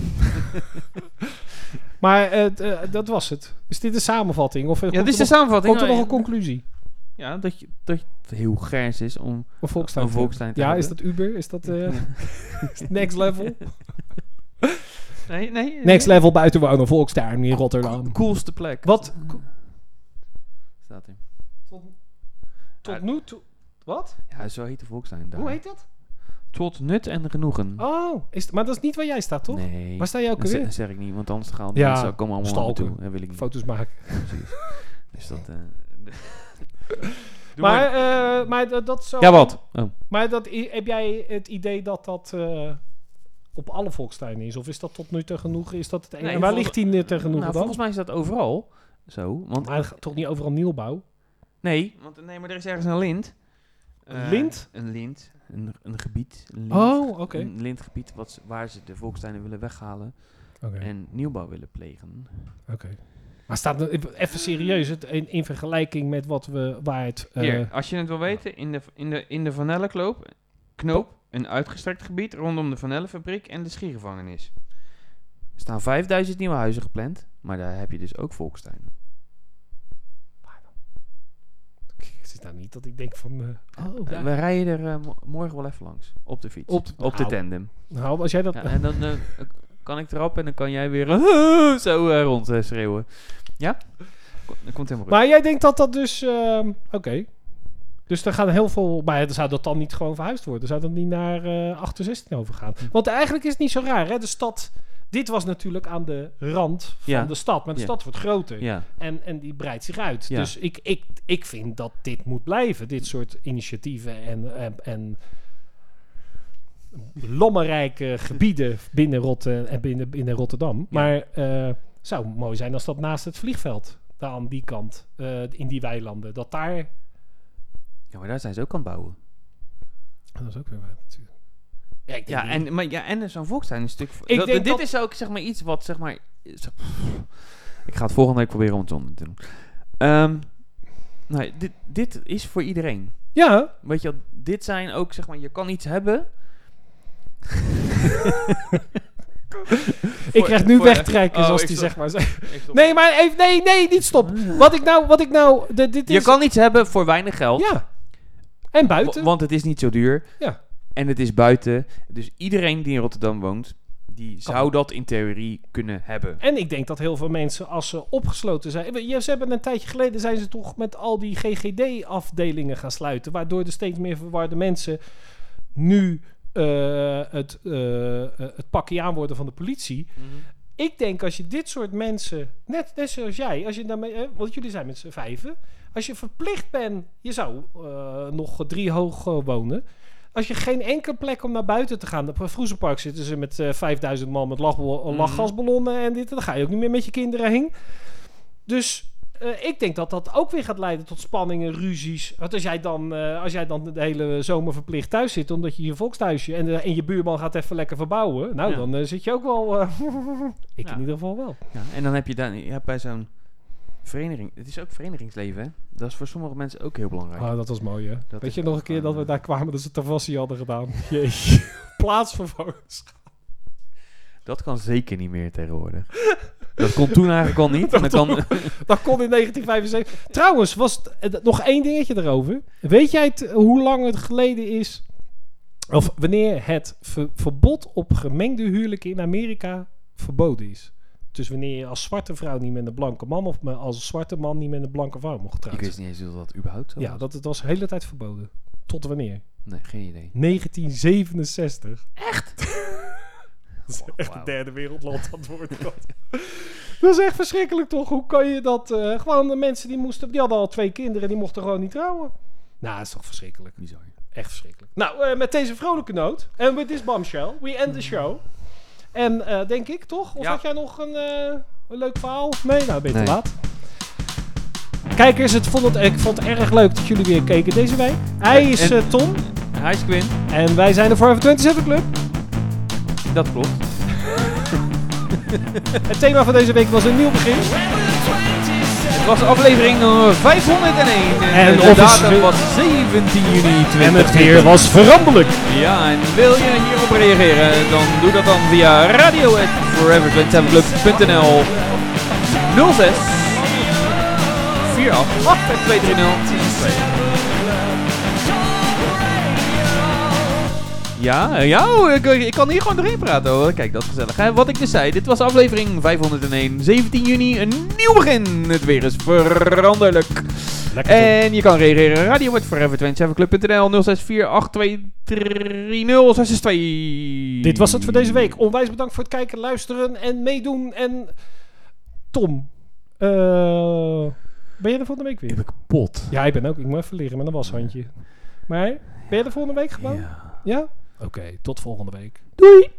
Maar uh, d- uh, dat was het. Is dit een samenvatting? Of uh, Ja, komt dit is er de nog, samenvatting. komt er nog Ja, een conclusie? Ja, dat, je, dat het heel gers is om Een volkstuin. een volkstuin te Ja, hebben. is dat Uber? Is dat uh, is het next level? Nee, nee. Next level buitenwoner volkstuin in Rotterdam. Coolste plek. Wat? Staat in. Tot, tot Ja. nu toe. Wat? Ja, zo heet de volkstuin daar. Hoe heet dat? Tot nut en genoegen. Oh, is het, maar dat is niet waar jij staat, toch? Nee. Waar sta jij ook dat alweer? zeg, zeg ik niet, want anders gaan de Ja, mensen komen allemaal naar me stalken. toe. Dat wil ik niet. Foto's maken. Precies. Dus dat... Uh, Doe Maar, uh, maar dat, dat zo... Ja, wat? Oh. Maar dat, i- heb jij het idee dat dat uh, op alle volkstuinen is? Of is dat tot nu toe genoeg? Is dat het enige? Nee, En waar volgens- ligt die te genoeg Nou, dan? volgens mij is dat overal zo. Want, Maar het gaat toch niet overal nieuwbouw? nee, want, nee, maar er is ergens een lint. Een Eh, lint? Een lint. Een, een gebied. Een lint. Oh, oké. Een lintgebied wat, ze- waar ze de volkstuinen willen weghalen. Oké. En nieuwbouw willen plegen. Oké. Maar staat er- even serieus, het, in, in vergelijking met wat we, waar het... uh, Hier, als je het wil weten, in de, in de, in de Vanellenkloop, knoop, een uitgestrekt gebied rondom de Vanellenfabriek en de schiergevangenis. Er staan vijfduizend nieuwe huizen gepland, maar daar heb je dus ook volkstuinen. Het is nou niet dat ik denk van... Uh, oh, Uh, daar. we rijden er uh, mo- morgen wel even langs, op de fiets, Op op, de- de nou. tandem. Nou, als jij dat... Ja, en dan uh, kan ik erop en dan kan jij weer uh, zo uh, rond uh, schreeuwen. Ja? Ko- Dat komt helemaal goed. Maar jij denkt dat dat dus... ehm, Oké. Dus er gaan heel veel... Maar dan zou dat dan niet gewoon verhuisd worden? Zou dat niet naar uh, achthonderdzestien overgaan? Want eigenlijk is het niet zo raar, hè? De stad... Dit was natuurlijk aan de rand van Ja. de stad. Maar de Ja. stad wordt groter. Ja. En, en die breidt zich uit. Ja. Dus ik, ik, ik vind dat dit moet blijven. Dit soort initiatieven en... en, en lommerrijke gebieden binnen, Rotte, en binnen, binnen Rotterdam. Ja. Maar uh, zou mooi zijn als dat naast het vliegveld, daar aan die kant, uh, in die weilanden, dat daar... Ja, maar daar zijn ze ook aan het bouwen. Dat is ook weer waar, natuurlijk. Ja, ik denk Ja, niet- en, maar, ja, en zo'n volkstuin is een stuk... Ik dat- denk dit dat- is ook, zeg maar, iets wat, zeg maar... zo- ik ga het volgende week proberen om het zonder te doen. Um, nou, dit, dit is voor iedereen. Ja, Weet je wel, dit zijn ook, zeg maar, je kan iets hebben... ik krijg nu voor- wegtrekkers oh, als ik die stop. zeg maar zeggen. Ik stop. Nee, maar even, nee, nee, niet stop. Wat ik nou, wat ik nou, de, dit is... Je kan iets hebben voor weinig geld. Ja. En buiten. wa- Want het is niet zo duur. Ja. En het is buiten. Dus iedereen die in Rotterdam woont, die zou dat in theorie kunnen hebben. En ik denk dat heel veel mensen, als ze opgesloten zijn... Ja, ze hebben een tijdje geleden zijn ze toch met al die G G D-afdelingen gaan sluiten. Waardoor er steeds meer verwarde mensen nu uh, het, uh, uh, het pakje aan worden van de politie. Ik denk als je dit soort mensen, net, net zoals jij, als je daarmee, eh, want jullie zijn met z'n vijven, als je verplicht bent, je zou uh, nog drie hoog uh, wonen. Als je geen enkele plek om naar buiten te gaan. Op Vroezenpark zitten ze met uh, vijfduizend man met lachbol- Mhm. lachgasballonnen en dit. Dan ga je ook niet meer met je kinderen heen. Dus uh, ik denk dat dat ook weer gaat leiden tot spanningen, ruzies. Want als jij dan, uh, als jij dan de hele zomer verplicht thuis zit, omdat je je volkstuisje en, uh, en je buurman gaat even lekker verbouwen. Nou, Ja. dan uh, zit je ook wel... Uh, ik Ja. in ieder geval wel. Ja, en dan heb je, dan, je hebt bij zo'n vereniging... Het is ook verenigingsleven, hè? Dat is voor sommige mensen ook heel belangrijk. Oh, dat was mooi, hè? Dat Weet is je nog een echt keer dat gewoon, we uh, daar kwamen dat ze Tavassi hadden gedaan? Jeetje. Plaatsvervangers. Dat kan zeker niet meer tegenwoordig. Dat kon toen eigenlijk al niet. En dat kan, Dat kon in negentien vijfenzeventig. Trouwens, was het, eh, nog één dingetje erover. Weet jij het, hoe lang het geleden is... Of wanneer het ver- verbod op gemengde huwelijken in Amerika verboden is? Dus wanneer je als zwarte vrouw niet met een blanke man of me- als zwarte man niet met een blanke vrouw mocht Ik trouwen. wist niet eens dat dat überhaupt zo Ja, was. dat het was de hele tijd verboden. Tot wanneer? Nee, geen idee. negentien zevenenzestig. Echt? Dat is echt wauw. een derde wereldland aan het worden. Dat is echt verschrikkelijk toch? Hoe kan je dat... eh, gewoon de mensen die moesten... Die hadden al twee kinderen. Die mochten gewoon niet trouwen. Nou, dat is toch verschrikkelijk. Bizar. Echt verschrikkelijk. Nou, eh, met deze vrolijke noot. En with this bombshell. We end the show. En eh, denk ik, toch? Of Ja. had jij nog een, eh, een leuk verhaal? Nee, nou ben je Nee. te laat. Kijkers, het vond het, ik vond het erg leuk dat jullie weer keken deze week. Hij En- is en- eh, Tom. Hij is Quinn. En wij zijn de Forever tweeëntwintig Club. Dat klopt. Het thema van deze week was een nieuw begin. Het was aflevering nummer vijfhonderdéén. En, En de officie- datum was zeventien juni tweeduizend twintig. En het weer was veranderlijk. Ja, en wil je hierop reageren, dan doe dat dan via radio at forever twenty-seven club punt n l nul zes vier acht acht twee drie nul twee. Ja, ja, oh, ik, ik kan hier gewoon doorheen praten hoor. Kijk, dat is gezellig. Hè? Wat ik dus zei, dit was aflevering vijfhonderdéén, zeventien juni, een nieuw begin. Het weer is veranderlijk. Lekker. En je kan reageren. Radio at forever twenty-seven club punt n l nul zes vier acht twee drie nul zes zes twee. Dit was het voor deze week. Onwijs bedankt voor het kijken, luisteren en meedoen. En Tom, eh, ben je er volgende week weer? Ik ben kapot. Ja, ik ben ook. Ik moet even leren met een washandje. Maar ben je er volgende week gewoon? Ja. Ja? Oké, tot volgende week. Doei!